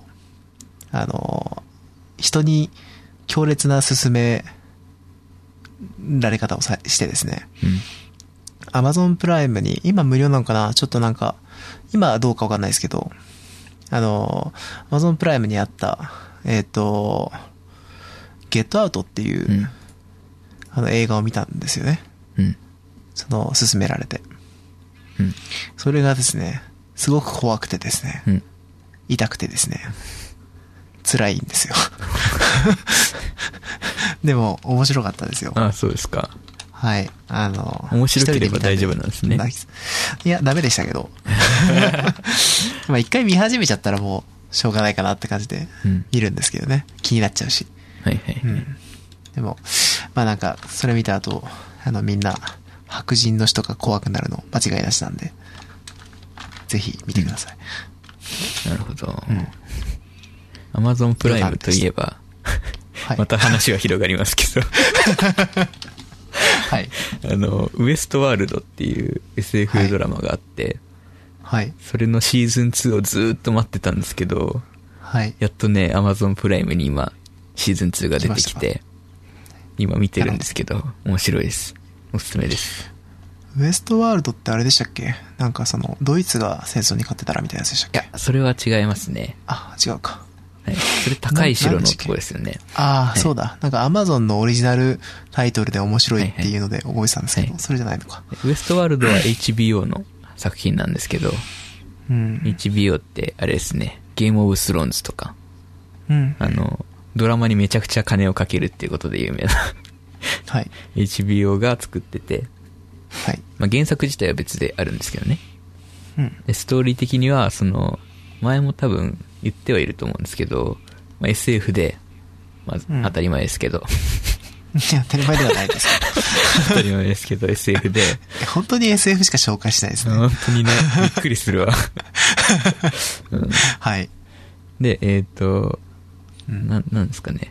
人に強烈な勧められ方をしてですね。Amazon プライムに、今無料なのかな？ちょっとなんか、今はどうかわかんないですけど、Amazon プライムにあった、ゲットアウトっていう、映画を見たんですよね。勧められて。それがですね、すごく怖くてですね、痛くてですね、辛いんですよ。でも、面白かったですよ。 あ、そうですか。 はい。 面白ければ大丈夫なんですね。 いや、ダメでしたけど。まあ一回見始めちゃったらもう、しょうがないかなって感じで、見るんですけどね。気になっちゃうし。 はいはい。 でも、まあなんか、それ見た後、みんな、白人の人が怖くなるの間違いなしなんで、ぜひ見てください。 なるほど。Amazon プライムといえば、また話は広がりますけど。 はい。 ウエストワールドっていう SF ドラマがあって、 はい。 それのシーズン2をずーっと待ってたんですけど、 はい。 やっとね、Amazon プライムに今、シーズン2が出てきて、今見てるんですけど、面白いです。おすすめです。 ウエストワールドってあれでしたっけ？なんかドイツが戦争に勝ってたらみたいなやつでしたっけ？ いや、それは違いますね。 あ、違うか。 はい。それ高い城のとこですよね。 ああ、そうだ。なんか Amazon のオリジナルタイトルで面白いっていうので覚えてたんですけど、それじゃないのか。 ウエストワールドは HBO の作品なんですけど、HBO ってあれですね、ゲームオブスローンズとか、ドラマにめちゃくちゃ金をかけるっていうことで有名なはい。 HBO が作ってて、 はい。 まあ原作自体は別であるんですけどね。でストーリー的には、前も多分言ってはいると思うんですけど、まあ、SF で、まあ、当たり前ですけど。 いや、当たり前ではないですけど。 当たり前ですけど、SF で。 本当に SF しか紹介しないですね。 本当にね、びっくりするわ。 はい。 で、なんですかね、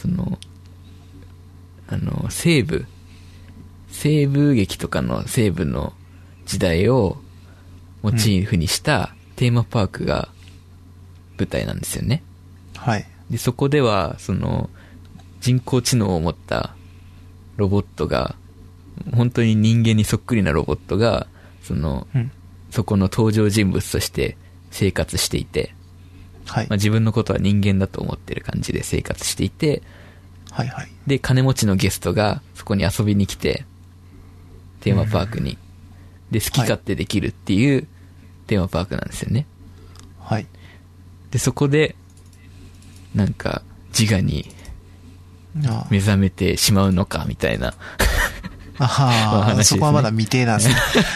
西部劇とかの西部の時代をモチーフにしたテーマパークが舞台なんですよね。 はい。 で、そこでは、人工知能を持ったロボットが、本当に人間にそっくりなロボットが、そこの登場人物として生活していて、 はい。 まあ、自分のことは人間だと思ってる感じで生活していて、 はいはい。 で、金持ちのゲストがそこに遊びに来て、テーマパークに。で、好き勝手できるっていうテーマパークなんですよね。 はい。 で、そこで、なんか、自我に目覚めてしまうのか、みたいな。 ああ、そこはまだ未定なんですね。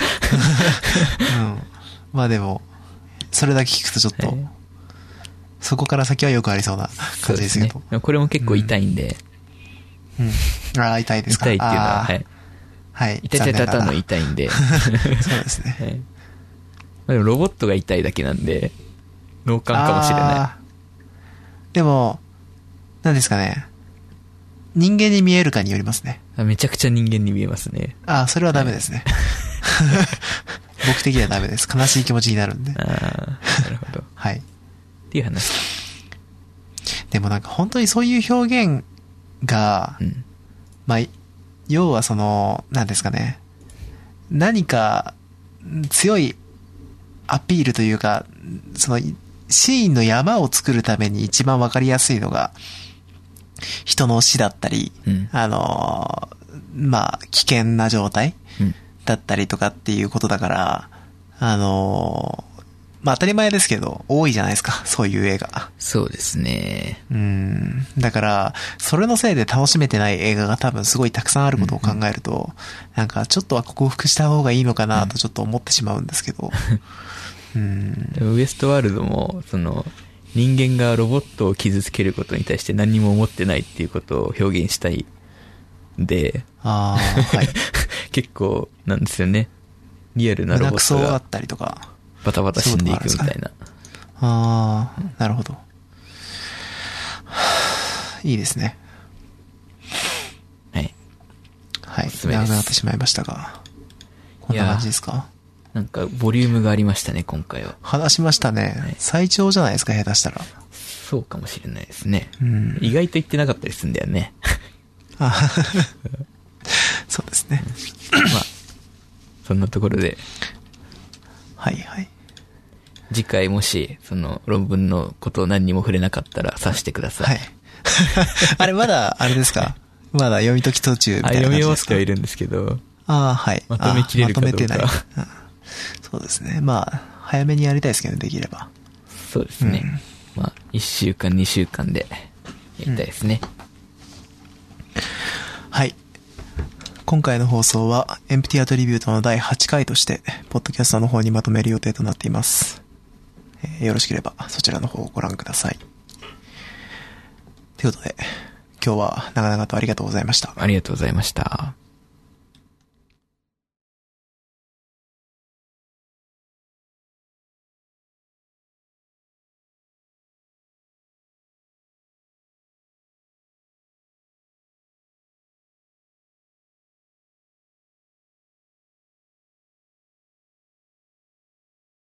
まあでも、それだけ聞くとちょっと、そこから先はよくありそうな感じですけど。 ね、これも結構痛いんで。 ああ、痛いですか？ 痛いっていうのは、はい。 はい。 痛の痛いんで。 そうですね。 はい。まあでもロボットが痛いだけなんで、脳幹かもしれない。 でも、何ですかね。人間に見えるかによりますね。 めちゃくちゃ人間に見えますね。 ああ、それはダメですね。僕的にはダメです。悲しい気持ちになるんで。 ああ、なるほど。 はい。 っていう話。 でもなんか本当にそういう表現が、まあ、要は何ですかね。何か強いアピールというか、シーンの山を作るために一番わかりやすいのが、人の死だったり、まあ、危険な状態だったりとかっていうことだから、まあ当たり前ですけど、多いじゃないですか、そういう映画。 そうですね。 だから、それのせいで楽しめてない映画が多分すごいたくさんあることを考えると、なんかちょっとは克服した方がいいのかなとちょっと思ってしまうんですけど。 ウエストワールドも、人間がロボットを傷つけることに対して何にも思ってないっていうことを表現したいんで、 はい、 結構なんですよね。 リアルなロボットが胸クソあったりとか。 バタバタ死んでいくみたいな。 ああ、なるほど。いいですね。 はい。 はい。長くなってしまいましたが。こんな感じですか？ なんか、ボリュームがありましたね、今回は。 話しましたね。はい、最長じゃないですか、下手したら。 そうかもしれないですね。 うん、 意外と言ってなかったりするんだよね。 そうですね。 まあ、そんなところで。 はいはい。 次回もし、その論文のことを何にも触れなかったら察してください。 はい。あれまだ、あれですか？まだ読み解き途中みたいな感じですか？ 読み終わってはいるんですけど。 はい。 まとめきれるかどうか。 まとめてない。そうですね。まあ、早めにやりたいですけどね、できれば。 そうですね。まあ、1週間、2週間でやりたいですね。 はい。今回の放送は、エンプティアトリビュートの第8回として、ポッドキャストの方にまとめる予定となっています。よろしければ、そちらの方をご覧ください。ということで、今日は長々とありがとうございました。 ありがとうございました。